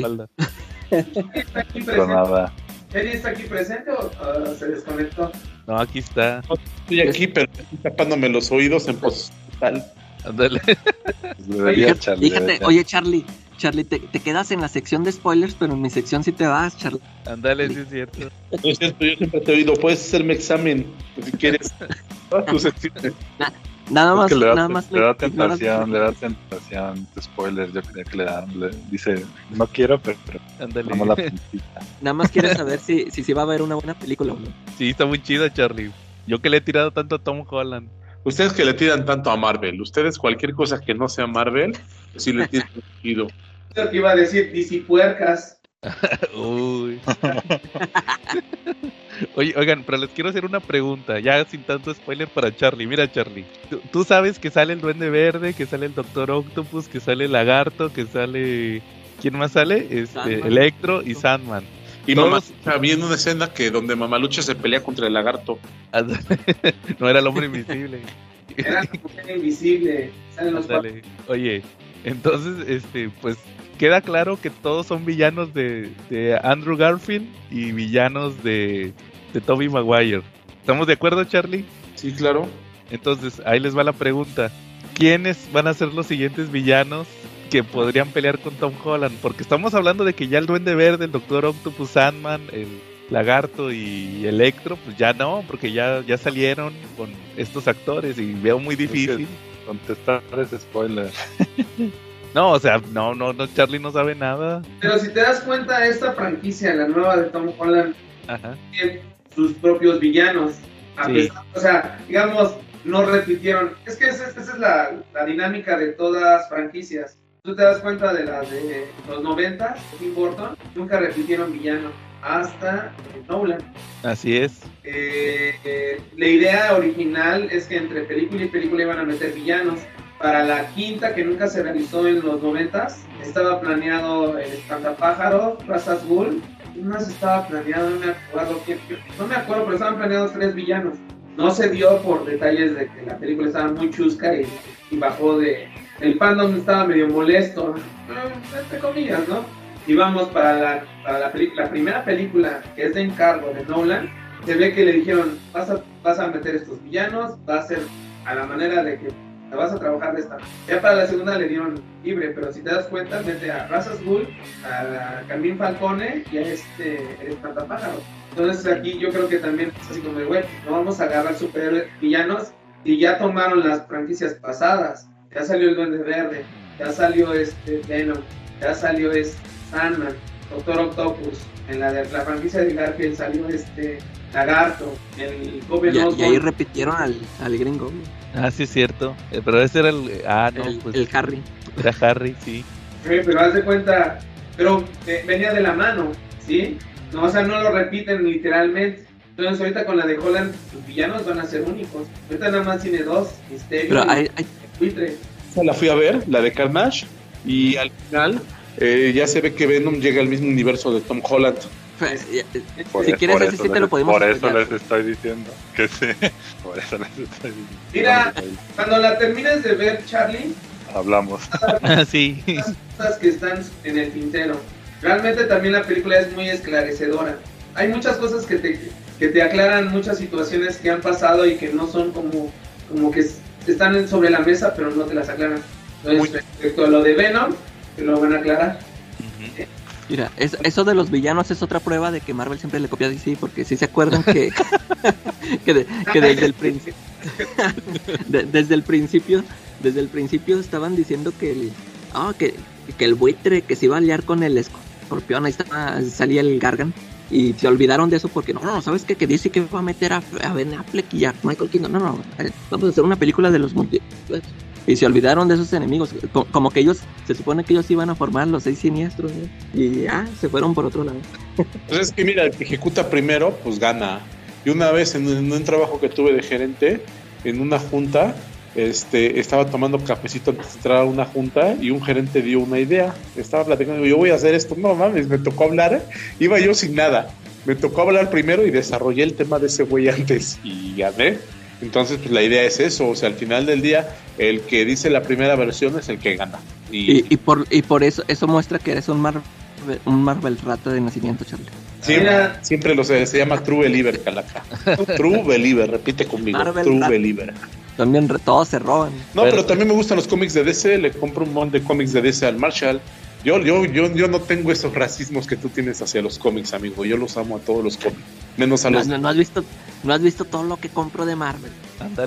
Pero nada. ¿Eli está aquí presente o se desconectó? No, aquí está. Estoy aquí, pero estoy tapándome los oídos en postal. Ándale. Fíjate, oye, Charlie, te quedas en la sección de spoilers, pero en mi sección sí te vas, Charlie. Ándale, sí es cierto. No es cierto, yo siempre te he oído. Puedes hacerme examen, si quieres. Tu sección. Nada más, Es que nada más le da ignoras- tentación, spoilers, yo creo que le dan, dice, no quiero, pero Ándale. vamos la puntita. Nada más quieres saber si va a haber una buena película o no. Sí, está muy chido, Charlie. Yo que le he tirado tanto a Tom Holland. Ustedes que le tiran tanto a Marvel, ustedes cualquier cosa que no sea Marvel, sí le tiran chido. Lo que iba a decir, DC Puercas. Uy. Oye, oigan, pero les quiero hacer una pregunta, ya sin tanto spoiler para Charlie. Mira, Charlie, tú sabes que sale el Duende Verde, que sale el Doctor Octopus, que sale el Lagarto, que sale... ¿Quién más sale? Sandman. Electro y Sandman. Y Todos- Mamalucha, vi en una escena que donde Mamalucha se pelea contra el lagarto. No era el hombre invisible. Era la mujer invisible. Salen los cuatro. Ándale. Oye, entonces, pues queda claro que todos son villanos de Andrew Garfield y villanos de Tobey Maguire. ¿Estamos de acuerdo, Charlie? Sí, claro. Entonces, ahí les va la pregunta. ¿Quiénes van a ser los siguientes villanos que podrían pelear con Tom Holland? Porque estamos hablando de que ya el Duende Verde, el Doctor Octopus, Sandman, el Lagarto y Electro, pues ya no, porque ya salieron con estos actores y veo muy difícil. Contestar ese spoiler. No, o sea, no, Charlie no sabe nada. Pero si te das cuenta, esta franquicia, la nueva de Tom Holland, Ajá. tiene sus propios villanos. A Sí. pesar- o sea, digamos, no repitieron. Es que esa es la dinámica de todas franquicias. Tú te das cuenta de las de los 90, Tim Burton, nunca repitieron villano hasta Nolan. Así es. La idea original es que entre película y película iban a meter villanos. Para la quinta, que nunca se realizó en los 90s, estaba planeado el Espantapájaros, Ra's al Ghul. ¿Quién más estaba planeado? No me acuerdo, pero estaban planeados 3 villanos. No se dio por detalles de que la película estaba muy chusca y bajó de... El fandom estaba medio molesto, entre comillas, ¿no? Y vamos para la primera película, que es de encargo de Nolan. Se ve que le dijeron, vas a meter estos villanos, va a ser a la manera de que te vas a trabajar de esta. Ya para la segunda le dieron libre, pero si te das cuenta, mete a Ra's al Ghul, a Carmín Falcone y a el Espantapájaros. Entonces aquí yo creo que también es así como de, güey, no vamos a agarrar superhéroes villanos y ya tomaron las franquicias pasadas. Ya salió el Duende Verde, ya salió Venom, ya salió Sandman, Doctor Octopus, en la franquicia de Garfield salió Lagarto, el Goblin Y ahí Osborn. repitieron al gringo, Ah, sí es cierto. Pero ese era el... Ah, no, pues el Harry. era Harry, sí. Pero haz de cuenta, pero venía de la mano, ¿sí? No, o sea, no lo repiten literalmente. Entonces ahorita con la de Holland, los villanos van a ser únicos. Ahorita nada más tiene 2, Misterio Pero y hay, Buitre. Esa la fui a ver, la de Carnage, y al final ya se ve que Venom llega al mismo universo de Tom Holland. si quieres ese sí te lo podemos Por eso explicar. les estoy diciendo que sí. Por eso les estoy diciendo. Mira, cuando la termines de ver, Charlie, Hablamos. Ah, sí. cosas que están en el tintero. Realmente también la película es muy esclarecedora. Hay muchas cosas que te aclaran muchas situaciones que han pasado y que no son como que están sobre la mesa, pero no te las aclaran. Entonces, respecto a lo de Venom, te lo van a aclarar. Mira, eso de los villanos es otra prueba de que Marvel siempre le copia a DC, porque si se acuerdan que desde el principio desde el principio estaban diciendo que el buitre que se iba a liar con el escorpión, ahí salía el Gargan, y se olvidaron de eso porque no, ¿sabes qué? Que dice que va a meter a Ben Affleck y a Michael Keaton. No, vamos a hacer una película de los multiversos. Y se olvidaron de esos enemigos, como que ellos, se supone que ellos iban a formar los 6 siniestros, ¿no? Y ya, se fueron por otro lado. Entonces, que mira, el que ejecuta primero, pues gana. Y una vez en un trabajo que tuve de gerente, en una junta, estaba tomando cafecito antes de entrar a una junta y un gerente dio una idea. Estaba platicando, yo voy a hacer esto. No mames, me tocó hablar, iba yo sin nada. Me tocó hablar primero y desarrollé el tema de ese güey antes y gané. Entonces, pues la idea es eso, o sea, al final del día, el que dice la primera versión es el que gana. Y por eso muestra que eres un Marvel rata de nacimiento, Charlie. Siempre se llama True Believer, Calaca. True Believer, repite conmigo. Marvel True rata. Believer. También todos se roban. No, pero también me gustan los cómics de DC, le compro un montón de cómics de DC al Marshall. Yo no tengo esos racismos que tú tienes hacia los cómics, amigo. Yo los amo a todos los cómics, menos a los... No has visto todo lo que compro de Marvel. Ándale.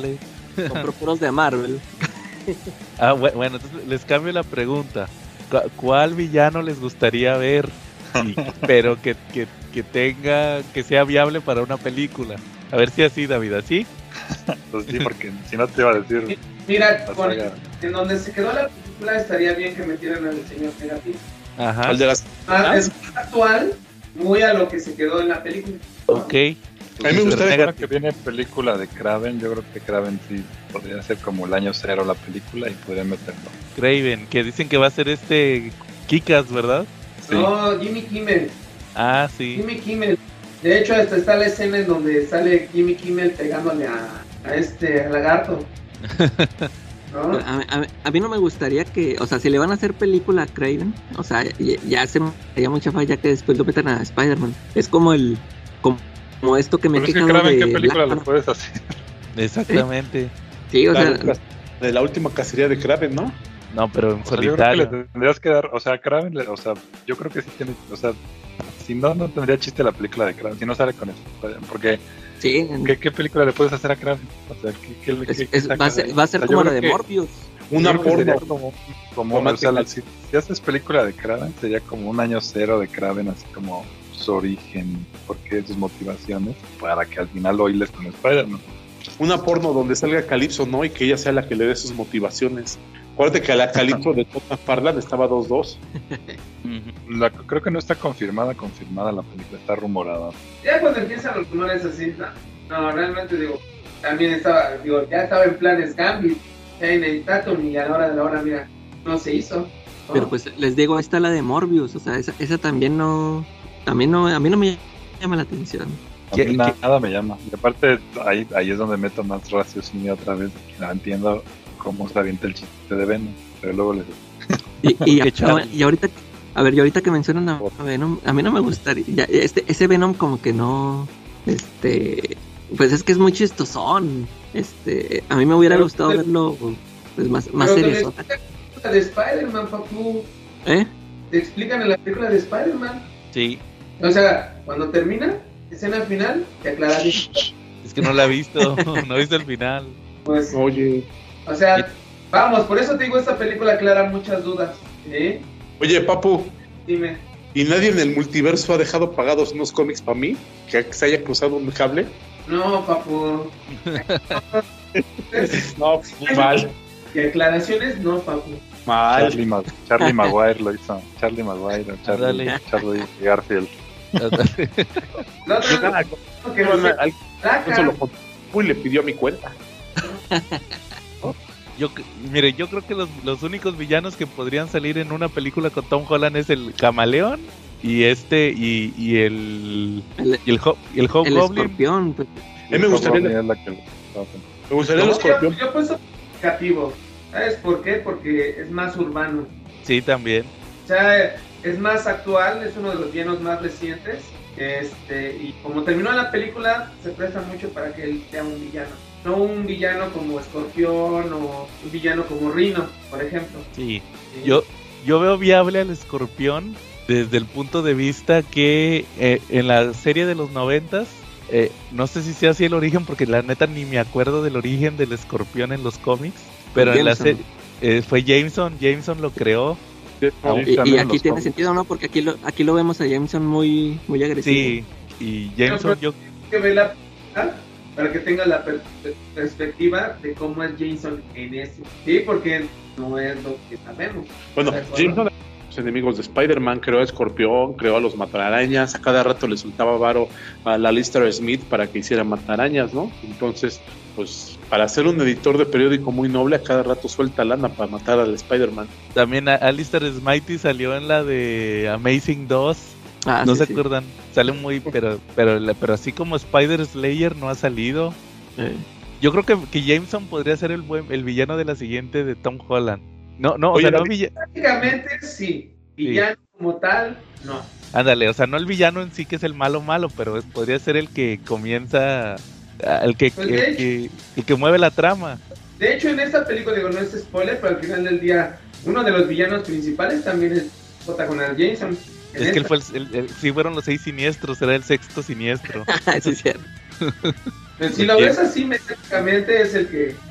Compro puros de Marvel. Bueno, entonces les cambio la pregunta. ¿Cuál villano les gustaría ver? Pero que tenga, que sea viable para una película. A ver si así, David, ¿así? Pues sí, porque si no te iba a decir. Mira, en donde se quedó la película estaría bien que metieran al señor Negative. Ajá. El de las... Es actual, muy a lo que se quedó en la película. Ok. A mí me gustaría que viene película de Kraven. Yo creo que Kraven sí podría ser como el año cero la película y podría meterlo. Kraven, que dicen que va a ser Kick-Ass, ¿verdad? Sí. No, Jimmy Kimmel. Ah, sí. Jimmy Kimmel. De hecho, hasta está la escena en donde sale Jimmy Kimmel pegándole al lagarto. ¿No? A mí no me gustaría que, o sea, si le van a hacer película a Kraven, o sea, ya se me haría mucha falla que después lo metan a Spider-Man. Es como como esto que me he quejado Kraven, de ¿qué película Black le puedes hacer? Exactamente. Sí, o sea, de la última cacería de Kraven, ¿no? No, pero en O sea, yo creo solitario. que le tendrías que dar, o sea, Kraven, o sea, yo creo que sí tiene, o sea, si no tendría chiste la película de Kraven, si no sale con eso, porque sí, ¿qué película le puedes hacer a Kraven? O sea, va a ser como la de Morbius. Una yo creo que porno. sería como o sea, si haces película de Kraven, sería como un año cero de Kraven, así como su origen, por qué, sus motivaciones, para que al final lo hiles con Spider-Man. Una porno donde salga Calypso, ¿no? Y que ella sea la que le dé sus motivaciones. Acuérdate que a la Calypso de Tom Farland estaba 2-2. Creo que no está confirmada la película, está rumorada. Ya cuando empiezan los rumores así, no, realmente digo, también ya estaba en planes Gambit, en Tatum, y a la hora de la hora, mira, no se hizo. ¿No? Pero pues les digo, ahí está la de Morbius, o sea, esa también no, a mí no me llama la atención. A mí nada me llama. Y aparte, ahí es donde meto más raciocinio otra vez. No entiendo cómo se avienta el chiste de Venom, pero luego les y ahorita que mencionan a Venom, a mí no me gustaría, ese Venom como que no, pues es que es muy chistosón, a mí me hubiera gustado verlo pues más serio. De Spider-Man, papu. ¿Eh? Te explican en la película de Spider-Man. Sí. O sea, cuando termina, escena final, te aclaran. Es que no la he visto, no he visto el final. Pues, Oye. O sea, vamos, por eso te digo, esta película aclara muchas dudas. ¿Eh? Oye, papu. Dime. ¿Y nadie en el multiverso ha dejado pagados unos cómics para mí? ¿Que se haya cruzado un cable? No, papu. No, mal. ¿Y aclaraciones? No, papu. Mal. Charlie Maguire lo hizo. Charlie Maguire, Charlie Garfield. Uy, le pidió mi cuenta. Yo creo que los únicos villanos que podrían salir en una película con Tom Holland es el Camaleón y el Hobgoblin. Escorpión. A mí me gustaría el escorpión. Yo pienso negativo. ¿Sabes por qué? Porque es más urbano. Sí, también. O sea, es más actual, es uno de los villanos más recientes. Y como terminó la película, se presta mucho para que él sea un villano. No un villano como Escorpión o un villano como Rhino, por ejemplo. Sí. Yo veo viable al Escorpión desde el punto de vista que en la serie de los 90s, no sé si sea así el origen, porque la neta ni me acuerdo del origen del Escorpión en los cómics, pero en la serie fue Jameson lo creó. Y aquí tiene sentido, ¿no? Porque aquí lo vemos a Jameson muy agresivo. Sí, y Jameson que verla para que tenga la perspectiva de cómo es Jameson en ese. Sí, porque no es lo que sabemos. Bueno, Jameson, los enemigos de Spider-Man, creó a Escorpión, creó a los matarañas, a cada rato le soltaba varo a la Lister Smith para que hiciera matarañas, ¿no? Entonces, pues, para ser un editor de periódico muy noble, a cada rato suelta lana para matar al Spider-Man. También Alistair Smitey salió en la de Amazing 2. ¿No se acuerdan? Sale muy, pero así como Spider Slayer no ha salido. Yo creo que Jameson podría ser el villano de la siguiente de Tom Holland. No, oye, o sea, no prácticamente sí. Villano como tal, no. Ándale, o sea, no el villano en sí que es el malo, pero podría ser el que comienza, el que mueve la trama. De hecho, en esta película, digo, no es spoiler, pero al final del día, uno de los villanos principales también es J. Jonah Jameson. Es que él fue sí fueron los 6 siniestros, era el 6º siniestro. Eso es cierto. Si lo ves así, mecánicamente es el que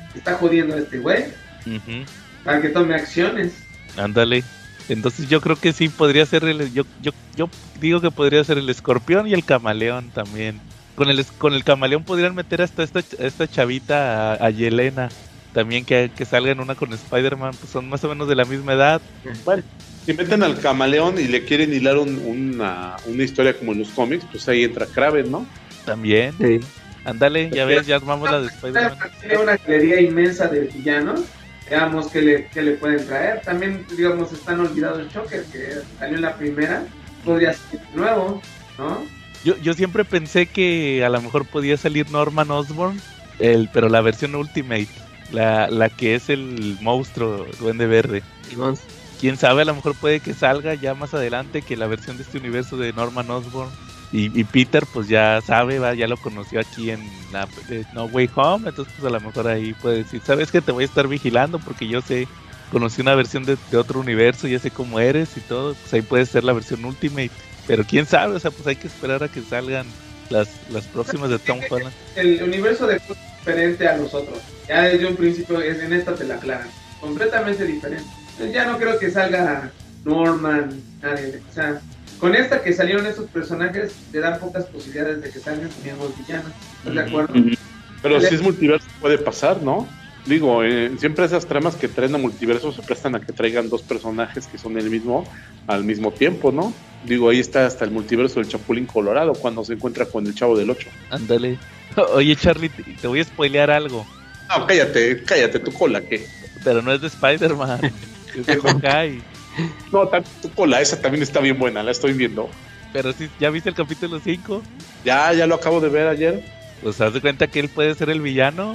está jodiendo a este güey para que tome acciones. Ándale. Entonces yo creo que sí podría ser yo digo que podría ser el Escorpión y el Camaleón también. Con el Camaleón podrían meter hasta esta chavita a Yelena también, que salga en una con Spider-Man, pues son más o menos de la misma edad. Bueno, si meten al Camaleón y le quieren hilar una historia como en los cómics, pues ahí entra Kraven, ¿no? También. Sí. Ándale, ya ves, ya armamos la de Spider-Man. Tiene una galería inmensa de villanos. Veamos qué le pueden traer. También, digamos, están olvidados el Shocker, que salió en la primera. Podría ser nuevo, ¿no? Yo siempre pensé que a lo mejor podía salir Norman Osborn, pero la versión Ultimate, la que es el monstruo Duende Verde. Quién sabe, a lo mejor puede que salga ya más adelante, que la versión de este universo de Norman Osborn. Y Peter pues ya sabe, ya lo conoció aquí en la No Way Home, entonces pues a lo mejor ahí puede decir, sabes que te voy a estar vigilando porque yo sé, conocí una versión de otro universo, ya sé cómo eres y todo, pues ahí puede ser la versión Ultimate, pero quién sabe, o sea, pues hay que esperar a que salgan las próximas de Tom Holland. El universo de es diferente a los otros, ya desde un principio en esta te la aclaran, completamente diferente. Entonces ya no creo que salga Norman, nadie, o sea, con esta que salieron estos personajes, le dan pocas posibilidades de que salgan mismos villanos. ¿Estás de acuerdo? Pero si es multiverso puede pasar, ¿no? Digo, siempre esas tramas que traen a multiverso se prestan a que traigan dos personajes que son el mismo al mismo tiempo, ¿no? Digo, ahí está hasta el multiverso del Chapulín Colorado cuando se encuentra con el Chavo del 8. Ándale. Oye, Charlie, te voy a spoilear algo. No, cállate tu cola, ¿qué? Pero no es de Spider-Man, es de Hawkeye. No, tu cola, esa también está bien buena, la estoy viendo. Pero sí, ¿ya viste el capítulo 5? Ya lo acabo de ver ayer. Pues haz de cuenta que él puede ser el villano.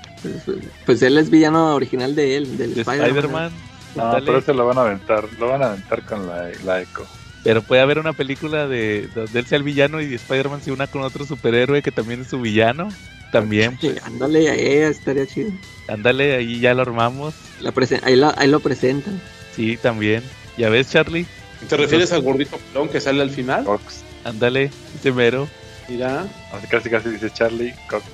Pues él es villano original de él, del Spider-Man. No, pero ese lo van a aventar con la Echo. Pero puede haber una película donde él sea el villano y Spider-Man se una con otro superhéroe que también es su villano. También. Sí, ándale, estaría chido. Ándale, ahí ya lo armamos. Ahí lo presentan. Sí, también. ¿Ya ves, Charlie? ¿Te refieres al gordito pelón que sale al final? Cox. Ándale, ese mero. Mira. Casi dice Charlie Cox.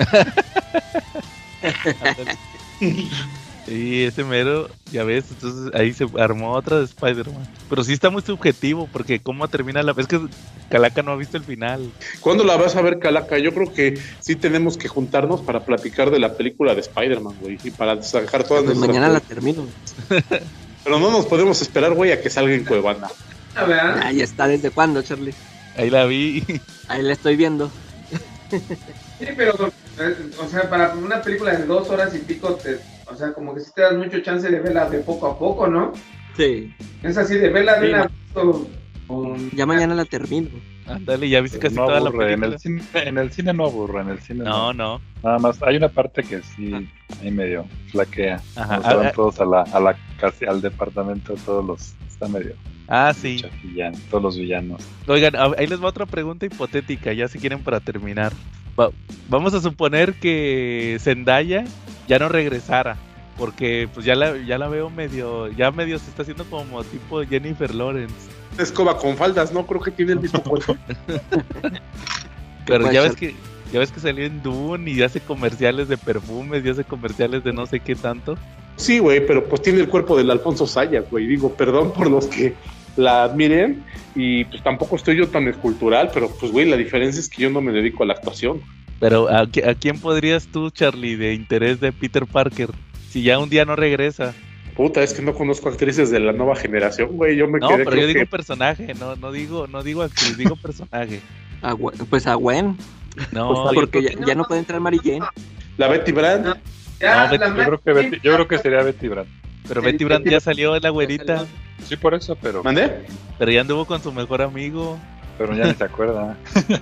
Sí, ese mero, ya ves, entonces ahí se armó otra de Spider-Man. Pero sí está muy subjetivo, porque cómo termina es que Calaca no ha visto el final. ¿Cuándo la vas a ver, Calaca? Yo creo que sí tenemos que juntarnos para platicar de la película de Spider-Man, güey, y para sacar todas nuestras... Mañana la termino. Pero no nos podemos esperar, güey, a que salga en Cuevana. A ver. Ahí está, ¿desde cuándo, Charlie? Ahí la vi. Ahí la estoy viendo. Sí, pero, o sea, para una película de 2 horas y pico, o sea, como que sí te das mucho chance de verla de poco a poco, ¿no? Sí. Es así, de verla de una... Ya mañana la termino. Ándale, ya viste casi no toda aburre, la película. En el cine no aburre, en el cine no. Nada más, hay una parte que sí, ahí medio flaquea. Ajá. Van todos casi al departamento, está medio... sí. Todos los villanos. Oigan, ahí les va otra pregunta hipotética, ya si quieren para terminar. Vamos a suponer que Zendaya ya no regresara, porque pues ya la veo medio se está haciendo como tipo Jennifer Lawrence. Escoba con faldas, no creo que tiene el mismo cuerpo. Pero ya ves que salió en Dune y hace comerciales de perfumes y hace comerciales de no sé qué tanto. Sí, güey, pero pues tiene el cuerpo del Alfonso Sayas, güey. Digo, perdón por los que la admiren y pues tampoco estoy yo tan escultural, pero pues güey, la diferencia es que yo no me dedico a la actuación. Pero ¿a quién podrías tú, Charlie, de interés de Peter Parker, si ya un día no regresa? Puta, es que no conozco actrices de la nueva generación, güey. Yo digo personaje, no digo actriz, digo personaje. Pues a Gwen. No, pues porque ya no puede entrar Mary Jane. La Betty Brant. No, yo creo que sería Betty Brant. Pero Betty Brant ya salió, la güerita. Sí, por eso, pero... ¿Mandé? Pero ya anduvo con su mejor amigo. Pero ya ni se acuerda.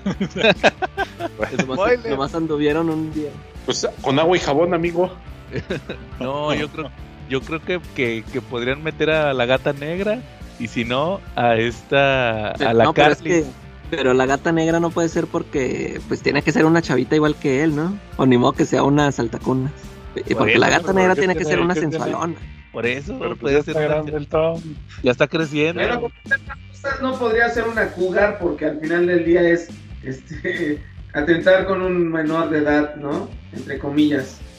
Nomás anduvieron un día. Pues con agua y jabón, amigo. No, yo creo que podrían meter a la Gata Negra. Y si no, a la Carly. Pero la Gata Negra no puede ser porque pues tiene que ser una chavita igual que él, ¿no? O ni modo que sea una saltacunas. Porque la Gata Negra tiene que ser una sensualona. Por eso pero puede ser grande el Tom. Ya está creciendo. Pero no podría ser una cougar porque al final del día es atentar con un menor de edad, ¿no? Entre comillas.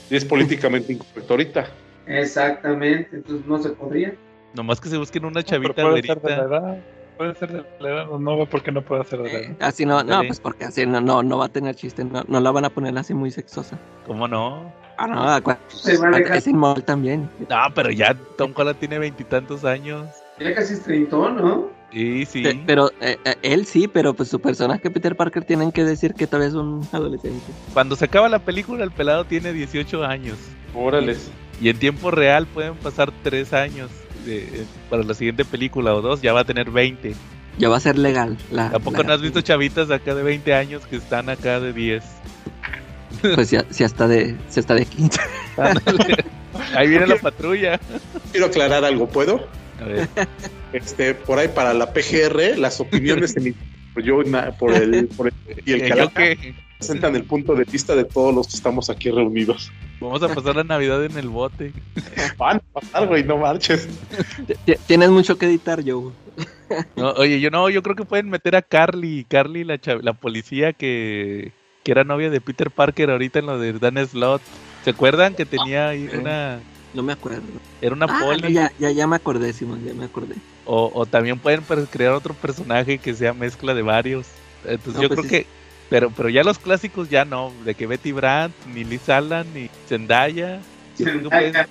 Y es políticamente incorrecto ahorita. Exactamente, entonces no se podría. Nomás que se busquen una Pero chavita puede ser de la güerita. edad. Puede ser de la edad. No veo por qué no puede ser de la edad. Así no, Ándale. pues porque así no va a tener chiste, no la van a poner así muy sexosa. ¿Cómo no? Ah, no, Se va a dejar. es inmortal también. No, pero ya Tom Holland tiene 20 y tantos años. Ya casi es treintón, ¿no? Sí, sí. Pero él sí, pero pues su personaje Peter Parker tienen que decir que todavía es un adolescente. Cuando se acaba la película, el pelado tiene 18 años. Órales. Y en tiempo real pueden pasar 3 años para la siguiente película o 2, ya va a tener 20. Ya va a ser legal. ¿Tampoco no has visto chavitas acá de 20 años que están acá de 10? Pues si hasta de 15. Ándale. Ahí viene la patrulla. Quiero aclarar algo, ¿puedo? A ver. Por ahí para la PGR, las opiniones por el y el ¿Yo Calaca qué? presentan el punto de vista de todos los que estamos aquí reunidos. Vamos a pasar la Navidad en el bote. Van a pasar, güey, no marches. Tienes mucho que editar, Joe. No, oye, yo creo que pueden meter a Carly, la policía que era novia de Peter Parker ahorita en lo de Dan Slott. ¿Se acuerdan que tenía ahí una... No me acuerdo. Era una poli? No, ya me acordé, Simón, ya me acordé. O también pueden crear otro personaje que sea mezcla de varios. Entonces No, yo pues creo sí. que... Pero ya los clásicos ya no. De que Betty Brandt, ni Liz Allan, ni Zendaya. Yo creo que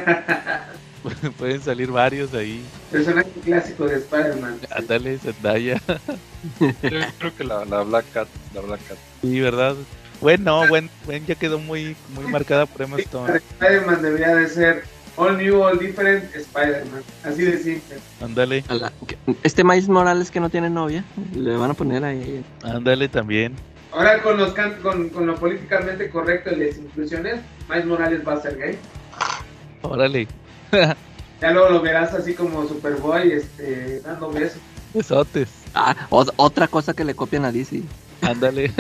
pueden salir varios ahí. Personaje clásico de Spider-Man. Ándale, Zendaya. Yo creo que la Black Cat. Sí, ¿verdad? Bueno, ya quedó muy marcada por Emma Stone. Spider-Man debería de ser All New, All Different Spider-Man. Así de simple. Ándale, Este Miles Morales que no tiene novia, le van a poner ahí. ándale también. Ahora con lo políticamente correcto y las inclusiones, Miles Morales va a ser gay. Órale, Ya luego lo verás así como Superboy, dando besos. besotes. Otra cosa que le copian a DC. Ándale.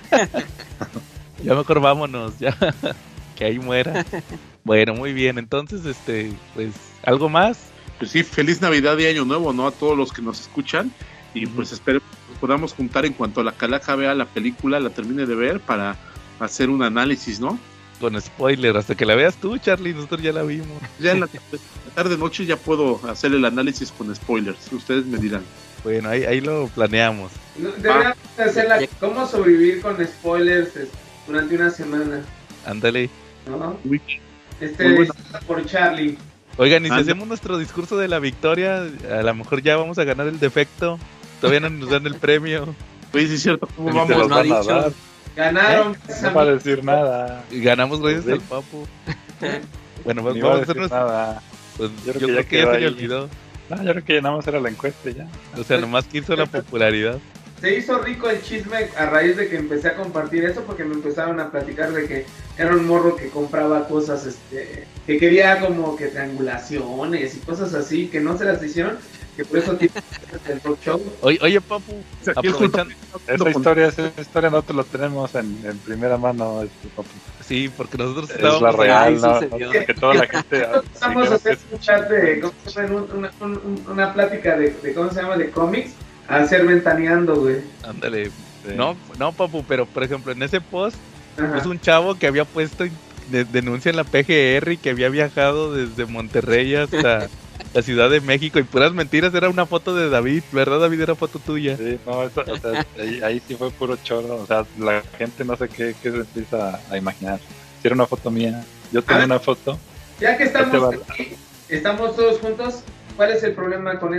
Ya mejor vámonos, ya. Que ahí muera. Bueno, muy bien. Entonces, pues, ¿algo más? Pues sí, feliz Navidad y Año Nuevo, ¿no? A todos los que nos escuchan. Y pues espero que nos podamos juntar en cuanto la Calaca vea la película, la termine de ver, para hacer un análisis, ¿no? Con spoiler, hasta que la veas tú, Charlie, nosotros ya la vimos. Ya en la tarde-noche ya puedo hacer el análisis con spoilers. Ustedes me dirán. Bueno, ahí lo planeamos. Deberíamos hacer cómo sobrevivir con spoilers durante una semana, Ándale. ¿no? Muy Bueno. Por Charlie. Oigan, y si Anda. hacemos nuestro discurso de la victoria, a lo mejor ya vamos a ganar el defecto. Todavía no nos dan el premio. Oye, sí es cierto, ¿cómo Ni te vamos? los no ha van a dicho. dar. Ganaron. No va a decir nada. Y ganamos gracias Sí. al Papu. Bueno, Ni va a vamos a decir hacernos... nada. Pues, Yo yo creo que creo ya que ya quedó se le ahí. olvidó. No, yo creo que ya nada más era la encuesta y ya. O sea, nomás que hizo la popularidad. Se hizo rico el chisme a raíz de que empecé a compartir eso, porque me empezaron a platicar de que era un morro que compraba cosas, que quería como que triangulaciones y cosas así, que no se las hicieron, que por eso tiene el rock show. Oye, Papu, Aquí el aprovechando... Esa historia nosotros la tenemos en primera mano. Papu. Sí, porque nosotros Es estábamos... la real, Ahí ¿no? sucedió. Que toda la gente... Vamos sí, a hacer creo un chat de, ¿cómo se llama? Una plática de, ¿cómo se llama? De cómics, a hacer ventaneando, güey. Ándale. Sí. No, Papu, pero por ejemplo, en ese post Ajá. es un chavo que había puesto denuncia en la PGR y que había viajado desde Monterrey hasta la Ciudad de México y puras mentiras. Era una foto de David, ¿verdad, David? Era foto tuya. Sí, no, o sea, ahí sí fue puro choro. O sea, la gente no sé qué se empieza a imaginar. Si era una foto mía, yo tengo una foto. Ya que Ahí te estamos va. aquí, estamos todos juntos, ¿cuál es el problema con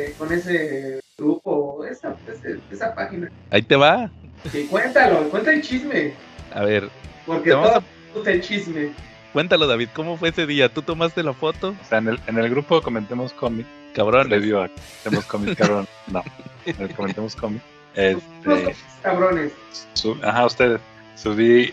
ese grupo, esa página? Ahí te va. Sí, cuenta el chisme, A ver, porque Te vamos todo me gusta el chisme. cuéntalo, David. ¿Cómo fue ese día? ¿Tú tomaste la foto? O sea, en el grupo Comentemos Cómic, Cabrón. previo a Comentemos Cómic, cabrón. No, en el Comentemos Cómic. Unos cabrones. Ustedes. Subí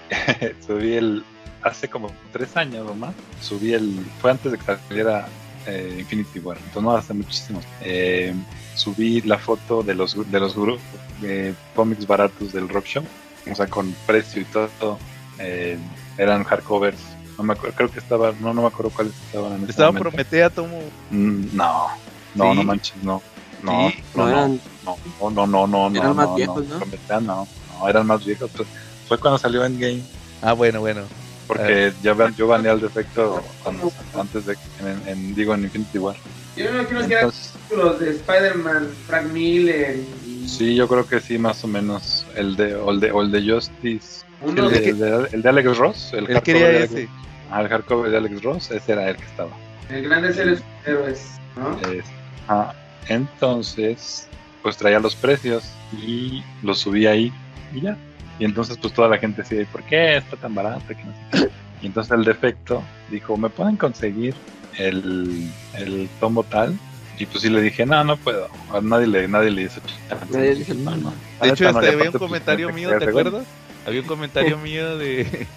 hace como 3 años o más. Fue antes de que saliera Infinity War, entonces no hace muchísimo. Subí la foto de los grupos de cómics baratos del Rock Show, o sea, con precio y todo. Eran hardcovers. No me acuerdo, creo que no me acuerdo cuáles estaban en ese Estaba momento. Prometea, Tomo. No, Sí. no manches, no. Sí. No eran. No. Eran más viejos, ¿no? Prometea, no, eran más viejos. Pues, fue cuando salió Endgame. Ah, bueno. Porque yo baneé al defecto antes de en Infinity War. Yo me imagino que eran los de Spider-Man, Frank Miller y... Sí, yo creo que sí, más o menos. El de Justice. El de Alex Ross. Él quería ese. El hardcover de Alex Ross, ese era el que estaba. El grande es el héroes, ¿no? Entonces, pues traía los precios y los subí ahí y ya. Y entonces pues toda la gente decía, ¿por qué está tan barato? Que no sé qué. Y entonces el defecto dijo, ¿me pueden conseguir el tomo tal? Y pues sí le dije, no puedo. A nadie le hizo chance. No. De hecho, había un comentario mío, ¿te acuerdas? Había un comentario mío de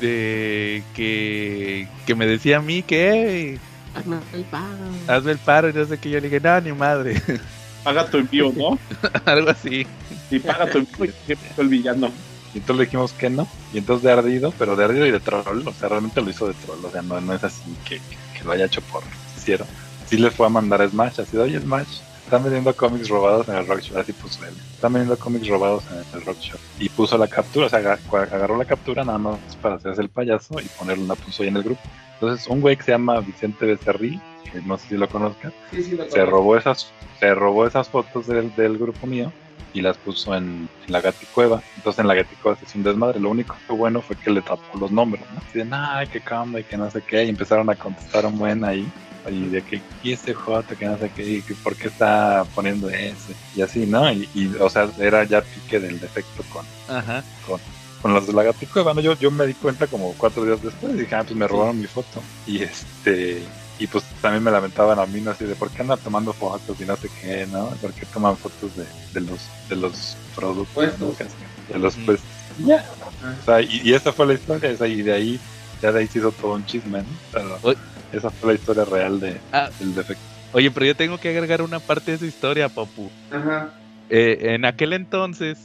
que me decía a mí que hazme el paro y no sé qué. Yo le dije, no, ni madre. Paga tu envío, ¿no? Algo así. Y paga tu envío y el villano. Y entonces le dijimos que no. Y entonces de ardido, pero de ardido y de troll. O sea, realmente lo hizo de troll. O sea, no es así que lo haya hecho por hicieron. Sí les fue a mandar Smash. Así de, oye, Smash, están vendiendo cómics robados en el Rock Show. Así puso él. Están vendiendo cómics robados en el Rock Show. Y puso la captura. O sea, agarró la captura nada más para hacerse el payaso y ponerle una puso ahí en el grupo. Entonces, un güey que se llama Vicente Becerril, que no sé si lo conozcan, Sí, lo se robó esas fotos del grupo mío y las puso en la Gaticueva. Entonces en la Gaticueva se hizo un desmadre. Lo único que bueno fue que le tapó los nombres, ¿no? Así de, que cambia y que no sé qué. Y empezaron a contestar un buen ahí. Y de que, y ese J, que no sé qué, y que por qué está poniendo ese. Y así, ¿no? Y o sea, era ya pique del defecto con los de la Gaticueva, ¿no? Yo me di cuenta como 4 días después y dije, pues me robaron mi foto. Y pues también me lamentaban a mí, ¿no? Así de, ¿por qué andan tomando fotos y no sé qué, no? ¿Por qué toman fotos de los productos? ¿No? De los pues ya. O sea, y esa fue la historia, y de ahí se hizo todo un chisme, ¿no? Pero esa fue la historia real del defecto. Oye, pero yo tengo que agregar una parte de esa historia, papu. Ajá. En aquel entonces,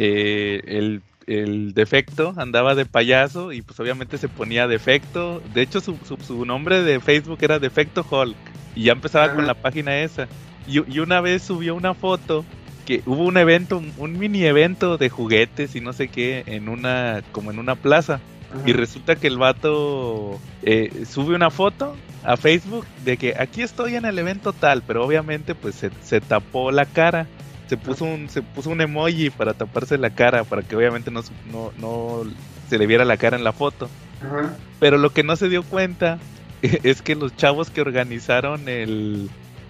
el defecto andaba de payaso y pues obviamente se ponía defecto. De hecho su nombre de Facebook era Defecto Hulk y ya empezaba con la página esa. Y una vez subió una foto que hubo un evento, un mini evento de juguetes y no sé qué como en una plaza. Y resulta que el vato sube una foto a Facebook de que aquí estoy en el evento tal, pero obviamente pues se tapó la cara. Se puso un emoji para taparse la cara, para que obviamente no se le viera la cara en la foto. Ajá. Pero lo que no se dio cuenta es que los chavos que organizaron el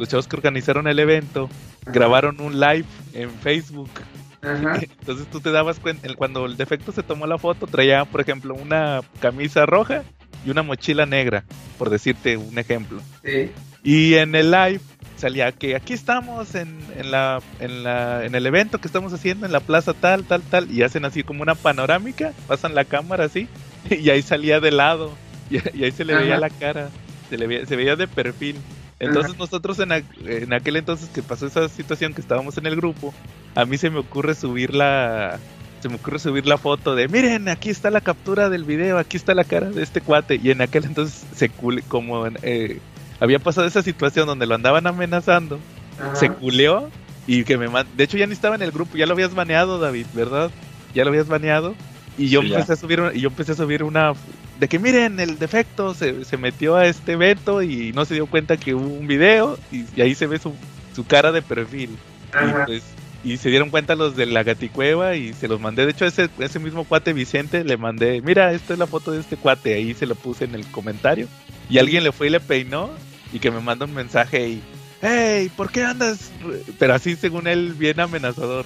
evento grabaron un live en Facebook. Ajá. Entonces tú te dabas cuenta, cuando el defecto se tomó la foto, traía, por ejemplo, una camisa roja y una mochila negra, por decirte un ejemplo. Sí. Y en el live salía que aquí estamos en el evento que estamos haciendo en la plaza tal, y hacen así como una panorámica, pasan la cámara así, y ahí salía de lado, y ahí se le veía la cara, se veía de perfil. Entonces nosotros en aquel entonces que pasó esa situación que estábamos en el grupo, a mí se me ocurre subir la foto de, miren, aquí está la captura del video, aquí está la cara de este cuate, y en aquel entonces había pasado esa situación donde lo andaban amenazando, se culeó y que de hecho ya ni estaba en el grupo, ya lo habías baneado, David, ¿verdad? Ya lo habías baneado y yo empecé a subir una de que miren, el defecto se metió a este evento y no se dio cuenta que hubo un video y ahí se ve su cara de perfil. Y se dieron cuenta los de la Gaticueva y se los mandé. De hecho, ese mismo cuate Vicente le mandé, mira, esta es la foto de este cuate. Ahí se lo puse en el comentario. Y alguien le fue y le peinó y que me manda un mensaje y, hey, ¿por qué andas? Pero así según él, bien amenazador.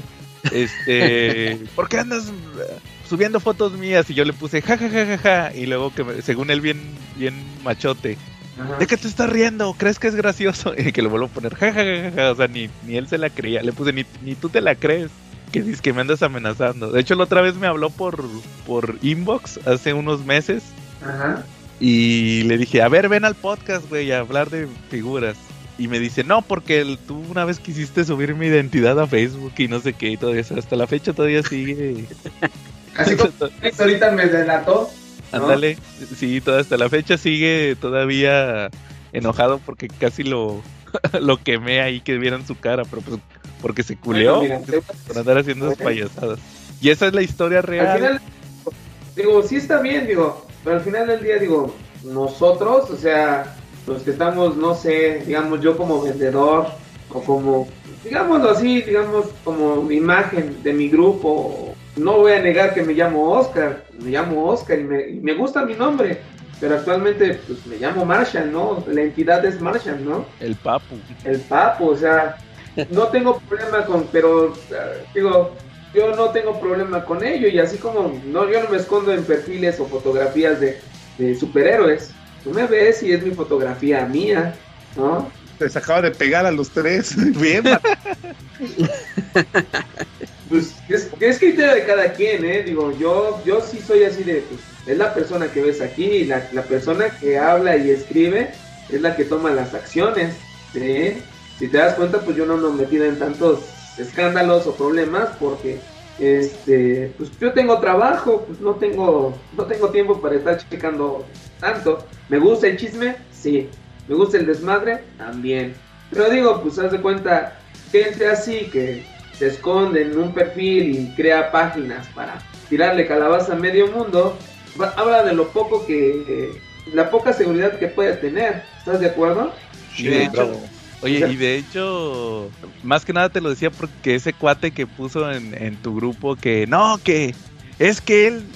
¿Por qué andas subiendo fotos mías? Y yo le puse, ja. Y luego según él, bien machote. ¿De qué te estás riendo? ¿Crees que es gracioso? Y que lo vuelvo a poner jajajaja. O sea, ni él se la creía. Le puse, ni tú te la crees. Que dices que me andas amenazando. De hecho, la otra vez me habló por inbox hace unos meses. Y le dije, a ver, ven al podcast, güey, a hablar de figuras. Y me dice, no, porque tú una vez quisiste subir mi identidad a Facebook y no sé qué. Y todo eso. Hasta la fecha todavía sigue. Así como ahorita me delató. Ándale, sí, hasta la fecha sigue todavía enojado porque casi lo quemé ahí que vieran su cara, pero pues porque se culeó por andar haciendo esas payasadas. Y esa es la historia real. Al final, digo, sí está bien, pero al final del día digo, nosotros, o sea, los que estamos, no sé, digamos yo como vendedor, o como, digámoslo así, digamos como imagen de mi grupo, no voy a negar que me llamo Oscar y me gusta mi nombre, pero actualmente pues me llamo Marshall, ¿no? La entidad es Marshall, ¿no? El Papu, o sea, no tengo problema pero digo, yo no tengo problema con ello, y así como yo no me escondo en perfiles o fotografías de superhéroes. Tú me ves y es mi fotografía mía, ¿no? Les acaba de pegar a los tres. Bien. Pues es criterio de cada quien, Digo, yo sí soy así de, pues, es la persona que ves aquí, y la persona que habla y escribe es la que toma las acciones, ¿sí? Si te das cuenta, pues yo no me he metido en tantos escándalos o problemas porque pues yo tengo trabajo, pues no tengo tiempo para estar checando tanto. ¿Me gusta el chisme? Sí. ¿Me gusta el desmadre? También. Pero digo, pues haz de cuenta, gente así que se esconde en un perfil y crea páginas para tirarle calabaza a medio mundo, habla de lo poco la poca seguridad que puede tener. ¿Estás de acuerdo? Sí, bravo. Oye, y de hecho, más que nada te lo decía porque ese cuate que puso en tu grupo que es que él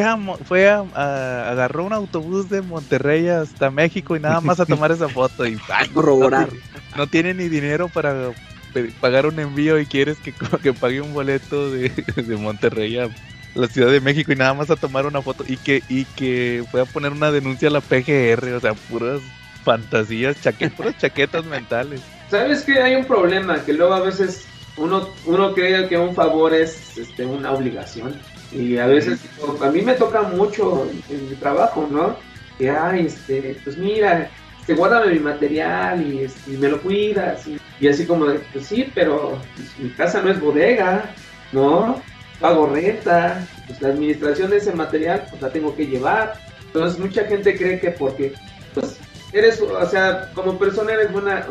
agarró un autobús de Monterrey hasta México y nada más a tomar esa foto y corroborar. No tiene ni dinero para pagar un envío y quieres que pague un boleto de Monterrey a la Ciudad de México y nada más a tomar una foto y que pueda poner una denuncia a la PGR, o sea, puras fantasías, puras chaquetas mentales. ¿Sabes qué? Hay un problema que luego a veces uno cree que un favor es una obligación, y a veces a mí me toca mucho en mi trabajo, ¿no? Que pues mira, guárdame mi material y me lo cuidas y así como de, pues sí, pero pues, mi casa no es bodega, ¿no? Pago renta, pues la administración de ese material pues la tengo que llevar. Entonces mucha gente cree que porque pues eres, o sea, como persona eres buena,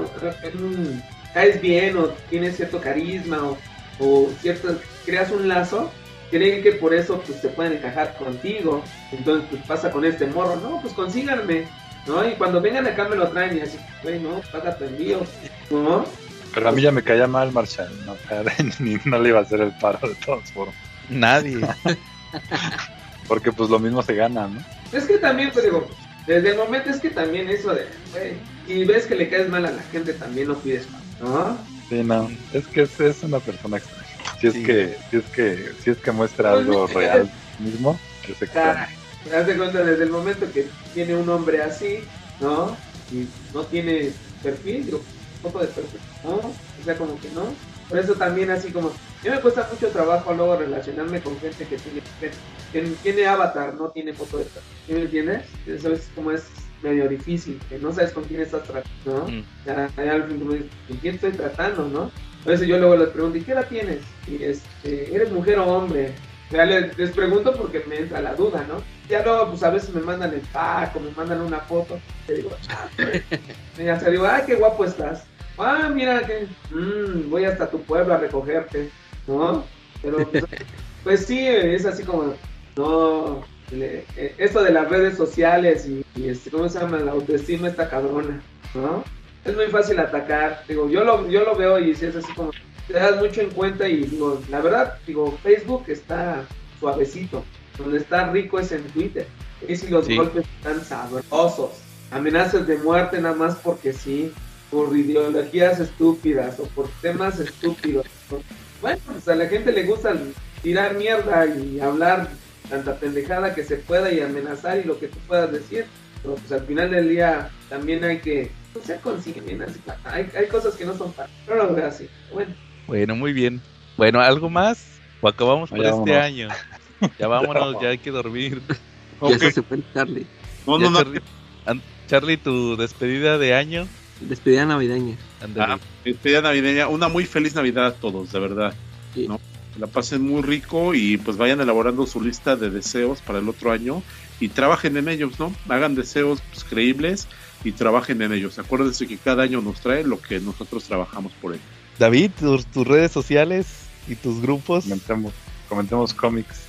caes bien o tienes cierto carisma o creas un lazo, creen que por eso pues se pueden encajar contigo. Entonces pues pasa con este morro, no, pues consíganme, ¿no? Y cuando vengan acá me lo traen y así, güey, no, paga tu envío, ¿no? Pero a mí ya me caía mal Marshall, no, no le iba a hacer el paro de todas formas. Nadie. Porque pues lo mismo se gana, ¿no? Es que también, pues digo, desde el momento es que también eso de, güey, y ves que le caes mal a la gente, también lo pides, ¿no? Sí, no, es que es una persona extraña. Si es que muestra algo real mismo, es extraño. Te das cuenta desde el momento que tiene un hombre así, ¿no? Y no tiene perfil, digo, foto de perfil, ¿no? O sea, como que no. Por eso también así como, a mí me cuesta mucho trabajo luego relacionarme con gente que tiene avatar, no tiene foto de perfil. ¿Sí me entiendes? Eso es como es medio difícil, que no sabes con quién estás tratando, ¿no? O sea, al fin me dices, ¿con quién estoy tratando, no? A veces yo luego les pregunto, ¿y qué edad tienes? Y ¿eres mujer o hombre? Ya les pregunto porque me entra la duda, ¿no? Ya luego, pues a veces me mandan el pack o me mandan una foto. Te digo, y hasta digo, ¡ay, qué guapo estás! ¡Ah, mira que voy hasta tu pueblo a recogerte! ¿No? Pero, pues sí, es así como, no, esto de las redes sociales y ¿cómo se llama? La autoestima está cabrona, ¿no? Es muy fácil atacar. Digo, yo lo veo y es así como, te das mucho en cuenta y digo, la verdad, digo, Facebook está suavecito. Donde está rico es en Twitter. Y si los golpes están sabrosos. Amenazas de muerte nada más porque sí. Por ideologías estúpidas o por temas estúpidos. Bueno, pues a la gente le gusta tirar mierda y hablar tanta pendejada que se pueda y amenazar y lo que tú puedas decir. Pero pues al final del día también hay que ser consciente. Hay cosas que no son para. No lo veo así. Bueno, muy bien. Bueno, ¿algo más? ¿O acabamos por este año? Ya vámonos, ya hay que dormir. Okay. Ya se fue Charlie. No. Charlie, tu despedida de año. Despedida navideña. Despedida navideña. Una muy feliz Navidad a todos, de verdad. Sí. ¿No? La pasen muy rico y pues vayan elaborando su lista de deseos para el otro año y trabajen en ellos, ¿no? Hagan deseos pues, creíbles y trabajen en ellos. Acuérdense que cada año nos trae lo que nosotros trabajamos por él. David, tus redes sociales y tus grupos. Comentemos cómics.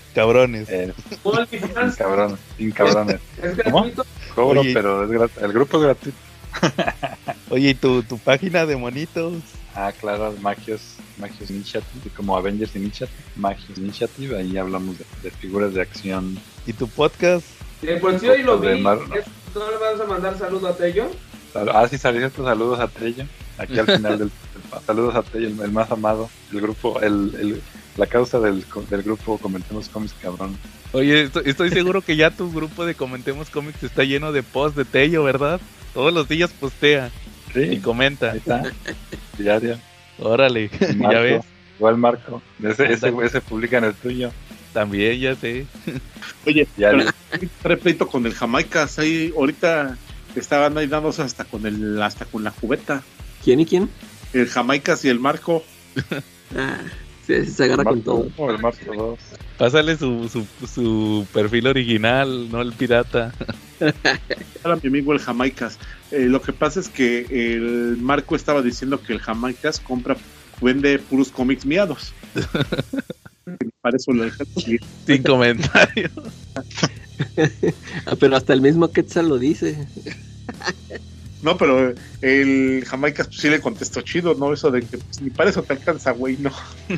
Cabrones. OnlyFans. Incabrones. ¿Es gratuito? Cobro, Oye. pero el grupo es gratuito. Oye, ¿y tu página de monitos? Ah, claro, Magios Initiative, como Avengers Magios Initiative, ahí hablamos de figuras de acción. ¿Y tu podcast? Por si hoy lo De vi. Mar- ¿No le vas a mandar saludo a Tello? Sí, saludos a Tello, aquí al final del saludos a Tello, el más amado, el grupo, la causa del grupo Comentemos Cómics, cabrón. Oye, estoy seguro que ya tu grupo de Comentemos Cómics está lleno de posts de Tello, ¿verdad? Todos los días postea Sí, y comenta. ahí está, diario. Órale, Marco, ya ves. igual Marco, ese publica en el tuyo. También, ya sé. Oye, Ya pero repito con el Jamaicas, ahí ahorita estaban ahí dándose hasta con la cubeta. ¿Quién y quién? El Jamaicas y el Marco. Ah, se agarra con todo. El Marco 2. Pásale su perfil original, no el pirata. Era mi amigo el Jamaicas. Lo que pasa es que el Marco estaba diciendo que el Jamaicas vende puros cómics miados. Para eso lo dejé seguir. Sin comentario. Ah, pero hasta el mismo Quetzal lo dice. No, pero el Jamaicas pues, sí le contestó chido, ¿no? Eso de que pues, ni para eso te alcanza, güey, no.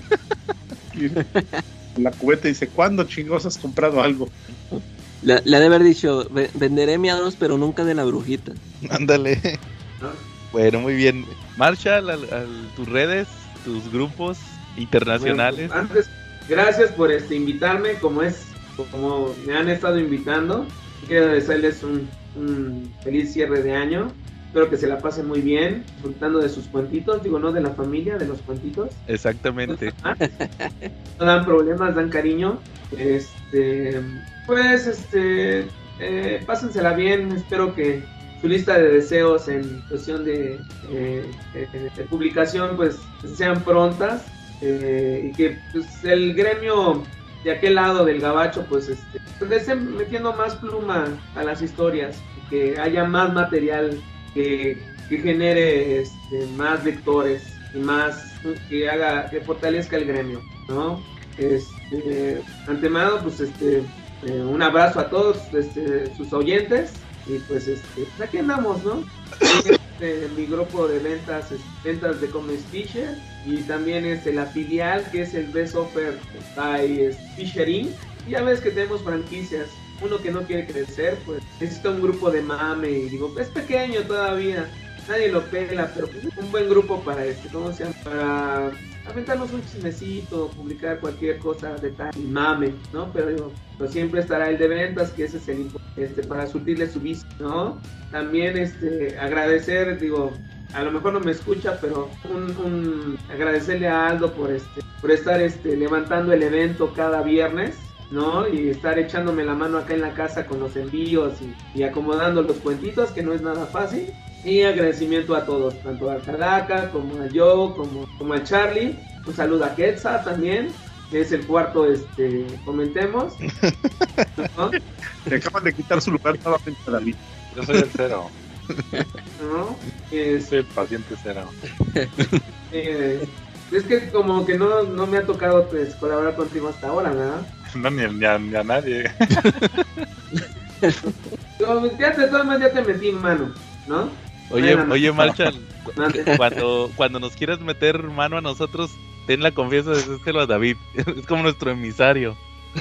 Y la cubeta dice, ¿cuándo chingos has comprado algo? Le ha de haber dicho, venderé miados, pero nunca de la brujita. Ándale. ¿No? Bueno, muy bien. Marshall, tus redes, tus grupos internacionales. Bueno, antes, gracias por invitarme, como me han estado invitando. Quiero desearles un feliz cierre de año. Espero que se la pasen muy bien, disfrutando de sus cuentitos, digo, no de la familia, de los cuentitos. Exactamente. No dan problemas, dan cariño. Pásensela bien. Espero que su lista de deseos en cuestión de publicación pues sean prontas, y que pues, el gremio de aquel lado del gabacho pues le estén metiendo más pluma a las historias, y que haya más material que genere más lectores y más que fortalezca el gremio, ¿no? Antemano pues un abrazo a todos sus oyentes, y pues aquí andamos, ¿no? Mi grupo de ventas de Comics Fisher, y también la filial que es el Best Offer by Fisher Inc. Y ya ves que tenemos franquicias. Uno que no quiere crecer pues necesita un grupo de mame, y digo, es pequeño todavía, nadie lo pela, pero pues es un buen grupo para ¿cómo se llama? Para aventarnos un chismecito, publicar cualquier cosa de tal y mame, ¿no? Pero digo, pues siempre estará el de ventas, que ese es el para surtirle su vicio, ¿no? También agradecer, digo, a lo mejor no me escucha, pero agradecerle a Aldo por estar levantando el evento cada viernes, ¿no? Y estar echándome la mano acá en la casa con los envíos y acomodando los cuentitos, que no es nada fácil. Y agradecimiento a todos, tanto a Calaca como a Joe, como a Charlie. Un saludo a Quetzal también, que es el cuarto, comentemos, ¿no? Le acaban de quitar su lugar nuevamente a David. Yo soy el 0. ¿No? Soy el paciente 0. Es que como que no me ha tocado pues colaborar contigo hasta ahora, ¿verdad? No, ni a nadie. De todas maneras ya te metí en mano, ¿no? Oye, Marshall, Mande. cuando nos quieras meter mano a nosotros, ten la confianza de decírselo a David. Es como nuestro emisario.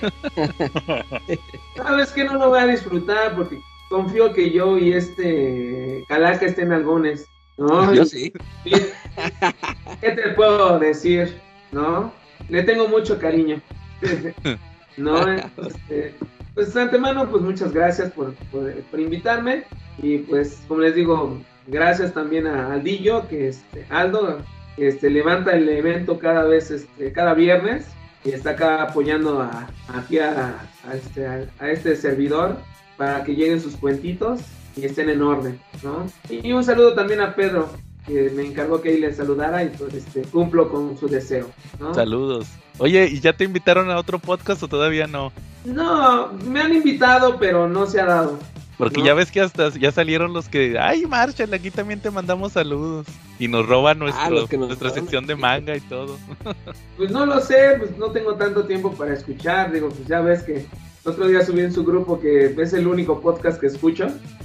Sabes que no lo voy a disfrutar porque confío que yo y Calaca estén algones, ¿no? Yo sí. ¿Qué te puedo decir? ¿No? Le tengo mucho cariño. ¿No? Pues de antemano, pues muchas gracias por invitarme. Y pues, como les digo, gracias también a Aldillo, que Aldo, levanta el evento cada viernes, y está acá apoyando aquí a este servidor para que lleguen sus cuentitos y estén en orden, ¿no? Y un saludo también a Pedro, que me encargó que ahí le saludara, y pues cumplo con su deseo, ¿no? Saludos. Oye, ¿y ya te invitaron a otro podcast o todavía no? No, me han invitado, pero no se ha dado. Porque No. ya ves que hasta ya salieron los que, ay, Marshall, aquí también te mandamos saludos. Y nos roban los que nos nuestra roban. sección de manga y todo. Pues no lo sé, pues no tengo tanto tiempo para escuchar. Digo, pues ya ves que el otro día subí en su grupo que es el único podcast que escucho.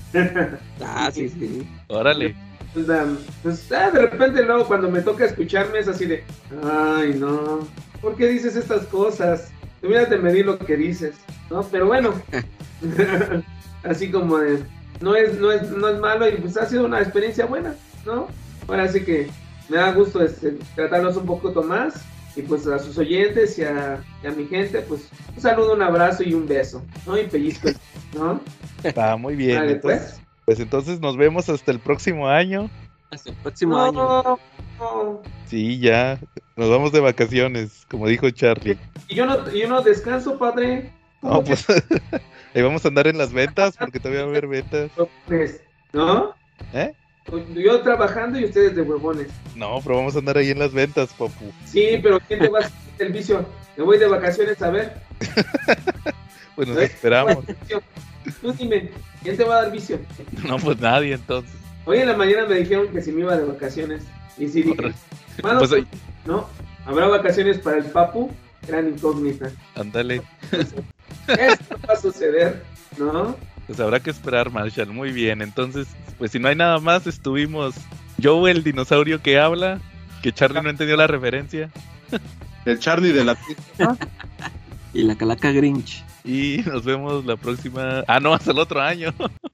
Sí. Órale. De repente luego cuando me toca escucharme es así de, ay no, ¿por qué dices estas cosas? Deberías de medir lo que dices, ¿no? Pero bueno, así como de, no es malo y pues ha sido una experiencia buena, ¿no? Ahora sí que me da gusto tratarlos un poco más y pues a sus oyentes y a mi gente, pues un saludo, un abrazo y un beso, ¿no? Y pellizco, ¿no? Está muy bien. Vale, Entonces, pues entonces nos vemos hasta el próximo año. Hasta el próximo año. No. Sí, ya. Nos vamos de vacaciones, como dijo Charlie. Y yo no descanso, padre. No, pues ahí vamos a andar en las ventas, porque todavía va a haber ventas. ¿No? ¿Eh? Yo trabajando y ustedes de huevones. No, pero vamos a andar ahí en las ventas, papu. Sí, pero ¿quién te va a hacer el vicio? Me voy de vacaciones a ver. Pues nos esperamos. Tú dime, ¿quién te va a dar vicio? No, pues nadie, entonces. Hoy en la mañana me dijeron que si me iba de vacaciones. Y sí dije, mano, Pues ahí, no, habrá vacaciones para el papu, gran incógnita. ándale. Esto va a suceder, ¿no? Pues habrá que esperar, Marshall. Muy bien. Entonces, pues si no hay nada más, estuvimos Joe, el dinosaurio que habla, que Charlie no entendió la referencia. El Charlie de la... Y la calaca Grinch. Y nos vemos la próxima... Ah, no, hasta el otro año.